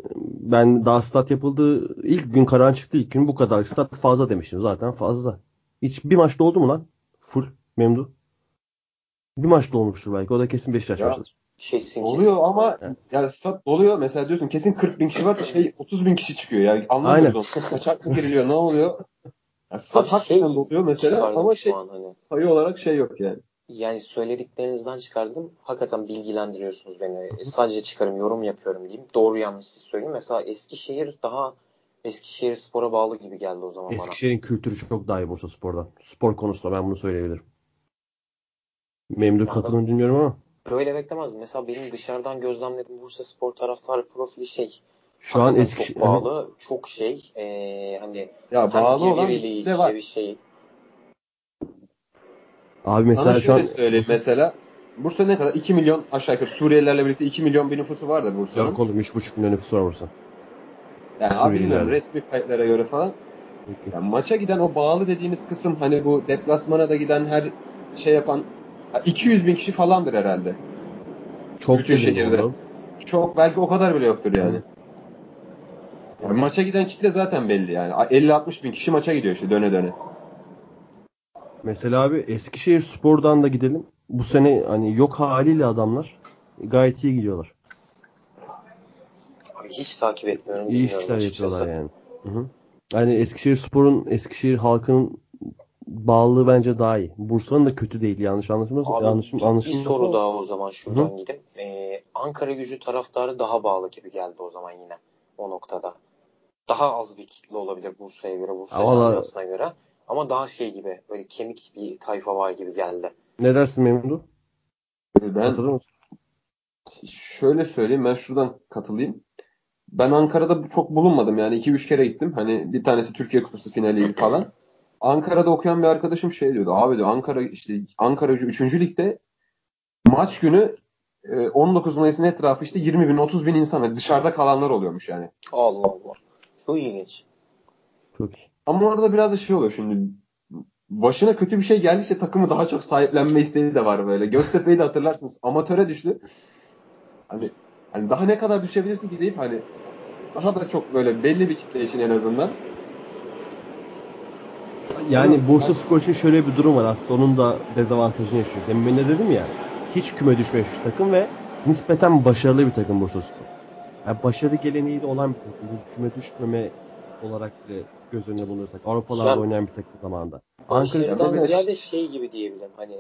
Ben daha stat yapıldığı ilk gün, karan çıktı ilk gün bu kadar stat fazla demiştim. Zaten fazla. Hiç bir maçta oldu mu lan? Full Memdu. Bir maçta olmuştur belki. O da kesin Beşiktaş Ya maçıdır. Kesin oluyor kesin. ama Evet. ya stat doluyor. Mesela diyorsun kesin 40 bin kişi var. 30 bin kişi çıkıyor. Yani Aynen. anlamıyoruz onu. Kaçak mı giriliyor? Ne oluyor? Ya Abi stat hakikaten doluyor mesela çıkardım ama şu an hani. sayı olarak yok yani. Yani söylediklerinizden çıkardım. Hakikaten bilgilendiriyorsunuz beni. Sadece çıkarım, yorum yapıyorum diyeyim. Doğru yanlış siz söyleyin. Mesela Eskişehir Spor'a bağlı gibi geldi o zaman bana. Eskişehir'in kültürü çok daha iyi Bursaspor'dan. Spor konusunda ben bunu söyleyebilirim. Memnun Yani ben katılım bilmiyorum ama böyle beklemezdim. Mesela benim dışarıdan gözlemlediğim Bursaspor taraftarı profili şu an hakikaten Eskişehir... çok bağlı. Çok hani Ya hem bağlı olan bir birbiriyle kitle iç var. içe bir şey. Abi Sana mesela şu şöyle an söyleyeyim mesela. Bursa ne kadar? 2 milyon aşağı yukarı. Suriyelilerle birlikte 2 milyon bir nüfusu vardır yok Bursa'nın. oğlum 3,5 milyon nüfus var Bursa. Yani bilmiyorum Suriyelilerle. resmi kayıtlara göre falan. Peki. Yani maça giden o bağlı dediğimiz kısım hani bu deplasmana da giden her yapan 200 bin kişi falandır herhalde. Çok Bütün dedin şehirde. oğlum. Çok belki o kadar bile yoktur yani. Yani maça giden kitle zaten belli yani. 50-60 bin kişi maça gidiyor işte döne döne. Mesela abi Eskişehir Spor'dan da gidelim. Bu sene hani yok haliyle adamlar gayet iyi gidiyorlar. Abi hiç takip etmiyorum, İyi bilmiyorum işler yapıyorlar açıkçası. yani. Hı hı. Yani Eskişehir Spor'un, Eskişehir halkının bağlılığı bence daha iyi. Bursa'nın da kötü değil, yanlış anlaşılmasın, Abi bir anlaşılmasın soru ama. daha o zaman Hı hı. şuradan gidip Ankaragücü taraftarı daha bağlı gibi geldi o zaman yine o noktada. Daha az bir kitle olabilir Bursa'ya göre, Ya Bursa valla camiasına göre. Ama daha gibi böyle kemik bir tayfa var gibi geldi. ne dersin Memdu? Ben Katılır mısın? şöyle söyleyeyim ben şuradan katılayım. Ben Ankara'da çok bulunmadım yani 2-3 kere gittim. Hani bir tanesi Türkiye Kupası finaliydi falan. Ankara'da okuyan bir arkadaşım diyordu. Abi diyor Ankara işte Ankara 3. Lig'de maç günü 19 Mayıs'ın etrafı işte 20 bin 30 bin insan dışarıda kalanlar oluyormuş yani. Allah Allah. Çok ilginç. Çok iyi. Ama orada biraz da oluyor şimdi. Başına kötü bir şey geldikçe takımı daha çok sahiplenme isteği de var böyle. Göztepe'yi de hatırlarsınız. Amatöre düştü. Hani, hani daha ne kadar düşebilirsin ki deyip hani daha da çok böyle belli bir kitle için en azından. Oluyor bu Yani sefer. Bursaspor için şöyle bir durum var aslında, onun da dezavantajını yaşıyor. Demin de dedim ya, hiç küme düşmemiş bir takım ve nispeten başarılı bir takım Bursaspor. Yani başarı geleneği de olan bir takım. Bu küme düşmeme olarak bile göz önüne bulundursak. Avrupalarda Ya oynayan bir takım zamanında. Ankara Ya başarıdan mesela ziyade gibi diyebilirim. Hani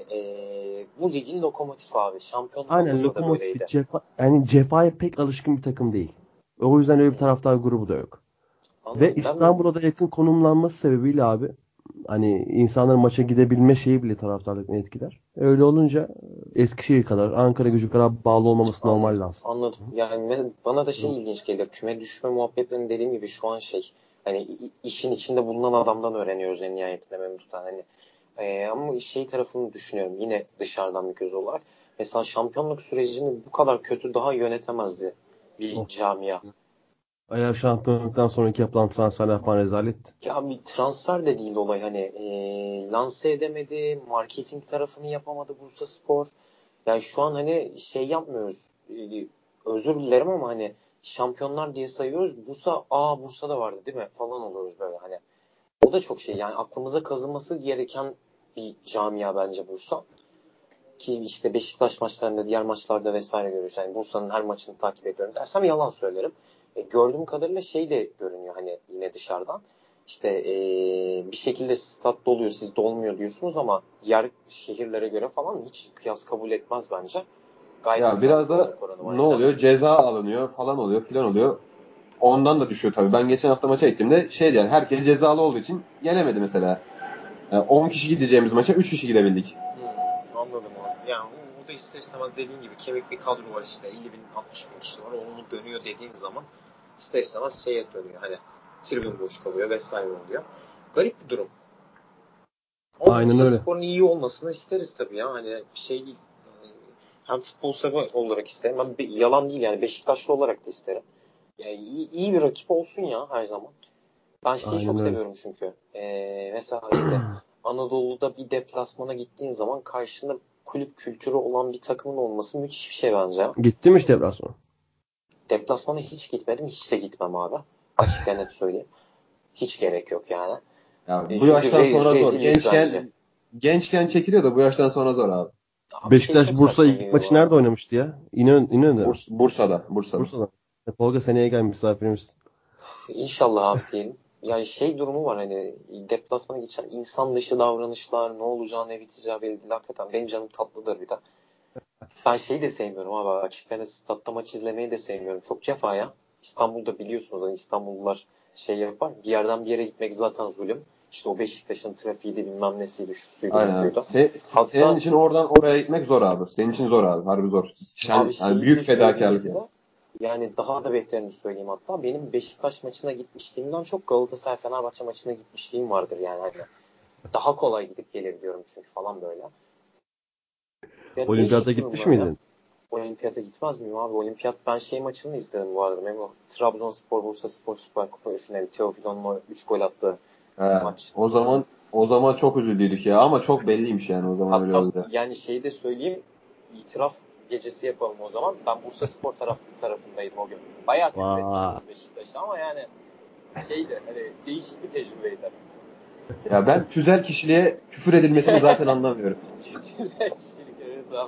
bu ligin lokomotif abi. Şampiyonluk aynen olmasa da lokomotif bir böyleydi. cefa, yani cefaya pek alışkın bir takım değil. O yüzden öyle bir taraftar grubu da yok. Ve Anladım. İstanbul'a da yakın konumlanması sebebiyle abi, hani insanların maça gidebilme şeyi bile taraftarlıkını etkiler. Öyle olunca Eskişehir kadar, Ankara Gücü kadar bağlı olmaması Anladım. normal lazım. Anladım. Yani bana da Hı. ilginç geliyor. Küme düşme muhabbetlerini dediğim gibi şu an hani işin içinde bulunan adamdan öğreniyoruz en nihayetinde Memduh'tan. Hani ama tarafını düşünüyorum yine dışarıdan bir göz olarak. Mesela şampiyonluk sürecini bu kadar kötü daha yönetemezdi bir Of. camia. Eğer şampiyonluktan sonraki yapılan transferler falan rezalet. Ya bir transfer de değil olay hani lanse edemedi, marketing tarafını yapamadı Bursaspor. Yani şu an hani yapmıyoruz. Özür dilerim ama hani şampiyonlar diye sayıyoruz. Bursa'da vardı değil mi? Falan oluyoruz böyle hani. O da çok yani aklımıza kazınması gereken bir camia bence Bursa. Ki işte Beşiktaş maçlarında, diğer maçlarda vesaire görüyoruz. Yani Bursa'nın her maçını takip ediyorum dersem yalan söylerim. Gördüğüm kadarıyla de görünüyor hani yine dışarıdan. İşte bir şekilde stat doluyor, siz dolmuyor diyorsunuz ama diğer şehirlere göre falan hiç kıyas kabul etmez bence. Gayet ya güzel bir biraz da doluluk oranı var ne yine. oluyor? Ceza alınıyor falan oluyor filan oluyor. Ondan da düşüyor tabii. Ben geçen hafta maça gittiğimde yani herkes cezalı olduğu için gelemedi mesela. Yani 10 kişi gideceğimiz maça 3 kişi gidebildik. Anladım abi. Yani o da ister istemez dediğin gibi kemik bir kadro var işte. 50 bin 60 bin kişi var. Onu dönüyor dediğin zaman ister istemez dönüyor. Hani tribün boş kalıyor vesaire oluyor. Garip bir durum. Ama Aynen öyle. Bursaspor'un iyi olmasını isteriz tabii ya. Hani bir şey değil. Hem futbol sever olarak isterim. Ben yalan değil yani Beşiktaşlı olarak da isterim. Yani iyi bir rakip olsun ya her zaman. Ben Aynen çok öyle. seviyorum çünkü. Mesela Anadolu'da bir deplasmana gittiğin zaman karşında kulüp kültürü olan bir takımın olması müthiş bir şey bence. Gitti mi işte deplasmana? Deplasmana hiç gitmedim. Hiç de gitmem abi. Açık ve net söyleyeyim. Hiç gerek yok yani. Ya bu Çünkü yaştan sonra zor. rezillik bence. Gençken çekiliyor da bu yaştan sonra zor abi. Abi Beşiktaş çok Bursa saçma ilk geliyor maçı bana. nerede oynamıştı ya? İnönü'de mi? Bursa'da. Bursa'da. Tolga seneye gel misafirimiz. İnşallah abi diyelim. Yani durumu var hani deplasmana geçen insan dışı davranışlar ne olacağını ne biteceği belli değil. Hakikaten benim canım tatlıdır bir de. Ben de sevmiyorum abi. Açık ve net statta maç izlemeyi de sevmiyorum. Çok cefa ya. İstanbul'da biliyorsunuz hani İstanbullular yapar. Bir yerden bir yere gitmek zaten zulüm. İşte o Beşiktaş'ın trafiğiydi bilmem nesiydi şu suydu bu Aynen. suydu. Senin için oradan oraya gitmek zor abi. Senin için zor abi. Harbi zor. Abi Yani bir de büyük söyleyeyim fedakarlık size. yani. Yani daha da beterini söyleyeyim hatta. Benim Beşiktaş maçına gitmişliğimden çok Galatasaray Fenerbahçe maçına gitmişliğim vardır yani. Hani daha kolay gidip gelebiliyorum çünkü falan böyle. Ya Olimpiyata değişik gitmiş durumlar ya. miydin? Olimpiyata gitmez miyim abi? Olimpiyat ben maçını izledim bu arada. Memo. Trabzonspor Bursaspor Süper Kupa finali. Teofilo'nun o 3 gol attığı He, maç. o zaman çok üzüldük ya ama çok belliymiş yani o zaman öyle Hatta oldu. yani de söyleyeyim. İtiraf gecesi yapalım o zaman. Ben Bursaspor tarafındaydım o gün. Bayağı küfür Vay. etmiştiniz Beşiktaş'a ama yani hani değişik bir tecrübeydi. Ya ben tüzel kişiliğe küfür edilmesini zaten anlamıyorum. Güzel kişilik evet abi.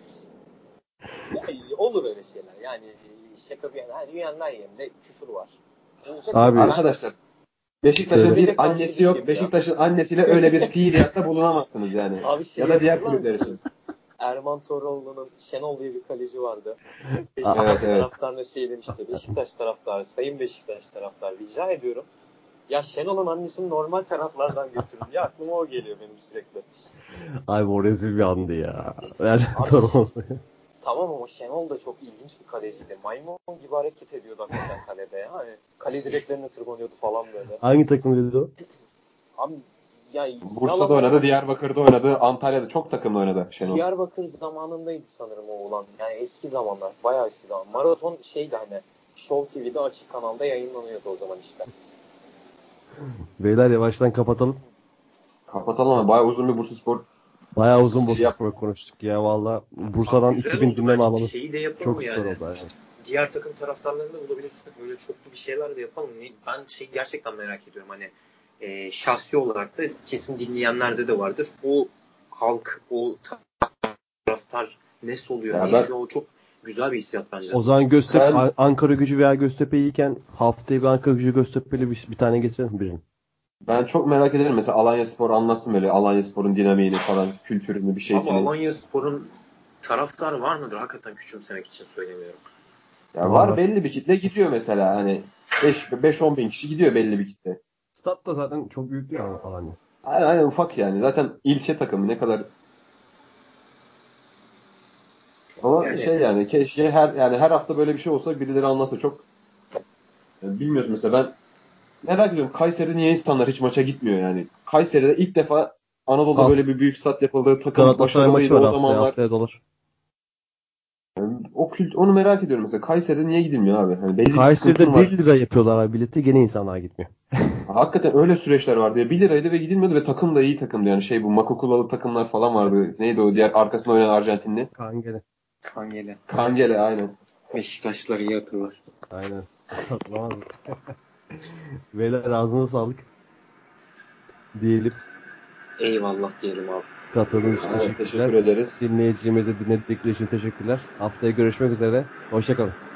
Yani olur öyle şeyler. Yani şaka bir yana. Hani dünyanın her yerinde küfür var. Olacak Abi, ben Arkadaşlar Beşiktaş'ın Şöyle. bir küfüre karşı annesi yok. değilim ya. Beşiktaş'ın annesiyle öyle bir fiiliyatta bulunamazsınız yani. Abi Ya da diğer hatırlar kulüpler için. mısınız? Erman Toroğlu'nun Şenol diye bir kaleci vardı. Evet, Beşiktaş evet. taraftarına demişti. Beşiktaş taraftarı, sayın Beşiktaş taraftarı rica ediyorum. Ya Şenol'un annesini normal taraflardan götürün. Ya aklıma o geliyor benim sürekli. Abi o rezil bir andı ya. Yani Abi tamam. tamam ama Şenol da çok ilginç bir kaleciydi. Maymun gibi hareket ediyordu hakikaten kalede ya. Hani kale direklerine tırmanıyordu falan böyle. Hangi takım dedi o? Abi ya Bursa'da yalan oynadı, olmasın. Diyarbakır'da oynadı, Antalya'da çok takımda oynadı Şenol. Diyarbakır zamanındaydı sanırım o olan. Yani eski zamanlar. Bayağı eski zaman. Maraton hani Show TV'de açık kanalda yayınlanıyordu o zaman işte. Beyler yavaştan kapatalım. Kapatalım ama bayağı uzun bir Bursaspor Bayağı uzun şey yaptık. Bursaspor konuştuk ya valla. Abi Bursa'dan güzel 2000 oldu dinleme bence. alalım. De yapalım Çok süper yani. oldu yani. Diğer takım taraftarlarını da bulabilirsek böyle çoklu bir şeyler de yapalım. Ben gerçekten merak ediyorum. Hani şahsi olarak da kesin dinleyenlerde de vardır. O halk, o taraftar ne oluyor, Ya ne ben yaşıyor o çok güzel bir hissiyat bence. O zaman ben Ankara Gücü veya Göztepe iyiyken haftaya bir Ankara Gücü Göztepe'li bir tane getirelim birini. ben çok merak ederim mesela Alanyaspor anlatsın böyle Alanyaspor'un dinamiğini falan, kültürünü, bir Ama şeysini. Alanyaspor'un taraftarı var mıdır? Hakikaten küçümsemek için söylemiyorum. Ya Var var var. belli bir kitle gidiyor mesela hani 5-10 bin kişi gidiyor belli bir kitle. Stat da zaten çok büyük değil Alanya. Aynen ufak yani. Zaten ilçe takımı ne kadar ama Yani yani keşke her hafta böyle bir şey olsa birileri anlasa çok bilmiyoruz mesela ben merak ediyorum Kayseri'de niye insanlar hiç maça gitmiyor yani. Kayseri'de ilk defa Anadolu'da Haf böyle bir büyük stat yapıldı. Takım Galatasaray maçı başarılıydı var o haftaya. zamanlar. Haftaya dolar. Onu merak ediyorum mesela. Kayseri'de niye gidilmiyor abi? Hani belli bir sıkıntı Kayseri'de mı var? 1 lira yapıyorlar abi bileti. Gene insanlar gitmiyor. Hakikaten öyle süreçler vardı ya. 1 liraydı ve gidilmiyordu ve takım da iyi takımdı. Yani bu Makokulalı takımlar falan vardı. Neydi o diğer arkasında oynayan Arjantinli? Kangere. Kangele. Kangele aynen. Beşiktaşlılar iyi hatırlar. Aynen. Hatırlamaz. Beyler ağzına sağlık diyelim. Eyvallah diyelim abi. Katıldığınız için Aynen teşekkürler. teşekkür ederiz. Dinleyicilerimize dinledikleri için teşekkürler. Haftaya görüşmek üzere. Hoşçakalın.